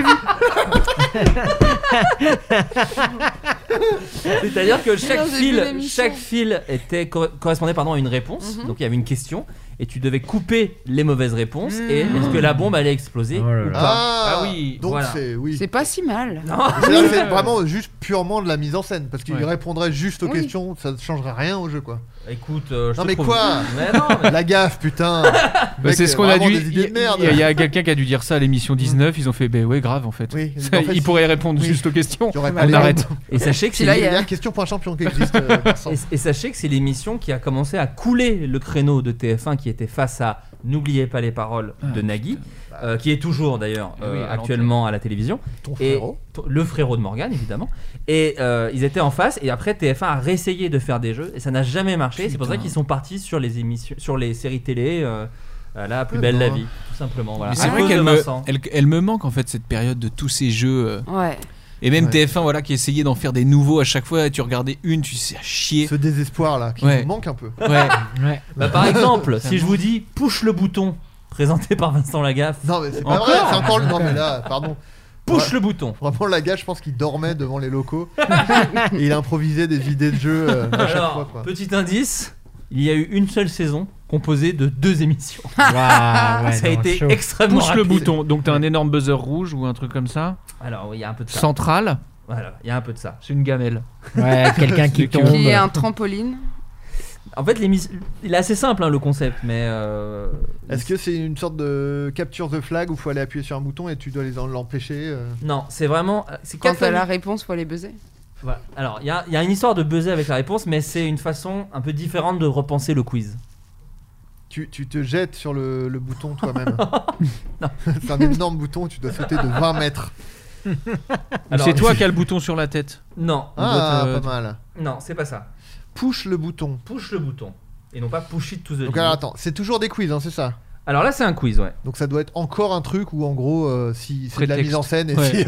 l'ai vu. C'est-à-dire que j'ai vu l'émission. chaque fil correspondait à une réponse. Donc il y avait une question et tu devais couper les mauvaises réponses et est-ce que la bombe allait exploser ou pas. Ah oui. Donc voilà. C'est pas si mal. C'est vraiment juste purement de la mise en scène parce qu'il répondrait juste aux questions, ça ne changerait rien au jeu quoi. Écoute, je non te mais trouve- quoi Mais non, mais- La gaffe putain. Bah, c'est ce qu'on a Vraiment dû. des idées de merde. Il y a quelqu'un qui a dû dire ça à l'émission 19. Ils ont fait, ouais, grave en fait. Oui, Ça, en fait, il pourrait répondre juste aux questions. Il y aurait On pas les arrête. bombes. Et sachez que Puis là, il y a- question pour un champion qui existe. Vincent. Et sachez que c'est l'émission qui a commencé à couler le créneau de TF1 qui était face à N'oubliez pas les paroles de Nagui, qui est toujours d'ailleurs Oui, à actuellement à la télévision. Ton Et frérot. le frérot de Morgane évidemment. Et ils étaient en face et après TF1 a réessayé de faire des jeux et ça n'a jamais marché. C'est pour ça qu'ils sont partis sur les émissions, sur les séries télé. La plus belle la vie, tout simplement. Voilà. Mais c'est À vrai cause qu'elle de me, Vincent. elle me manque en fait cette période de tous ces jeux. Ouais. Et même TF1 voilà qui essayait d'en faire des nouveaux à chaque fois. Tu regardais une, tu sais à chier. Ce désespoir là qui Ouais. nous manque un peu. Ouais. Bah, par exemple, si je vous dis push le bouton, présenté par Vincent Lagaffe. Non mais c'est pas Encore vrai, c'est encore le. Non mais là, pardon. Push le bouton. Vraiment, la gars, je pense qu'il dormait devant les locaux et il improvisait des idées de jeu à chaque Alors, fois. Quoi. petit indice, il y a eu une seule saison composée de 2 émissions. Waouh, ouais, Ça a non, été chaud. extrêmement Pousse le rapide. bouton. Donc t'as un énorme buzzer rouge ou un truc comme ça. Alors, oui, il y a un peu de ça. Central. Voilà, il y a un peu de ça. C'est une gamelle. Ouais, quelqu'un qui tombe. Qui est un trampoline. En fait, il est assez simple le concept, mais. Est-ce que c'est une sorte de capture the flag où il faut aller appuyer sur un bouton et tu dois l'empêcher Non, c'est vraiment. C'est Quand quatre t'as la familles. réponse, faut aller buzzer. Voilà. Alors, il y a une histoire de buzzer avec la réponse, mais c'est une façon un peu différente de repenser le quiz. Tu te jettes sur le bouton toi-même. C'est un énorme bouton, tu dois sauter de 20 mètres. Alors, c'est toi qui as le bouton sur la tête. Non. Ah, pas mal. Non, c'est pas ça. Push le bouton. Push le bouton. Et non pas push it to the Donc limit. alors attends, c'est toujours des quiz, hein, c'est ça? Alors là, c'est un quiz, ouais. Donc ça doit être encore un truc où en gros, si c'est de la Prétexte. mise en scène et Ouais. si...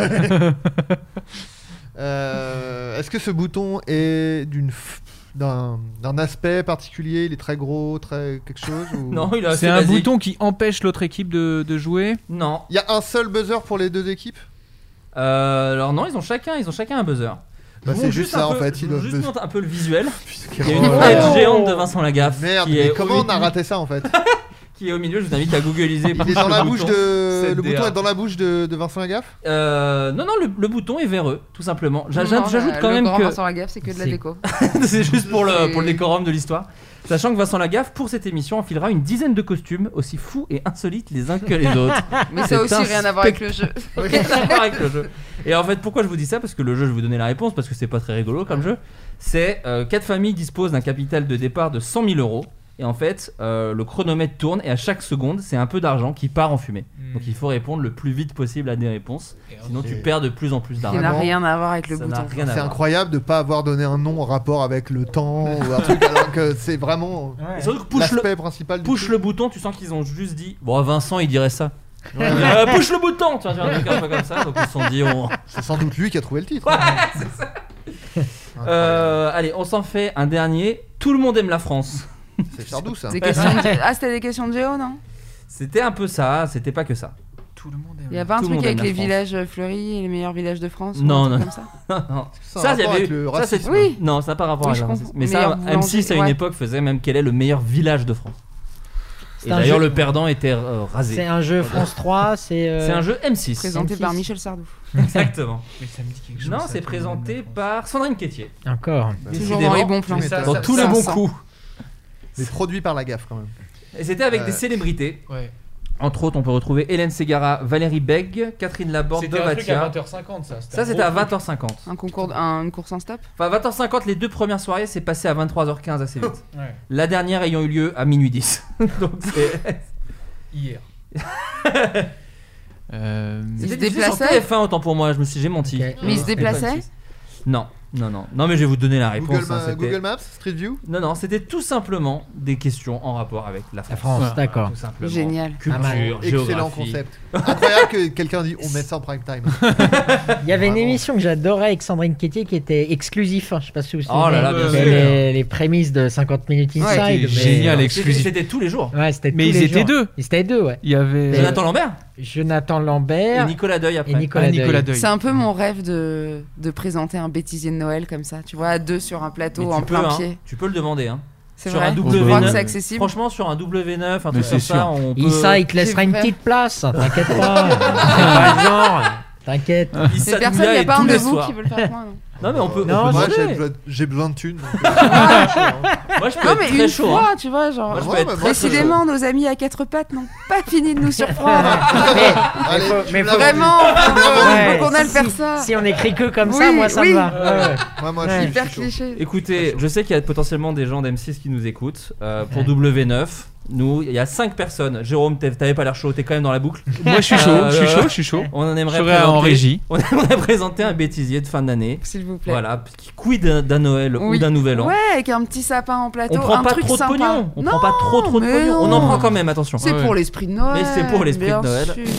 Est-ce que ce bouton est d'un aspect particulier? Il est très gros, très quelque chose ou... Non, il a C'est un bouton qui empêche l'autre équipe de jouer. Non. Il y a un seul buzzer pour les deux équipes? Alors non, ils ont chacun un buzzer. Bah, Je c'est montre juste un ça en peu- fait. je Ils vous doivent juste montre un peu le visuel. Quelle Il y a une horreur. tête géante de Vincent Lagaffe. Merde, qui mais est comment au on a milieu- raté ça en fait? Qui est au milieu, je vous invite à googliser. Il est dans la bouche de... C'est Le bouton DA. est dans la bouche de Vincent Lagaffe? Non, le bouton est véreux, tout simplement. J'ajoute quand le même grand que. Vincent Lagaffe, c'est que de la déco. C'est juste pour C'est- le décorum de l'histoire. Sachant que Vincent Lagaffe, pour cette émission, enfilera une dizaine de costumes aussi fous et insolites les uns que les autres. Mais ça C'est aussi un rien à voir avec le jeu. Rien à voir avec le jeu. Et en fait, pourquoi je vous dis ça? Parce que le jeu, je vais vous donner la réponse, parce que c'est pas très rigolo comme jeu. C'est 4 familles disposent d'un capital de départ de 100 000 euros. Et en fait, le chronomètre tourne et à chaque seconde, c'est un peu d'argent qui part en fumée. Donc il faut répondre le plus vite possible à des réponses. Sinon, tu perds de plus en plus Il d'argent. n'a rien à voir avec le Ça bouton. n'a rien à C'est voir. incroyable de pas avoir donné un nom en rapport avec le temps ou un truc alors que c'est vraiment Et surtout que l'aspect principal du push truc. le bouton, tu sens qu'ils ont juste dit bon, Vincent il dirait ça. Push le bouton, tu vois, un truc un peu comme ça. Donc ils se sont dit C'est sans doute lui qui a trouvé le titre. Ouais, c'est ça. Allez, on s'en fait un dernier. Tout le monde aime la France. C'est Sardou ça. Des questions de... Ah, c'était des questions de géo, non? C'était un peu ça, c'était pas que ça. Tout le monde Il y avait un Tout le truc monde avec aime les la France. villages fleuris et les meilleurs villages de France. Non, ou un non. truc comme ça. Non. Ça a Ça, un il y rapport avait avec le ça, c'est- racisme. Oui. Non, ça n'a pas rapport Oui, avec je le comprends. racisme. Mais Meilleur ça, boulanger, M6 à une ouais. époque faisait même quel est le meilleur village de France. Et C'est un d'ailleurs, jeu- le perdant était rasé. C'est un jeu France 3, c'est. C'est un jeu M6. Présenté M6. par Michel Sardou. Exactement. Mais ça me dit quelque chose. Non, ça, c'est tout le monde présenté aime la France. par Sandrine Quétier. Encore. Toujours dans les bons plans. Dans tous les bons coups. Mais produit par la gaffe quand même. Et c'était avec des célébrités. Ouais. Entre autres, on peut retrouver Hélène Ségara, Valérie Bègue, Catherine Laborde, C'était un truc Dovatia. à 20h50, ça. Ça, c'était à 20h50. Une course en stop. Enfin, 20h50, les 2 premières soirées, c'est passé à 23h15 assez vite. Ouais. La dernière ayant eu lieu à minuit 10. Donc, c'est. Hier. Il se C'était sur déplaçait TF1 autant pour moi, j'ai menti. Mais il se déplaçait Non. Non, mais je vais vous donner la réponse. Google Maps, Street View. Non, c'était tout simplement des des en rapport avec la France. France, d'accord. Tout simplement. Génial. Culture, Excellent géographie. concept. Incroyable que quelqu'un dit on met ça en prime time. Il y avait une émission que j'adorais avec Sandrine Quétier qui était exclusif. Je sais pas si vous vous Oh là là, bien sûr. les prémices de 50 minutes inside. Ouais, mais- génial, exclusif. C'était tous les jours. Ouais, c'était Mais tous ils les étaient jours. deux. Ils étaient deux, ouais. Il y avait Jonathan Lambert Jonathan et Lambert Nicolas Deuil après. et Nicolas Deuil. C'est un peu mon rêve de présenter un bêtisier de Noël comme ça, tu vois, à deux sur un plateau Mais en tu peux, plein hein, pied. tu peux le demander. Hein. C'est Sur vrai. un Tu W9. crois que c'est accessible? Franchement, sur un W9, un Mais truc c'est comme sûr. ça, on peut. Issa, il te laissera C'est une vrai. petite place, t'inquiète pas. C'est pas le genre, t'inquiète. Issa Mais personne, Doumbia il n'y a est pas tous un de les vous soirs. qui veut le faire avec moi, non? Non, mais on peut. Non, on peut Moi demander. j'ai besoin de thunes. Moi, je peux Non, être mais très une chaud. fois, hein. tu vois, genre. Moi, je peux Ouais, être mais très moi, chaud. Décidément, nos amis à quatre pattes n'ont pas fini de nous surprendre. Allez, mais tu faut- me l'as Vraiment, Ouais, faut qu'on aille si- faire ça. Si on écrit que comme Oui, ça, moi ça oui. me va. Ouais. vendu. Moi, Ouais. je Hyper suis chaud. cliché. Écoutez, je sais qu'il y a potentiellement des gens d'M6 qui nous écoutent. Pour W9, nous, il y a 5 personnes. Jérôme, t'avais pas l'air chaud, t'es quand même dans la boucle. Moi, je suis chaud, je suis chaud. On en aimerait Je serai en régie. On aimerait présenter un bêtisier de fin d'année. S'il vous plaît. Voilà, qui quid d'un Noël ou Oui. d'un Nouvel An. Ouais, avec un petit sapin en plateau. On prend un pas truc trop de sympa. pognon. On Non, prend pas trop de mais pognon. On non. en prend quand même, attention. C'est Ouais. pour l'esprit de Noël. Mais c'est pour l'esprit de bien Noël. sûr.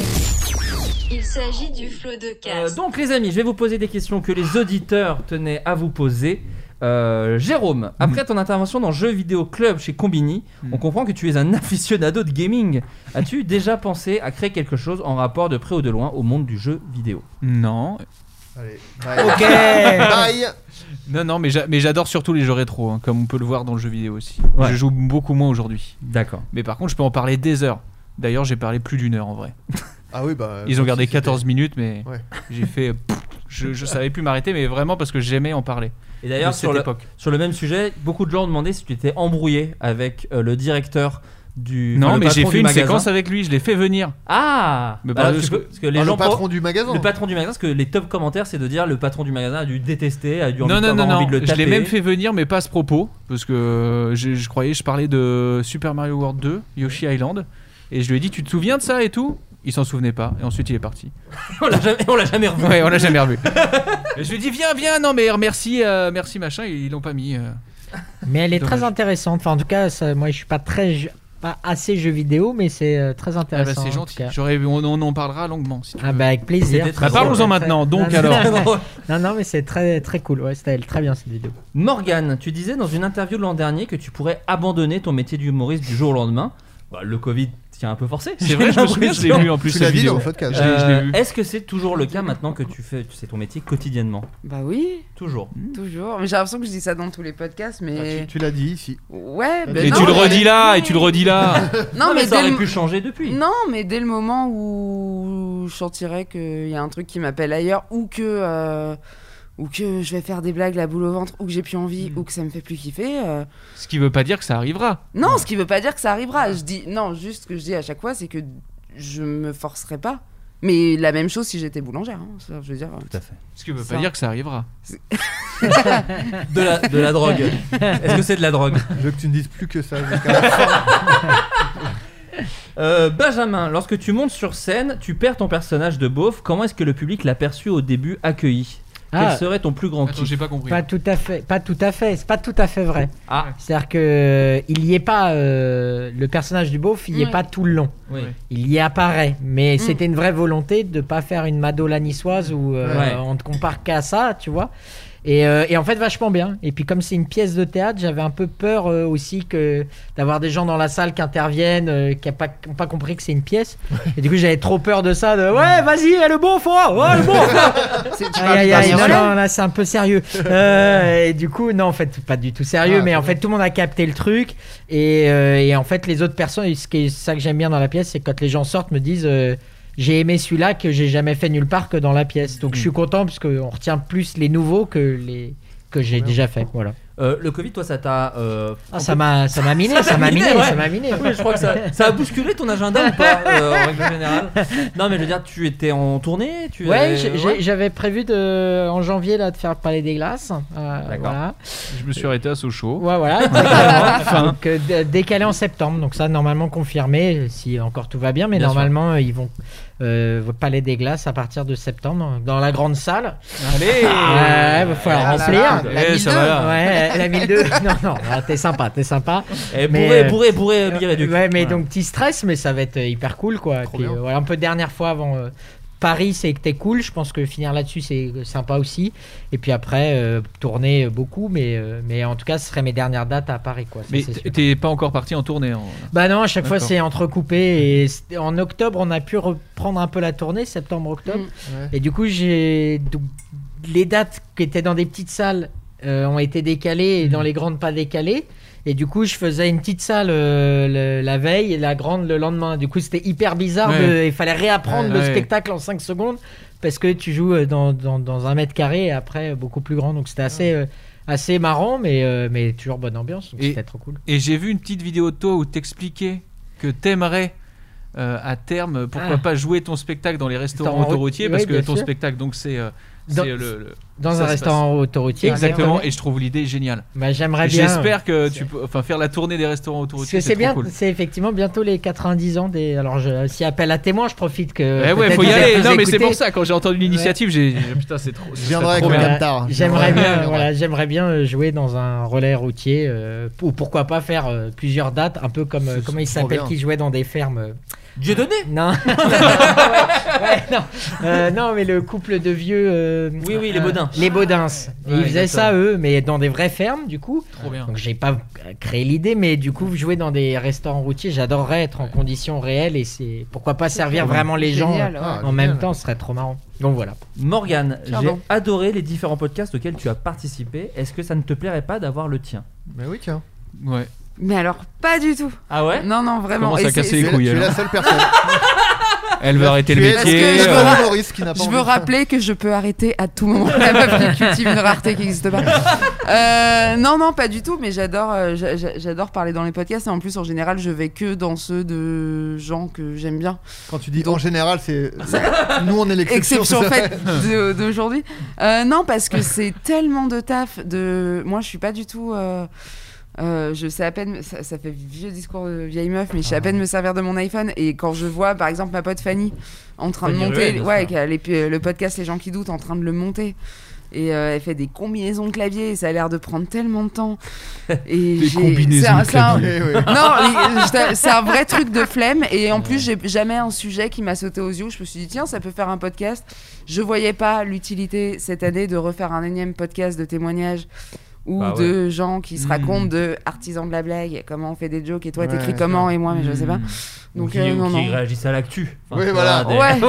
Il s'agit du flot de cast. Donc les amis, je vais vous poser des questions que les auditeurs tenaient à vous poser. Jérôme, après ton intervention dans Jeux Vidéo Club chez Combini, on comprend que tu es un aficionado de gaming. As-tu déjà pensé à créer quelque chose en rapport de près ou de loin au monde du jeu vidéo? Non. Allez, bye. Ok. Bye. Non, mais j'adore surtout les jeux rétro, hein, comme on peut le voir dans le jeu vidéo aussi. Ouais. Je joue beaucoup moins aujourd'hui. D'accord. Mais par contre, je peux en parler des heures. D'ailleurs, j'ai parlé plus d'1 heure en vrai. Ah oui, bah. Ils ont gardé si, c'était- 14 minutes, mais Ouais. j'ai fait. Je savais plus m'arrêter, mais vraiment parce que j'aimais en parler. Et d'ailleurs, De cette époque. sur le même sujet, beaucoup de gens ont demandé si tu étais embrouillé avec le directeur du. Non, le mais j'ai patron fait du une magasin. séquence avec lui, je l'ai fait venir. Ah Mais Alors, parce que- parce que les Ah, gens le patron du magasin. Le patron du magasin, parce que les top commentaires, c'est de dire le patron du magasin a dû détester, a dû Non, avoir envie de le je taper. l'ai même fait venir, mais pas à ce propos, parce que je croyais, je parlais de Super Mario World 2, Yoshi Island, et je lui ai dit, tu te souviens de ça et tout? Il s'en souvenait pas, et ensuite il est parti. on l'a jamais revu. Ouais, on l'a jamais revu. Et je lui ai dit, viens, non mais merci machin, ils l'ont pas mis. Mais elle est Dommage. très intéressante. Enfin, en tout cas, moi je suis pas pas assez jeux vidéo, mais c'est très Ah bah, intéressant. c'est en gentil, tout cas. on en parlera longuement. Si tu Ah veux. bah avec plaisir. C'était très Bah, parlons-en drôle. maintenant, donc Non, alors. Non, mais c'est très très cool. Ouais, c'était très bien cette vidéo. Morgane, tu disais dans une interview l'an dernier que tu pourrais abandonner ton métier d'humoriste du jour au lendemain. Bah, le Covid t'y a un peu forcé. C'est vrai, je me souviens, je l'ai vu en plus. Tu cette l'as dit vidéo. dans le podcast. Je l'ai vu. Est-ce que c'est toujours le cas maintenant que c'est ton métier quotidiennement? Bah oui, Toujours. toujours. Mais j'ai l'impression que je dis ça dans tous les podcasts, mais. Tu l'as dit ici. Ouais, Et ben Et non, tu le mais- redis là, et tu le redis là. Non, mais ça dès aurait le... pu changer depuis. Non, mais dès le moment où je sentirais qu'il y a un truc qui m'appelle ailleurs, ou que je vais faire des blagues la boule au ventre, ou que j'ai plus envie, ou que ça me fait plus kiffer. Ce qui veut pas dire que ça arrivera. Non, ce qui veut pas dire que ça arrivera. Je dis non, juste ce que je dis à chaque fois, c'est que je me forcerai pas. Mais la même chose si j'étais boulangère. Hein. Ça, je veux dire. Tout à fait. Ce qui veut Ça. pas dire que ça arrivera. De la drogue. Est-ce que c'est de la drogue? Je veux que tu ne dises plus que ça jusqu'à la fin. Benjamin, lorsque tu montes sur scène, tu perds ton personnage de beauf. Comment est-ce que le public l'a perçu au début, accueilli? Ah. Quel serait ton plus grand Attends, kiff? j'ai pas compris. Pas tout à fait. C'est pas tout à fait vrai. Ah, C'est-à-dire que il y est pas le personnage du beauf, il y est Ouais. pas tout le long. oui. Il y apparaît, mais c'était une vraie volonté de pas faire une Madola niçoise où Ouais. on ne compare qu'à ça, tu vois. Et en fait, vachement bien. Et puis, comme c'est une pièce de théâtre, j'avais un peu peur aussi d'avoir des gens dans la salle qui interviennent, qui n'ont pas compris que c'est une pièce. Et du coup, j'avais trop peur de ça. Ouais, vas-y, le beauf, ouais, le beauf. Tu Aïe, aïe, aïe, non, relais non, là, c'est un peu sérieux. Et du coup, non, en fait, pas du tout sérieux, Ah, mais c'est en fait, bon. tout le monde a capté le truc. Et en fait, les autres personnes, c'est ça que j'aime bien dans la pièce, c'est quand les gens sortent, me disent. J'ai aimé celui-là que j'ai jamais fait nulle part que dans la pièce. Donc je suis content parce qu'on retient plus les nouveaux que j'ai déjà fait. Voilà. Le Covid, toi, ça t'a. Ça m'a miné. Ouais. Ça m'a miné. Oui, je crois que ça a bousculé ton agenda ou pas, en règle générale. Non, mais je veux dire, tu étais en tournée. J'avais prévu en janvier là de faire le Palais des Glaces. D'accord. Voilà. Je me suis arrêté à Sochaux. Ouais, voilà. Exactement. Donc décalé en septembre. Donc ça, normalement confirmé, si encore tout va bien. Mais Bien normalement, ils vont Palais des Glaces à partir de septembre dans la grande salle. Allez. Va falloir remplir. Ça va là. Ouais, la 1002. Non, t'es sympa. Et bourré, Bière et Duc. Ouais, mais donc petit stress, mais ça va être hyper cool quoi. Puis, voilà, un peu dernière fois avant Paris, c'était cool. Je pense que finir là-dessus c'est sympa aussi. Et puis après tourner beaucoup, mais en tout cas ce serait mes dernières dates à Paris quoi. Ça, mais t'es pas encore parti en tournée Bah non, à chaque fois c'est entrecoupé. Et en octobre on a pu reprendre un peu la tournée, septembre-octobre. Et du coup les dates qui étaient dans des petites salles ont été décalées et dans les grandes pas décalées. Et du coup, je faisais une petite salle la veille et la grande le lendemain. Du coup, c'était hyper bizarre. Il fallait réapprendre le spectacle en 5 secondes parce que tu joues dans un mètre carré et après beaucoup plus grand. Donc, c'était assez marrant, mais toujours bonne ambiance. Donc, c'était trop cool. Et j'ai vu une petite vidéo de toi où t'expliquais que t'aimerais à terme, pourquoi pas jouer ton spectacle dans les restaurants autoroutiers parce que ton spectacle, donc c'est dans un restaurant autoroutier. Exactement, et je trouve l'idée géniale. Bah, j'aimerais bien. J'espère que tu peux faire la tournée des restaurants autoroutiers. C'est bien, cool. c'est effectivement bientôt les 90 ans des. Alors, s'il appelle à témoin, je profite que. Faut y aller. Non, mais c'est pour ça, quand j'ai entendu l'initiative, j'ai putain, c'est trop. Je viendrai avec le Camtar. J'aimerais bien jouer dans un relais routier, ou pourquoi pas faire plusieurs dates, un peu comme comment il s'appelle, qui jouait dans des fermes. Dieudonné. Non. Non, mais le couple de vieux. Oui, les Baudins. Les Baudins. Ils faisaient ça eux, mais dans des vraies fermes du coup. Trop bien. Donc j'ai pas créé l'idée, mais du coup jouer dans des restaurants routiers, j'adorerais être en conditions réelles et c'est pourquoi pas servir vraiment les gens en même temps, ce serait trop marrant. Donc voilà. Morgane, j'ai adoré les différents podcasts auxquels tu as participé. Est-ce que ça ne te plairait pas d'avoir le tien? Mais oui, tiens. Ouais. Mais alors, pas du tout. Ah ouais? Non, vraiment. Comment ça casse les couilles? Tu es la seule personne. Elle veut arrêter le métier. Je veux rappeler que je peux arrêter à tout moment. La meuf qui cultive une rareté qui n'existe pas. Non, pas du tout. Mais j'adore parler dans les podcasts. Et en plus, en général, je vais que dans ceux de gens que j'aime bien. Quand tu dis en général, c'est nous, on est l'exception. Exception faite d'aujourd'hui. Non, parce que c'est tellement de taf. Moi, je suis pas du tout. Je sais à peine, ça fait vieux discours de vieille meuf, mais je sais à peine me servir de mon iPhone. Et quand je vois par exemple ma pote Fanny en train de monter, qui a le podcast Les gens qui doutent, en train de le monter, et elle fait des combinaisons de clavier et ça a l'air de prendre tellement de temps. Et des combinaisons de clavier. Non, c'est un vrai truc de flemme. Et en plus, j'ai jamais un sujet qui m'a sauté aux yeux. Je me suis dit tiens, ça peut faire un podcast. Je voyais pas l'utilité cette année de refaire un énième podcast de témoignages ou de gens qui se racontent de artisans de la blague, comment on fait des jokes et toi t'écris comment et moi mais je sais pas. Donc qui réagissent à l'actu. Oui, voilà.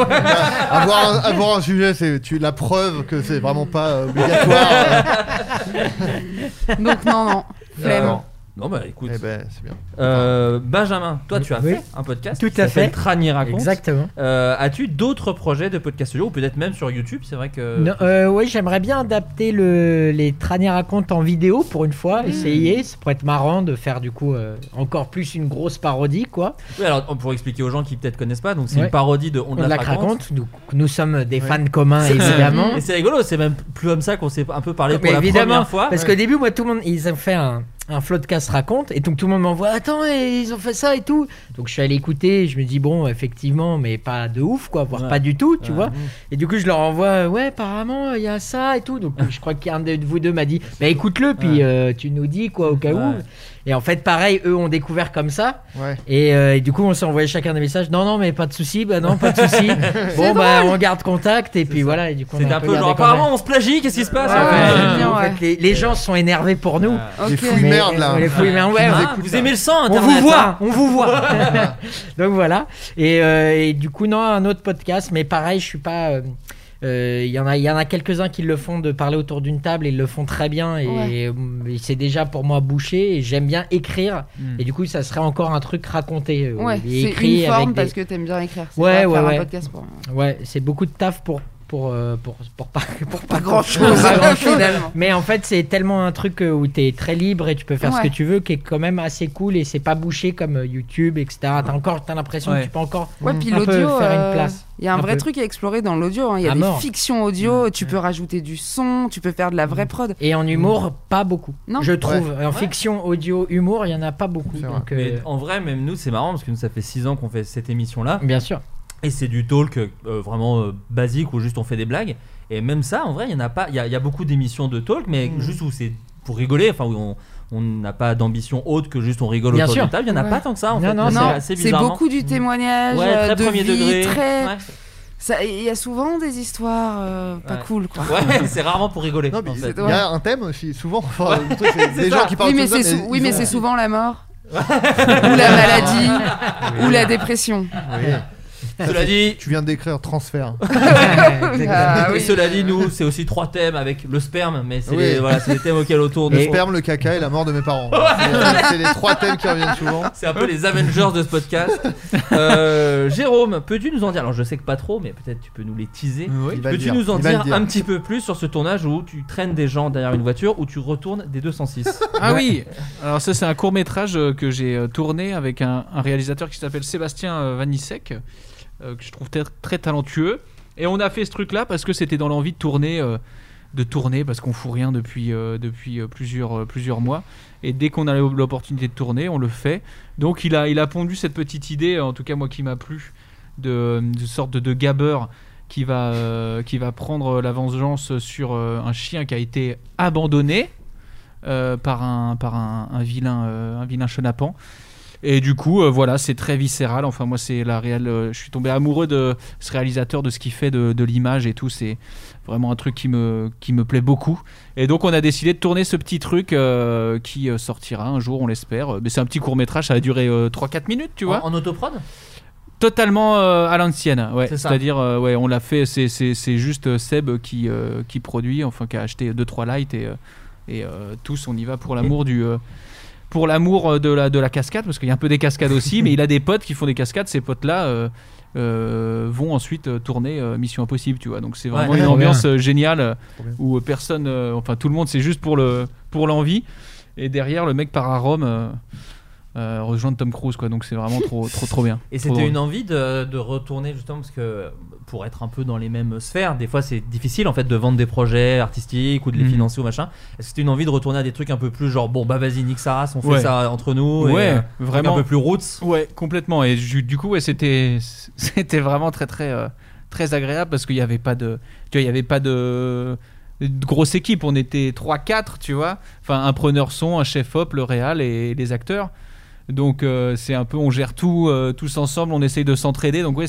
Avoir un sujet, c'est la preuve que c'est vraiment pas obligatoire. Donc non, flemme. Non, bah écoute. C'est bien. Benjamin, toi tu as fait un podcast. Tout à fait. Trani raconte. Exactement. As-tu d'autres projets de podcast audio ou peut-être même sur YouTube? C'est vrai que. Oui, j'aimerais bien adapter les Trani raconte en vidéo pour une fois. Essayer. Ça pourrait être marrant de faire du coup encore plus une grosse parodie quoi. Oui, alors pour expliquer aux gens qui peut-être connaissent pas, donc c'est une parodie de On la raconte. Nous sommes des fans communs évidemment. Et c'est rigolo, c'est même plus comme ça qu'on s'est un peu parlé pour la première fois. Parce qu'au début, moi, tout le monde, ils ont fait un Floodcast raconte et donc tout le monde m'envoie attends ils ont fait ça et tout, donc je suis allé écouter, je me dis bon effectivement mais pas de ouf quoi, voire pas du tout tu vois, et du coup je leur envoie apparemment il y a ça et tout, donc je crois qu'un de vous deux m'a dit bah écoute-le puis tu nous dis quoi au cas où, et en fait pareil eux ont découvert comme ça et du coup on s'est envoyé chacun des messages non mais pas de soucis, non pas de soucis bon bah on garde contact et puis voilà, et du coup c'est un peu genre apparemment on se plagie, qu'est-ce qui se passe en fait les gens sont énervés pour nous, les fouilles merde là, vous aimez le sang internet, on vous voit donc voilà, et du coup non, un autre podcast mais pareil je suis pas il y en a quelques-uns qui le font, de parler autour d'une table, et ils le font très bien et c'est déjà pour moi bouché, et j'aime bien écrire et du coup ça serait encore un truc raconté c'est écrit une forme avec parce que t'aimes bien écrire, c'est pas faire un podcast pour... c'est beaucoup de taf pour pour pas grand-chose, finalement. Mais en fait, c'est tellement un truc où tu es très libre et tu peux faire ce que tu veux, qui est quand même assez cool et c'est pas bouché comme YouTube, etc. T'as l'impression que tu peux encore puis un l'audio, peu faire une place. Il y a un vrai truc à explorer dans l'audio. Il y a des fictions audio, tu peux rajouter du son, tu peux faire de la vraie prod. Et en humour, pas beaucoup. Non. Je trouve. En fiction, audio, humour, il y en a pas beaucoup. Donc, mais en vrai, même nous, c'est marrant parce que nous, ça fait 6 ans qu'on fait cette émission-là. Bien sûr. Et c'est du talk vraiment basique où juste on fait des blagues. Et même ça, en vrai, il y en a pas. Il y a beaucoup d'émissions de talk, mais juste où c'est pour rigoler. Enfin, où on n'a pas d'ambition haute que juste on rigole autour de table. Il y en a pas tant que ça. En fait. Non. C'est beaucoup du témoignage, très de premier vie, degré. Il y a souvent des histoires pas cool, quoi. Ouais, c'est rarement pour rigoler. Non, mais il y a un thème aussi, souvent. Le truc, c'est des gens qui parlent mais c'est souvent la mort, ou la maladie, ou la dépression. Oui. Cela dit, tu viens de décrire transfert. Cela dit, nous, c'est aussi 3 thèmes avec le sperme, mais c'est les thèmes auxquels autour. Le sperme, le caca et la mort de mes parents. C'est les 3 thèmes qui reviennent souvent. C'est un peu les Avengers de ce podcast. Jérôme, peux-tu nous en dire, alors je sais que pas trop, mais peut-être tu peux nous les teaser. Peux-tu nous en dire un petit peu plus sur ce tournage où tu traînes des gens derrière une voiture, où tu retournes des 206? Ah oui, alors ça c'est un court-métrage que j'ai tourné avec un réalisateur qui s'appelle Sébastien Vanissek, que je trouve très talentueux, et on a fait ce truc là parce que c'était dans l'envie de tourner parce qu'on fout rien depuis plusieurs mois, et dès qu'on a l'opportunité de tourner on le fait. Donc il a pondu cette petite idée, en tout cas moi qui m'a plu, de sorte de gabber qui va prendre la vengeance sur un chien qui a été abandonné par un vilain chenapan. Et du coup, voilà, c'est très viscéral. Enfin, moi, c'est la réelle. Je suis tombé amoureux de ce réalisateur, de ce qu'il fait, de l'image et tout. C'est vraiment un truc qui me plaît beaucoup. Et donc, on a décidé de tourner ce petit truc qui sortira un jour, on l'espère. Mais c'est un petit court-métrage, ça va durer 3-4 minutes, tu vois. En autoprod ? Totalement à l'ancienne, ouais. C'est-à-dire, on l'a fait. C'est juste Seb qui produit, enfin, qui a acheté 2-3 lights et tous, on y va pour l'amour pour l'amour de la cascade, parce qu'il y a un peu des cascades aussi, mais il a des potes qui font des cascades. Ces potes-là vont ensuite tourner Mission Impossible, tu vois. Donc c'est vraiment une ambiance géniale où personne, enfin tout le monde, c'est juste pour l'envie. Et derrière, le mec part à Rome rejoindre Tom Cruise, quoi. Donc c'est vraiment trop bien. Et c'était une envie de retourner justement, parce que pour être un peu dans les mêmes sphères, des fois c'est difficile en fait de vendre des projets artistiques ou de les financer ou machin. Est-ce que c'était une envie de retourner à des trucs un peu plus genre bon bah vas-y nique sa race, on fait ça entre nous, vraiment un peu plus roots? Ouais, complètement. Et du coup c'était vraiment très agréable, parce qu'il y avait pas de grosse équipe, on était 3-4, tu vois, enfin un preneur son, un chef op, le réal et les acteurs. Donc c'est un peu, on gère tout tous ensemble, on essaye de s'entraider. Donc ouais,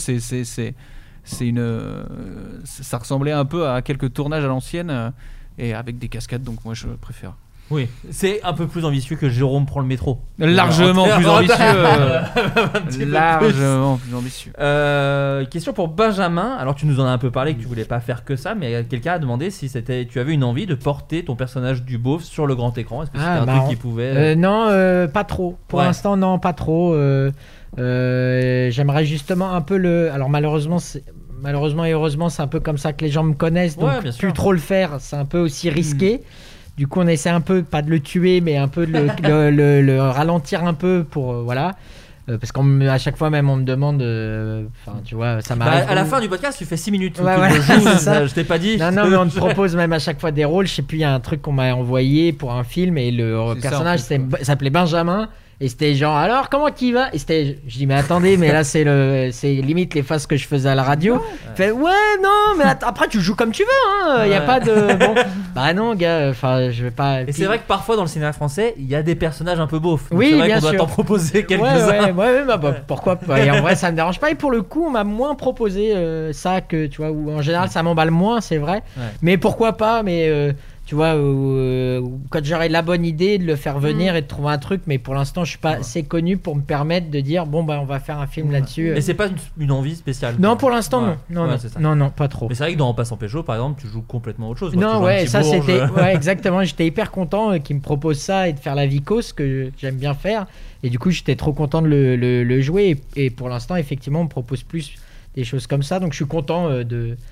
ça ressemblait un peu à quelques tournages à l'ancienne, et avec des cascades, donc moi je préfère. Oui, c'est un peu plus ambitieux que Jérôme prend le métro. Largement plus ambitieux. Largement plus ambitieux. Question pour Benjamin. Alors tu nous en as un peu parlé que tu voulais pas faire que ça, mais quelqu'un a demandé si tu avais une envie de porter ton personnage du beauf sur le grand écran. Est-ce que c'était un truc qui pouvait Non, pas trop. Pour l'instant, non, pas trop. J'aimerais justement un peu alors malheureusement et heureusement, c'est un peu comme ça que les gens me connaissent, donc plus trop le faire, c'est un peu aussi risqué. Du coup, on essaie un peu, pas de le tuer, mais un peu de le ralentir un peu pour voilà. Parce qu'à chaque fois même on me demande, tu vois, ça m'arrive. À la fin du podcast, tu fais 6 minutes. C'est ça. Je t'ai pas dit. Non, mais on te propose même à chaque fois des rôles. Je sais plus, il y a un truc qu'on m'a envoyé pour un film et le personnage s'appelait Benjamin. Et c'était genre, alors comment qu'il va? Et je dis, mais attendez, mais là c'est limite les phases que je faisais à la radio. Il fait, non, mais après tu joues comme tu veux, hein. Y a pas de. Bon, bah non, gars, enfin, je vais pas. Et c'est vrai que parfois dans le cinéma français, il y a des personnages un peu beaufs. Oui, c'est vrai bien qu'on sûr. doit t'en proposer quelques-uns. Ouais, pourquoi pas. Et en vrai, ça me dérange pas. Et pour le coup, on m'a moins proposé ça que, tu vois, où en général ça m'emballe moins, c'est vrai. Ouais. Mais pourquoi pas, mais. Tu vois, quand j'aurai la bonne idée de le faire venir et de trouver un truc, mais pour l'instant, je suis pas assez connu pour me permettre de dire bon, bah, on va faire un film là-dessus. Mais c'est pas une envie spéciale. Non, pour l'instant, non, pas trop. Mais c'est vrai que dans En passant pécho, par exemple, tu joues complètement autre chose. Non, ça c'était. Ouais, exactement. J'étais hyper content qu'ils me proposent ça et de faire la vicose, que j'aime bien faire. Et du coup, j'étais trop content de le jouer. Et pour l'instant, effectivement, on me propose plus des choses comme ça. Donc, je suis content de.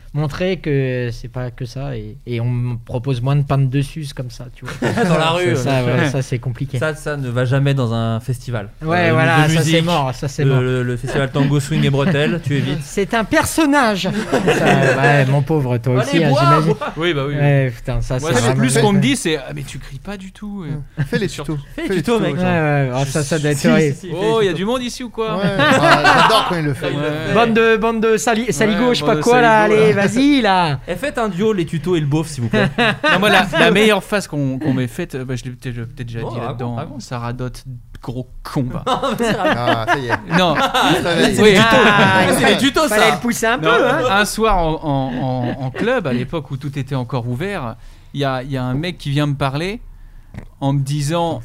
montrer que c'est pas que ça et on me propose moins de peindre dessus comme ça, tu vois. Dans la rue. Ça c'est compliqué. Ça ne va jamais dans un festival. Ouais, de voilà, musique, ça c'est mort. Ça c'est mort. Le festival Tango Swing et Bretelles, tu évites. C'est un personnage. Ouais, mon pauvre, toi aussi, Allez, j'imagine. Oui, bah oui. Ouais, putain, ça Moi, c'est c'est vraiment... plus qu'on me dit, c'est mais tu cries pas du tout. Fais les tutos. Fais les tutos, mec. Ouais, ça doit être horrible. Oh, il y a du monde ici ou quoi? J'adore quand il le fait. Bande de saligo, je sais pas bande de quoi là, saligo, allez, là. vas-y là. Et faites un duo, les tutos et le beauf, s'il vous plaît. Non, moi, la meilleure phase qu'on m'ait faite, je l'ai peut-être déjà Oh, dit là-dedans. raconte. Sarah Dott, gros con. Va. Ah, ça y est. Non, C'est oui, c'est les tutos, Fallait ça. le pousser un peu, non, hein. un soir en club, à l'époque où tout était encore ouvert, il y a un mec qui vient me parler en me disant,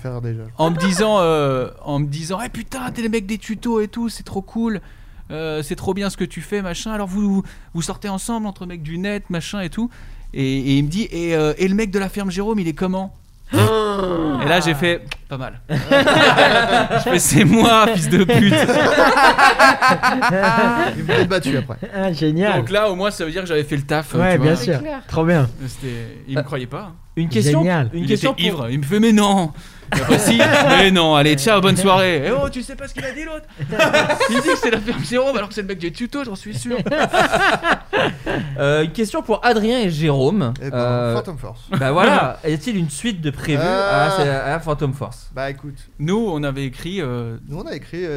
eh putain, t'es le mec des tutos et tout, c'est trop cool. C'est trop bien ce que tu fais, machin. Alors vous sortez ensemble entre mecs du net, machin et tout. Et il me dit, et le mec de la ferme Jérôme, il est comment? Et là j'ai fait pas mal. Je fais c'est moi, fils de pute. Il vous êtes battu après. Ah, génial. Donc là au moins ça veut dire que j'avais fait le taf. Ouais, tu vois. bien sûr. Trop bien. Il me croyait pas. Une question. Génial. Une Il question était ivre. Il me fait mais non. Et après si. Mais non. Allez ciao, bonne soirée. Et oh tu sais pas ce qu'il a dit l'autre. Il dit que c'est la ferme Jérôme alors que c'est le mec des tutos, j'en suis sûr. Une question pour Adrien et Jérôme. Eh ben, Phantom Force. Bah voilà, y a-t-il une suite de prévues à Phantom Force? Bah écoute, Nous on avait écrit. nous on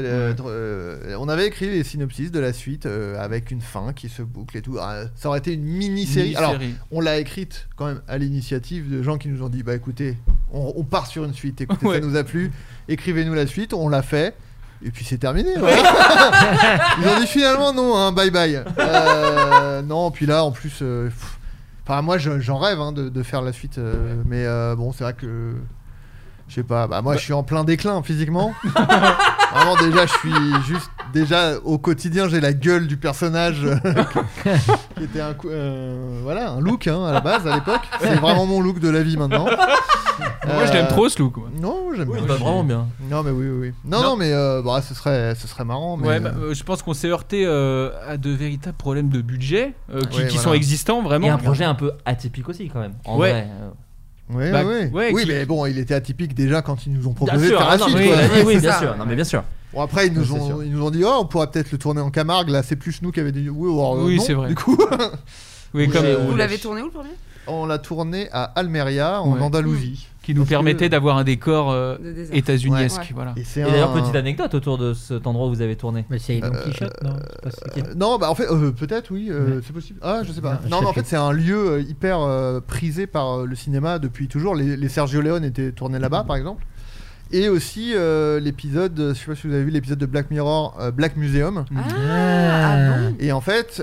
avait écrit les synopsis de la suite avec une fin qui se boucle et tout. Ça aurait été une mini-série. Alors on l'a écrite quand même à l'initiative de gens qui nous ont dit bah écoutez, on part sur une suite. Écoutez, ça nous a plu. Écrivez-nous la suite. On l'a fait. Et puis c'est terminé. Voilà. Ils ont dit finalement non, hein, bye bye. Non, puis là en plus, enfin moi j'en rêve hein, de faire la suite, mais bon c'est vrai que je sais pas. Bah moi je suis en plein déclin physiquement. Vraiment déjà je suis juste au quotidien j'ai la gueule du personnage qui était voilà un look hein, à la base à l'époque. C'est vraiment mon look de la vie maintenant. Moi je l'aime trop ce look. Moi. Non, j'aime bien. Bah, vraiment bien. Non mais oui. Non mais bah, ce serait marrant. Mais, Ouais, je pense qu'on s'est heurté à de véritables problèmes de budget qui sont existants vraiment. Et un projet un peu atypique aussi quand même. En Ouais. vrai. Oui, mais bon, il était atypique déjà quand ils nous ont proposé Bien de sûr, faire la suite. oui, bien sûr. Non, mais bien sûr. Bon, après, ils nous ont dit, on pourrait peut-être le tourner en Camargue. Là, c'est plus nous qui avait dit, oui, non, c'est vrai. Du coup, oui, comme vous l'avez tourné où le premier? on l'a tourné à Almeria, en Andalousie. Qui nous permettait d'avoir un décor états-uniesque. Ouais. Voilà. Et d'ailleurs, petite anecdote autour de cet endroit où vous avez tourné. Mais c'est Don Quichotte, non? Non, bah en fait, peut-être, oui, c'est possible. Ah, je sais pas. Non, mais en fait, c'est un lieu hyper prisé par le cinéma depuis toujours. Les Sergio Leone étaient tournés là-bas, par exemple. Et aussi l'épisode, je sais pas si vous avez vu l'épisode de Black Mirror, Black Museum. Bon. Et en fait,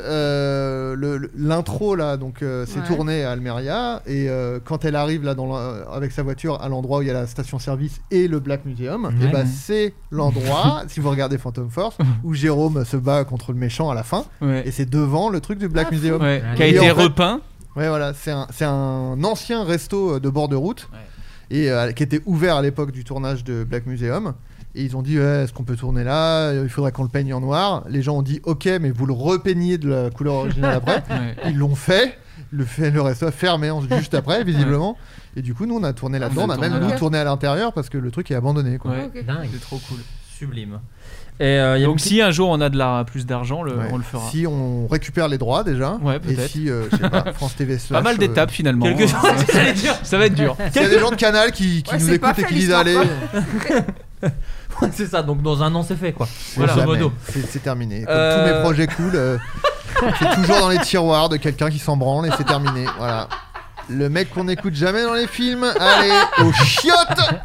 l'intro là, donc c'est tourné à Almeria. Et quand elle arrive là avec sa voiture à l'endroit où il y a la station-service et le Black Museum, et bah c'est l'endroit, si vous regardez Phantom Force, où Jérôme se bat contre le méchant à la fin. Et c'est devant le truc du Black Museum. Qui a été repeint. Ouais, voilà, c'est un ancien resto de bord de route. Et qui était ouvert à l'époque du tournage de Black Museum. Et ils ont dit est-ce qu'on peut tourner là, il faudrait qu'on le peigne en noir. Les gens ont dit ok, mais vous le repeignez de la couleur originale après. Ils l'ont fait. Le resto a fermé juste après visiblement. Et du coup nous on a tourné là-dedans. On a même nous tourné à l'intérieur parce que le truc est abandonné quoi. Dingue. C'est trop cool. Sublime. Et donc si un jour on a plus d'argent, on le fera. Si on récupère les droits déjà. Ouais, peut-être. Et si je sais pas, France TV pas mal d'étapes finalement. Ça va être dur. S'il y a des gens de Canal qui nous écoutent et qui disent allez. C'est ça, donc dans un an c'est fait quoi. Voilà. C'est terminé. Comme tous mes projets cool, c'est toujours dans les tiroirs de quelqu'un qui s'en branle et c'est terminé. Voilà. Le mec qu'on n'écoute jamais dans les films, allez, aux chiottes.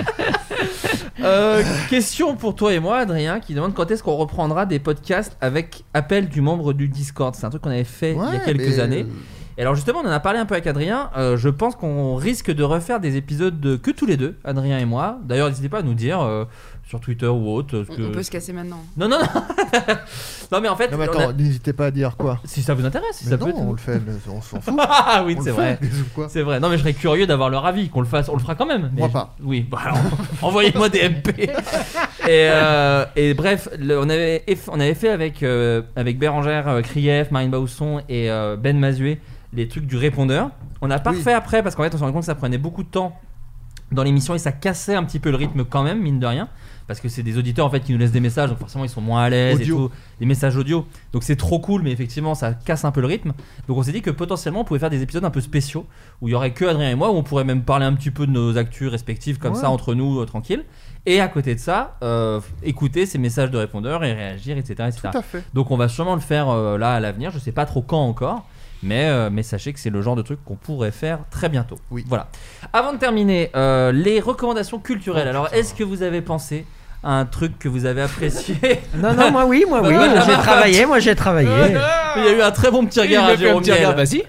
Question pour toi et moi, Adrien, qui demande quand est-ce qu'on reprendra des podcasts avec appel du membre du Discord. C'est un truc qu'on avait fait il y a quelques années. Et alors justement, on en a parlé un peu avec Adrien. Je pense qu'on risque de refaire des épisodes que tous les deux, Adrien et moi. D'ailleurs, n'hésitez pas à nous dire sur Twitter ou autre. On peut se casser maintenant. Non. Non mais en fait. Non, mais attends, n'hésitez pas à dire quoi. Si ça vous intéresse, si mais ça non, peut. On le fait, on s'en fout. Ah oui, c'est vrai. C'est vrai. Non mais je serais curieux d'avoir leur avis, qu'on le fasse. On le fera quand même. Moi pas. Oui. Bah alors, envoyez-moi des MP. Et bref, on avait fait avec Bérangère Krief, Marine Bausson et Ben Mazué les trucs du répondeur. On n'a pas refait après parce qu'en fait on s'est rendu compte que ça prenait beaucoup de temps dans l'émission et ça cassait un petit peu le rythme quand même, mine de rien. Parce que c'est des auditeurs en fait qui nous laissent des messages, donc forcément ils sont moins à l'aise et tout, des messages audio. Donc c'est trop cool, mais effectivement ça casse un peu le rythme. Donc on s'est dit que potentiellement on pouvait faire des épisodes un peu spéciaux où il y aurait que Adrien et moi, où on pourrait même parler un petit peu de nos actus respectives comme ça entre nous, tranquille. Et à côté de ça, écouter ces messages de répondeurs et réagir, etc. Tout à fait. Donc on va sûrement le faire là à l'avenir. Je sais pas trop quand encore. Mais sachez que c'est le genre de truc qu'on pourrait faire très bientôt. Voilà. Avant de terminer, les recommandations culturelles. Alors, est-ce que vous avez pensé à un truc que vous avez apprécié? Non, moi oui. J'ai travaillé. Il y a eu un très bon petit regard à Jérôme. Vas-y.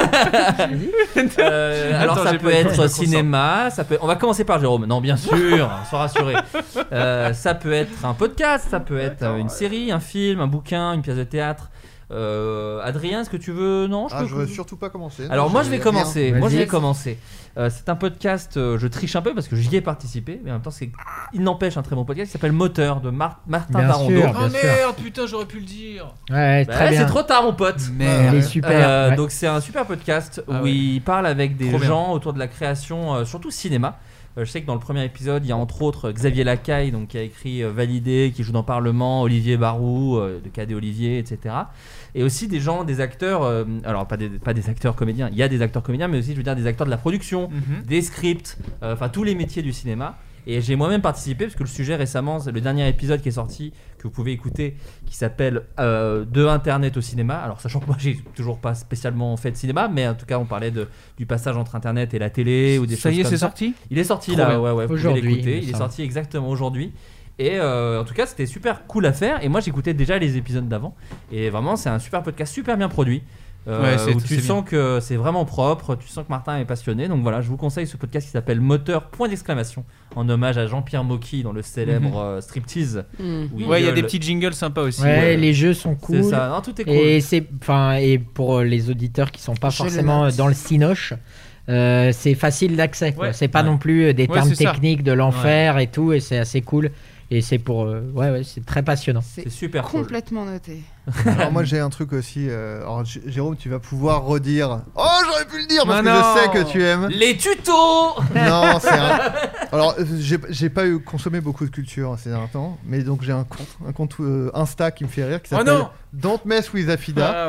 Alors, ça peut être cinéma. On va commencer par Jérôme. Non, bien sûr, sois rassuré. Ça peut être un podcast, ça peut être une série, un film, un bouquin, une pièce de théâtre. Adrien, est-ce que tu veux? Non, je veux surtout pas commencer. Alors moi je vais commencer. C'est un podcast, je triche un peu parce que j'y ai participé, mais en même temps il n'empêche un très bon podcast qui s'appelle Moteur de Martin Darondo. Oh merde, putain, j'aurais pu le dire. Ouais, très bien. C'est trop tard mon pote. Mais il est super. Donc c'est un super podcast où il parle avec des gens autour de la création, surtout cinéma. Je sais que dans le premier épisode, il y a entre autres Xavier Lacaille, donc, qui a écrit Validé, qui joue dans Parlement, Olivier Barou, de Cadet Olivier, etc. Et aussi des gens, des acteurs, alors pas des acteurs comédiens, il y a des acteurs comédiens, mais aussi je veux dire des acteurs de la production, des scripts, enfin tous les métiers du cinéma. Et j'ai moi-même participé parce que le sujet récemment, c'est le dernier épisode qui est sorti, que vous pouvez écouter, qui s'appelle De Internet au cinéma. Alors sachant que moi j'ai toujours pas spécialement fait de cinéma, mais en tout cas on parlait du passage entre Internet et la télé ou des choses comme ça. Ça y est, c'est sorti ? Il est sorti là, ouais, vous pouvez l'écouter. Il est sorti exactement aujourd'hui. Et en tout cas c'était super cool à faire. Et moi j'écoutais déjà les épisodes d'avant. Et vraiment c'est un super podcast, super bien produit. Où tu sens que c'est vraiment propre, tu sens que Martin est passionné. Donc voilà, je vous conseille ce podcast qui s'appelle Moteur point d'exclamation, en hommage à Jean-Pierre Mocky dans le célèbre Striptease. Ouais, il y a des petits jingles sympas aussi. Ouais, les jeux sont cool. C'est ça, non, tout est cool. Et pour les auditeurs qui sont pas forcément dans le cinoche, c'est facile d'accès, quoi. C'est pas non plus des termes techniques de l'enfer et tout, et c'est assez cool. Et c'est pour c'est très passionnant. C'est super complètement cool. Noté. Alors moi j'ai un truc aussi. Alors Jérôme, tu vas pouvoir redire. Oh, j'aurais pu le dire parce que je sais que tu aimes les tutos. Non, alors j'ai pas consommé beaucoup de culture ces derniers temps, mais donc j'ai un compte Insta qui me fait rire qui s'appelle Don't Mess with Afida.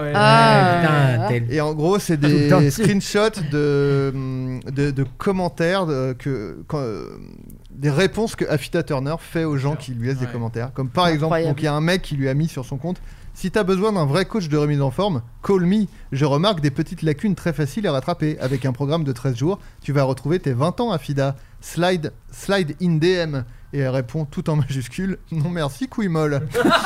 Et en gros c'est des screenshots de commentaires des réponses que Afida Turner fait aux gens qui lui laissent des commentaires. Comme par exemple, donc il y a un mec qui lui a mis sur son compte: si t'as besoin d'un vrai coach de remise en forme, call me. Je remarque des petites lacunes très faciles à rattraper. Avec un programme de 13 jours, tu vas retrouver tes 20 ans, Afida. Slide in DM. Et elle répond tout en majuscule: non merci, couille molle.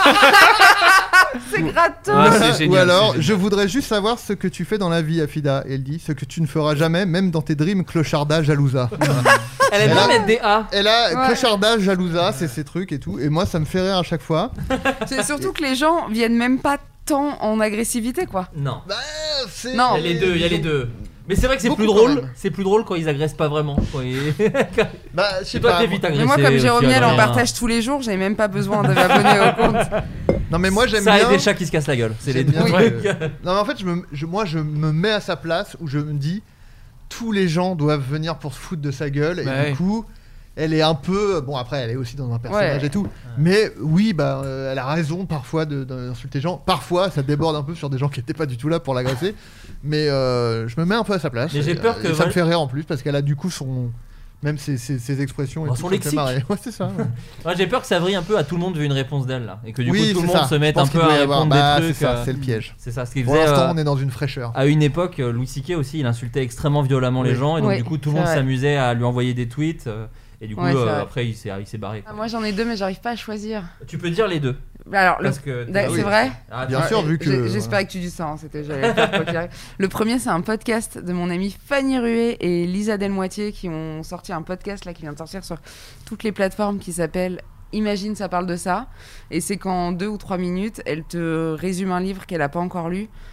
C'est gratos. C'est génial, ou alors, je voudrais juste savoir ce que tu fais dans la vie, Afida. Et elle dit: ce que tu ne feras jamais, même dans tes dreams clocharda jalousa. Elle aime bien mettre des A. Elle a clocharda jalousa, c'est ces trucs et tout. Et moi, ça me fait rire à chaque fois. C'est surtout que les gens viennent même pas tant en agressivité, quoi. Non. Il y a les deux. Mais c'est vrai que c'est plus drôle. C'est plus drôle quand ils agressent pas vraiment. Je sais toi, pas. t'es vite agressé. Mais moi, comme Jérôme Niel en partage tous les jours, j'ai même pas besoin de m'abonner au compte. Non mais moi j'aime ça bien. Et des chats qui se cassent la gueule. C'est les deux trucs. Non mais en fait, moi je me mets à sa place où je me dis tous les gens doivent venir pour se foutre de sa gueule et du coup. Elle est un peu... Bon, après, elle est aussi dans un personnage et tout. Mais oui, elle a raison parfois d'insulter les gens. Parfois, ça déborde un peu sur des gens qui n'étaient pas du tout là pour l'agresser. Mais je me mets un peu à sa place. Mais j'ai peur que... ça me fait rire en plus, parce qu'elle a du coup son... Même ses expressions et tout, son lexique. Ouais, c'est ça. Ouais, j'ai peur que ça vrille un peu à tout le monde vu une réponse d'elle là. Et que du coup tout le monde se mette un peu à répondre des trucs. C'est ça, c'est le piège. C'est ça, ce qu'il faisait. Pour l'instant, on est dans une fraîcheur. À une époque, Louis C.K. aussi, il insultait extrêmement violemment les gens. Et donc du coup, tout le monde s'amusait à lui envoyer des tweets. Et du coup, après, il s'est barré. Moi, j'en ai deux, mais j'arrive pas à choisir. Tu peux dire les deux. Alors, c'est vrai. Bien sûr, vu que. J'espère que tu dis ça. J'allais le faire quoi qu'il arrive. Le premier, c'est un podcast de mon amie Fanny Ruet et Lisa Delmoitier qui ont sorti un podcast là qui vient de sortir sur toutes les plateformes qui s'appelle Imagine, ça parle de ça. Et c'est qu'en 2 ou 3 minutes, elle te résume un livre qu'elle a pas encore lu.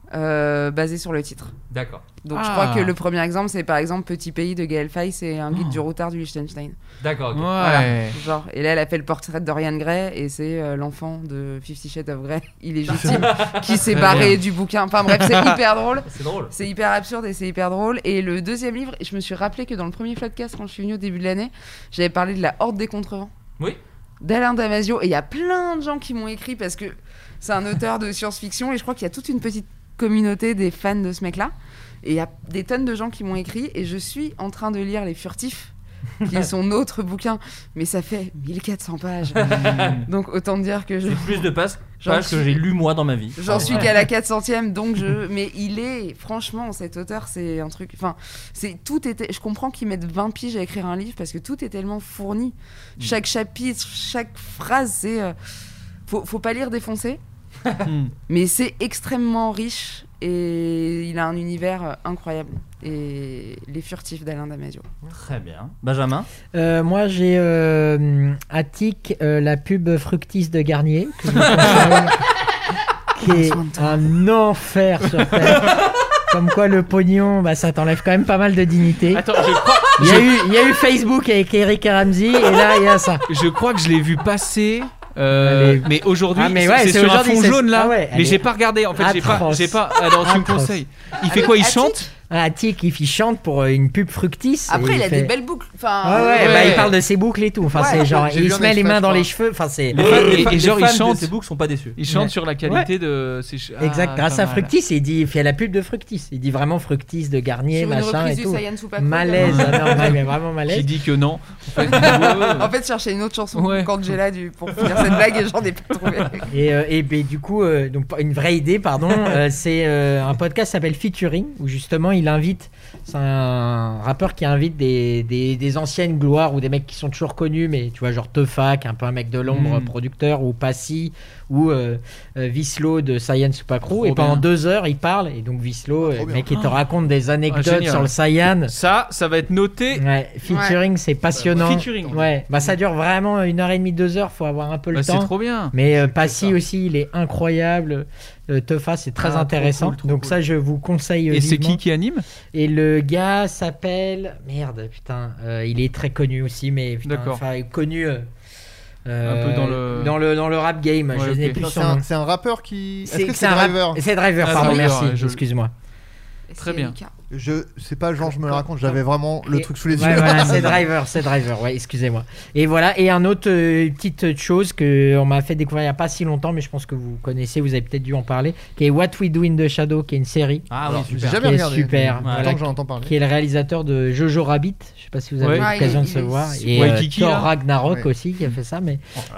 basé sur le titre. D'accord. Donc je crois que le premier exemple, c'est par exemple Petit Pays de Gaël Faye, c'est un guide du routard du Liechtenstein. D'accord, ok. Voilà, genre. Et là, elle a fait le portrait de Dorian Gray, et c'est l'enfant de 50 Shades of Grey, illégitime, qui s'est barré du bouquin. Enfin bref, c'est hyper drôle. C'est drôle. C'est hyper absurde et c'est hyper drôle. Et le deuxième livre, je me suis rappelé que dans le premier Floodcast, quand je suis venue au début de l'année, j'avais parlé de La Horde des Contrevents. Oui. D'Alain Damasio. Et il y a plein de gens qui m'ont écrit parce que c'est un auteur de science-fiction, et je crois qu'il y a toute une petite communauté des fans de ce mec-là. Et il y a des tonnes de gens qui m'ont écrit, et je suis en train de lire Les Furtifs, qui est son autre bouquin, mais ça fait 1400 pages. Donc autant dire que c'est plus de pages que j'ai lu moi dans ma vie. J'en suis qu'à la 400e, donc mais il est, franchement, cet auteur, c'est un truc. Enfin, je comprends qu'ils mettent 20 piges à écrire un livre parce que tout est tellement fourni. Chaque chapitre, chaque phrase, c'est. Faut pas lire défoncé, mais c'est extrêmement riche. Et il a un univers incroyable. Et Les Furtifs d'Alain Damasio. Très bien. Benjamin moi j'ai Attic, la pub Fructis de Garnier, que je conseille, qui est un enfer sur terre. Comme quoi le pognon, ça t'enlève quand même pas mal de dignité. Attends, je crois... Il y a eu Facebook avec Eric et Ramsey, et là il y a ça. Je crois que je l'ai vu passer... mais aujourd'hui, c'est sur un fond jaune là. Mais j'ai pas regardé. En fait, j'ai pas. Alors tu me conseilles. Il fait quoi? Il chante? Attic, il chante pour une pub Fructis. Après, il a des belles boucles. Il parle de ses boucles et tout. Enfin, c'est genre, il se met les mains dans les cheveux. Enfin, c'est. Et genre, il chante. Ses boucles sont pas déçus. Il chante sur la qualité de. Exact. Grâce à Fructis, il fait la pub de Fructis. Il dit vraiment Fructis de Garnier, machin et tout. Malaise, mais vraiment malaise. J'ai dit que non. En fait, chercher une autre chanson quand j'ai là pour finir cette blague et j'en ai pas trouvé. Et du coup, donc une vraie idée, pardon. C'est un podcast qui s'appelle Featuring, où justement il invite, c'est un rappeur qui invite des anciennes gloires ou des mecs qui sont toujours connus, mais tu vois, genre Teufak, un peu un mec de l'ombre, producteur, ou Passy, ou Vislo de Saiyan Supakru. Et pendant 2 heures, il parle, et donc Vislo, le mec, il te raconte des anecdotes sur le Saiyan. Ça va être noté. Ouais, Featuring, c'est passionnant. Featuring. Ouais, ça dure vraiment 1h30, 2 heures, faut avoir un peu le temps. C'est trop bien. Mais Passy aussi, il est incroyable. Teufa, c'est très intéressant. Trop cool. Ça, je vous conseille. Et vivement. c'est qui anime? Et le gars s'appelle. Merde, putain. Il est très connu aussi, mais putain, connu. Un peu dans le rap game. Ouais, je n'ai plus son nom. C'est un rappeur qui. Est-ce que c'est Driver? C'est Driver, pardon, merci. Excuse-moi. Très bien. C'est pas genre je me le raconte, j'avais vraiment le truc sous les yeux. Ouais, voilà, c'est Driver, ouais, excusez-moi. Et voilà, et un autre petite chose que on m'a fait découvrir il y a pas si longtemps, mais je pense que vous connaissez, vous avez peut-être dû en parler, qui est What We Do in the Shadow, qui est une série. Ah oui, super. J'ai jamais regardé. Super. Voilà, que j'en entends parler. Qui est le réalisateur de Jojo Rabbit. Je sais pas si vous avez eu l'occasion de se voir. Et Thor Ragnarok aussi qui a fait ça, mais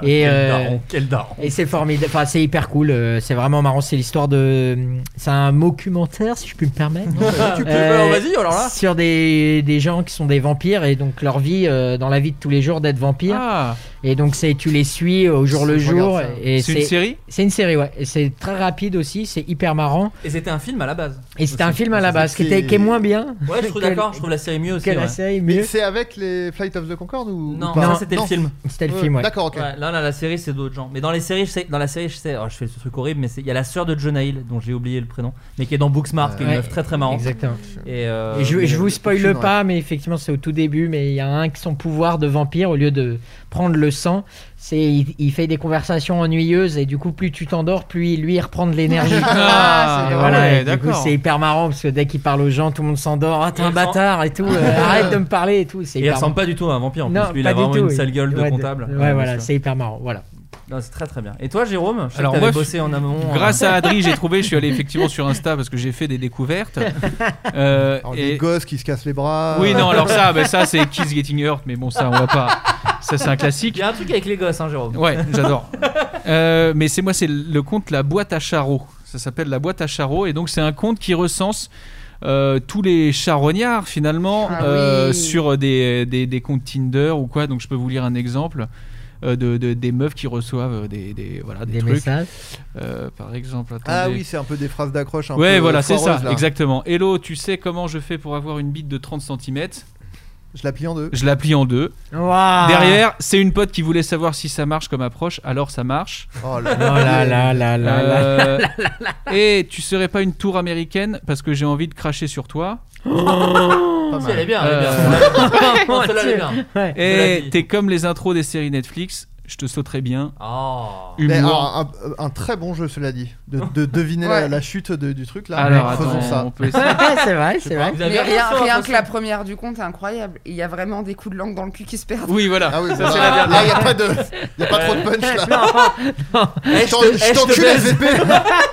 quel daron. Et c'est formidable. Enfin, c'est hyper cool. C'est vraiment marrant. C'est l'histoire de. C'est un documentaire, si je puis me permettre. Tu peux. Vas-y, alors là. Sur des gens qui sont des vampires et donc leur vie dans la vie de tous les jours d'être vampire. Et donc tu les suis au jour le jour. Et c'est une série? C'est une série, ouais. Et c'est très rapide aussi. C'est hyper marrant. Et c'était un film à la base. Et c'était un film à la base qui est moins bien. Ouais, je trouve d'accord. Je trouve la série mieux aussi. La série mieux. Mais c'est avec les Flight of the Concorde ou non, ça c'était le film. C'était le film, ouais. D'accord, ok. Ouais, là, la série c'est d'autres gens. Mais dans la série, je sais, je fais ce truc horrible, mais il y a la sœur de Jonah Hill dont j'ai oublié le prénom, mais qui est dans Booksmart, qui est une meuf très très marrante. Exactement. Et je vous spoile pas, mais effectivement c'est au tout début, mais il y a un qui son pouvoir de vampire, au lieu de prendre le sang, il fait des conversations ennuyeuses et du coup plus tu t'endors, plus lui il reprend de l'énergie. Voilà, du coup c'est hyper marrant parce que dès qu'il parle aux gens, tout le monde s'endort. Ah t'es un bâtard et tout. Arrête de me parler et tout. Et il ressemble pas du tout à un vampire. En plus, lui il a vraiment une sale gueule de comptable. Ouais, voilà, c'est hyper marrant. Voilà. Non, c'est très très bien. Et toi, Jérôme? Alors moi, bossé en amont. Grâce à Adri, j'ai trouvé. Je suis allé effectivement sur Insta parce que j'ai fait des découvertes. Des gosses qui se cassent les bras. Oui, non. Alors ça c'est Kids Getting Hurt, mais bon, ça on va pas. Ça c'est un classique. Il y a un truc avec les gosses, hein, Jérôme. Ouais, j'adore. Mais c'est le conte La Boîte à Charreaux. Ça s'appelle La Boîte à Charreaux et donc c'est un conte qui recense tous les charognards finalement sur des comptes Tinder ou quoi. Donc je peux vous lire un exemple. Des meufs qui reçoivent des trucs. Messages. Par exemple, attendez. Ah oui, c'est un peu des phrases d'accroche un peu ouais, voilà, c'est ça, là. exactement. Hello, tu sais comment je fais pour avoir une bite de 30 cm? Je la plie en deux. Je la plie en deux. Waouh. Derrière, c'est une pote qui voulait savoir si ça marche comme approche. Alors ça marche. Oh là là. Et tu serais pas une tour américaine parce que j'ai envie de cracher sur toi. Si, elle est bien, elle est bien. Non, celle-là, elle est bien. Ouais. Et t'es comme les intros des séries Netflix. Je te sauterais bien. Oh. Humour. Un très bon jeu, cela dit. De deviner la chute du truc là. Alors, faisons attends, ça. on peut essayer. C'est vrai. Mais rien que la première du compte est incroyable. Il y a vraiment des coups de langue dans le cul qui se perdent. Oui, voilà. Ah oui, Ça, c'est la dernière. là, il y a pas trop de punch là. Non. Je t'encule les épées.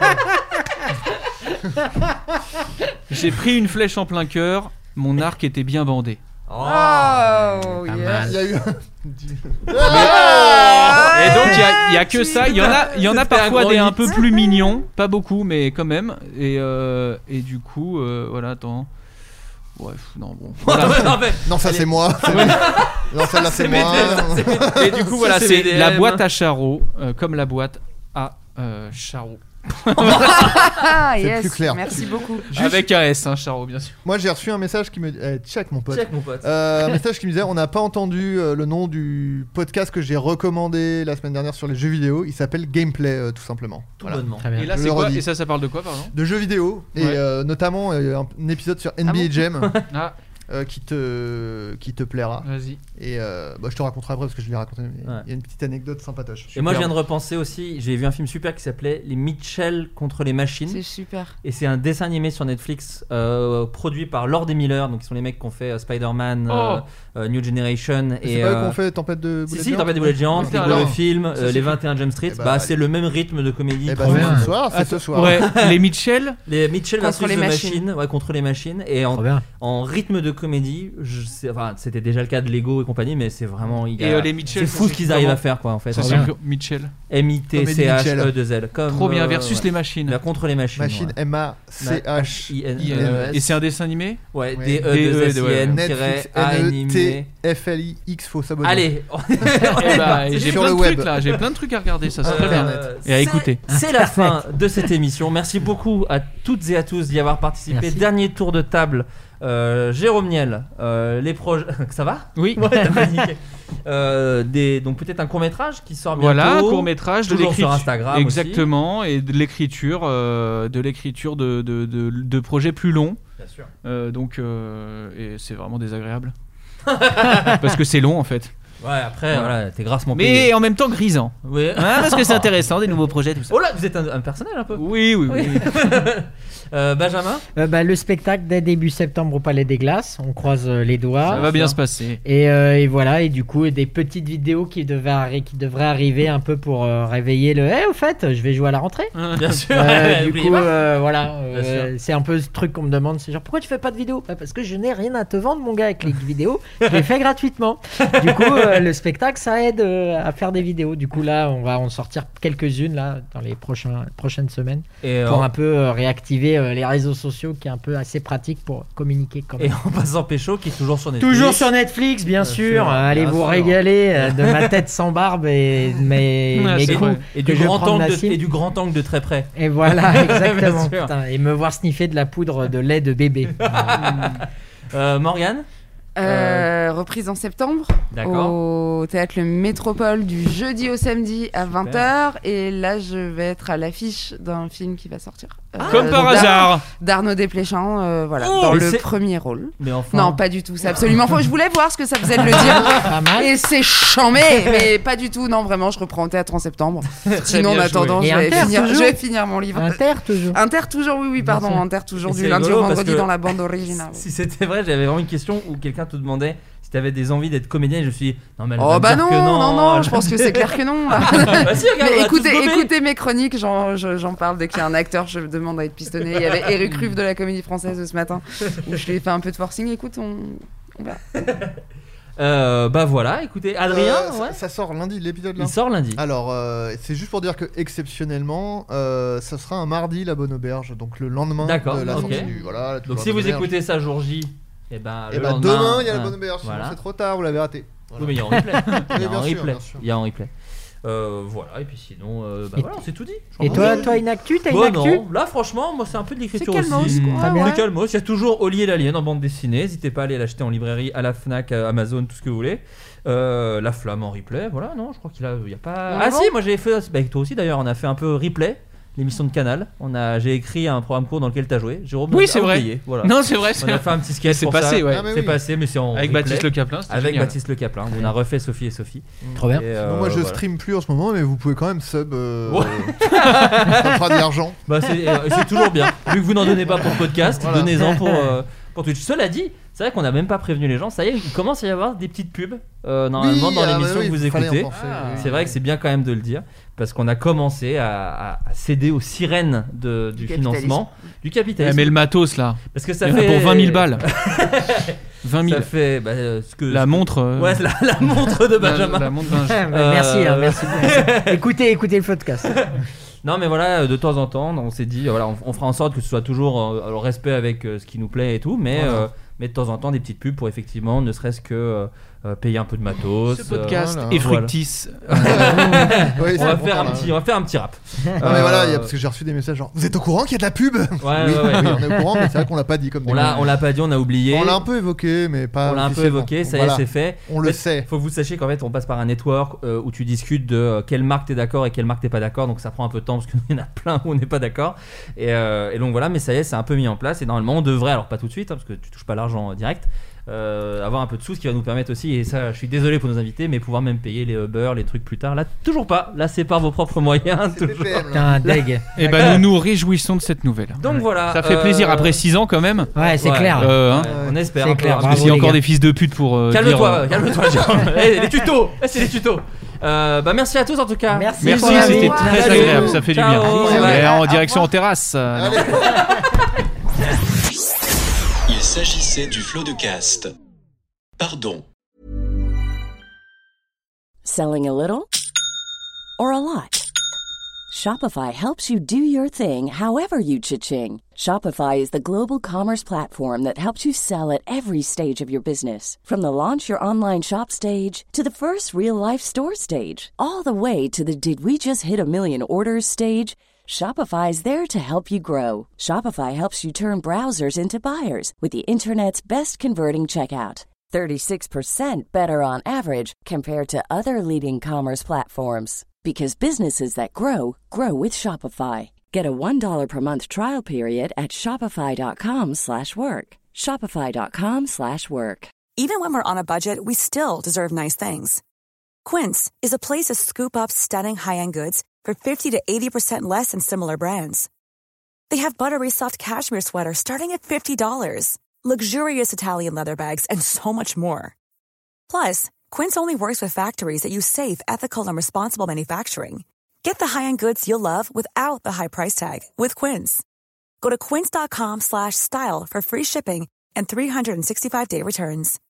J'ai pris une flèche en plein cœur. Mon arc était bien bandé. Oh, Il y a eu Et donc il y a que ça. Il y en a parfois des un peu plus mignons, pas beaucoup, mais quand même. Et du coup, voilà, attends. Bref, non, bon. Voilà. Non, ça c'est moi. Non, celle-là c'est moi. Et du coup, voilà, c'est la boîte à charreaux, comme la boîte à charreaux. C'est yes, plus clair. Merci beaucoup. Avec un S, charreau, bien sûr. Moi j'ai reçu un message qui me check mon pote. Check, mon pote. Un message qui me disait on n'a pas entendu le nom du podcast que j'ai recommandé la semaine dernière sur les jeux vidéo. Il s'appelle Gameplay tout simplement. Voilà. Très bien. Et là, c'est quoi ? Et ça parle de quoi, pardon ? De jeux vidéo et notamment un épisode sur NBA Jam. Qui te plaira. Vas-y. Et je te raconterai après parce que je l'ai raconté. Il y a une petite anecdote sympatoche. Et moi je viens de repenser aussi, j'ai vu un film super qui s'appelait Les Mitchell contre les machines. C'est super. Et c'est un dessin animé sur Netflix produit par Lord et Miller, donc qui sont les mecs qui ont fait Spider-Man, New Generation. C'est pas eux qui ont fait Tempête de Boulet de Géant. Tempête de Boulet de Géant, le film, les 21 Jump Street. C'est le même rythme de comédie. C'est ce soir. Ouais. Les Mitchell versus les machines. Ouais, contre les machines. Et en rythme de comédie, c'était déjà le cas de Lego et compagnie, mais c'est vraiment les Mitchell, c'est fou ce qu'ils arrivent à faire quoi en fait. Mitchell. MITCHE2L comme trop bien versus les machines. Contre les machines. Machine MACHIN. Et c'est un dessin animé. Ouais. DE2SIN FLIX, faut s'abonner. Allez. J'ai plein de trucs là. J'ai plein de trucs à regarder. Ça serait bien et à écouter. C'est la fin de cette émission. Merci beaucoup à toutes et à tous d'y avoir participé. Merci. Dernier tour de table. Jérôme Niel, les projets. Ça va ? Oui. Ouais, t'as pas niqué. Donc peut-être un court-métrage qui sort bientôt. Voilà, un court-métrage de l'écriture sur Instagram. Exactement, aussi. Et de l'écriture de projets plus longs. Bien sûr. Et c'est vraiment désagréable. Parce que c'est long en fait. Ouais, après, voilà, t'es grassement payé. Mais en même temps grisant. Oui. Parce que c'est intéressant, des nouveaux projets, tout ça. Oh là, vous êtes un personnage un peu. Oui. Benjamin le spectacle dès début septembre au Palais des Glaces. On croise les doigts. Ça va bien se passer. Et voilà, et du coup, des petites vidéos qui devraient arriver un peu pour réveiller le. Au fait, je vais jouer à la rentrée. Bien sûr. Du coup, voilà. C'est un peu ce truc qu'on me demande. C'est genre, pourquoi tu fais pas de vidéo ? Parce que je n'ai rien à te vendre, mon gars, avec les vidéos. Je les fais gratuitement. Du coup, le spectacle, ça aide à faire des vidéos. Du coup, là, on va en sortir quelques-unes là dans les prochaines semaines pour un peu réactiver les réseaux sociaux, qui est un peu assez pratique pour communiquer quand même. Et en passant pécho, qui est toujours sur Netflix. Toujours sur Netflix, bien sûr. Allez vous régaler de ma tête sans barbe et mes coups. Et du grand angle de très près. Et voilà, exactement. Putain, et me voir sniffer de la poudre de lait de bébé. Morgane reprise en septembre. D'accord. Au théâtre Le Métropole du jeudi au samedi à 20h. Et là, je vais être à l'affiche d'un film qui va sortir. Comme par hasard. D'Arnaud Desplechin, dans le premier rôle. Mais enfin... Non, pas du tout. C'est absolument faux. Je voulais voir ce que ça faisait de le dire. Et c'est chambé. Mais pas du tout. Non, vraiment, je reprends au théâtre en septembre. Sinon, en attendant, je vais finir mon livre. Inter toujours, oui, pardon. Inter toujours, du lundi au vendredi dans la bande originale. Si c'était vrai, j'avais vraiment une question où quelqu'un te demandait si t'avais des envies d'être comédien, et je me suis dit non mais non, je pense que c'est clair que non. Si, regarde, mais écoutez mes chroniques, j'en parle dès qu'il y a un acteur, je demande à être pistonné. Il y avait Eric Ruff de la Comédie Française ce matin où je lui ai fait un peu de forcing. Écoute, on va. Voilà, écoutez, Adrien, ça sort lundi, l'épisode là. Il sort lundi. Alors, c'est juste pour dire que exceptionnellement, ça sera un mardi la Bonne Auberge, donc le lendemain de la sortie du. Voilà. Donc si vous écoutez ça jour J. Et ben demain il y a la Bonne Auberge, sinon c'est trop tard, vous l'avez raté. Voilà. Oui, mais il y a en replay. Il y a en replay. Voilà, et puis sinon, voilà, c'est tout dit. Et toi, une actu, t'as une actu non, là franchement, moi c'est un peu de l'écriture C'est aussi. calmos, C'est calmos. Il y a toujours Oli et l'Alien en bande dessinée. N'hésitez pas à aller l'acheter en librairie, à la Fnac, à Amazon, tout ce que vous voulez. La Flamme en replay, voilà, non, je crois qu'il y a pas. Ah si, moi j'ai fait, avec toi aussi d'ailleurs, on a fait un peu replay. L'émission de Canal, j'ai écrit un programme court dans lequel t'as joué. Jérôme, oui, c'est vrai. Oublié, voilà. Non, c'est vrai. On a fait un petit sketch. C'est pour passé, ça. ouais. C'est passé, mais c'est en avec replay. Baptiste Le Caplin. Avec génial. Baptiste Le Caplin. On a refait Sophie et Sophie. Trop bien. Moi, je stream plus en ce moment, mais vous pouvez quand même sub. Ça me fera de l'argent. Bah, c'est toujours bien. Vu que vous n'en donnez pas pour podcast, donnez-en pour Twitch. Cela dit, c'est vrai qu'on n'a même pas prévenu les gens. Ça y est, il commence à y avoir des petites pubs normalement dans l'émission que vous écoutez. C'est vrai que c'est bien quand même de le dire. Parce qu'on a commencé à céder aux sirènes du financement, du capitalisme. Mais le matos là. Parce que ça il y en fait a pour 20 000 balles. 20 000. Ça fait la montre. Ouais, la montre de Benjamin. La montre Benjamin. Merci. Écoutez le podcast. Non, mais voilà, de temps en temps, on s'est dit, voilà, on fera en sorte que ce soit toujours le respect avec ce qui nous plaît et tout, mais de temps en temps des petites pubs pour effectivement, ne serait-ce que payer un peu de matos. Ce podcast est fructice. Oui, on va faire un petit rap. Non, mais voilà, parce que j'ai reçu des messages genre, vous êtes au courant qu'il y a de la pub? Ouais, oui, on est au courant, mais c'est vrai qu'on l'a pas dit comme on l'a pas dit, on a oublié. On l'a un peu évoqué, mais pas. On l'a un peu évoqué, ça y est, c'est fait. On le sait. Faut que vous sachiez qu'en fait, on passe par un network où tu discutes de quelle marque t'es d'accord et quelle marque t'es pas d'accord, donc ça prend un peu de temps parce qu'il y en a plein où on n'est pas d'accord. Et donc voilà, mais ça y est, c'est un peu mis en place et normalement on devrait, alors pas tout de suite, parce que tu touches pas l'argent direct. Avoir un peu de sous, ce qui va nous permettre aussi, et ça je suis désolé pour nos invités, mais pouvoir même payer les Uber, les trucs plus tard. Là toujours pas, là c'est par vos propres moyens. Putain, deg. Et bah nous nous réjouissons de cette nouvelle. Donc voilà, ça fait plaisir après 6 ans quand même. Ouais, c'est clair. On espère. C'est clair. Parce que s'il y a encore des fils de pute pour calme-toi, Jérôme. Les tutos, c'est les tutos. Merci à tous en tout cas. Merci, c'était très agréable, ça fait du bien. Ouais. En direction en terrasse. Il s'agissait du flot de cast. Pardon. Selling a little or a lot? Shopify helps you do your thing however you cha-ching. Shopify is the global commerce platform that helps you sell at every stage of your business. From the launch your online shop stage to the first real-life store stage, all the way to the did we just hit a million orders stage. Shopify is there to help you grow. Shopify helps you turn browsers into buyers with the internet's best converting checkout. 36% better on average compared to other leading commerce platforms. Because businesses that grow, grow with Shopify. Get a $1 per month trial period at shopify.com/work. Shopify.com/work. Even when we're on a budget, we still deserve nice things. Quince is a place to scoop up stunning high-end goods for 50 to 80% less than similar brands. They have buttery soft cashmere sweaters starting at $50, luxurious Italian leather bags, and so much more. Plus, Quince only works with factories that use safe, ethical, and responsible manufacturing. Get the high-end goods you'll love without the high price tag with Quince. Go to quince.com/style for free shipping and 365-day returns.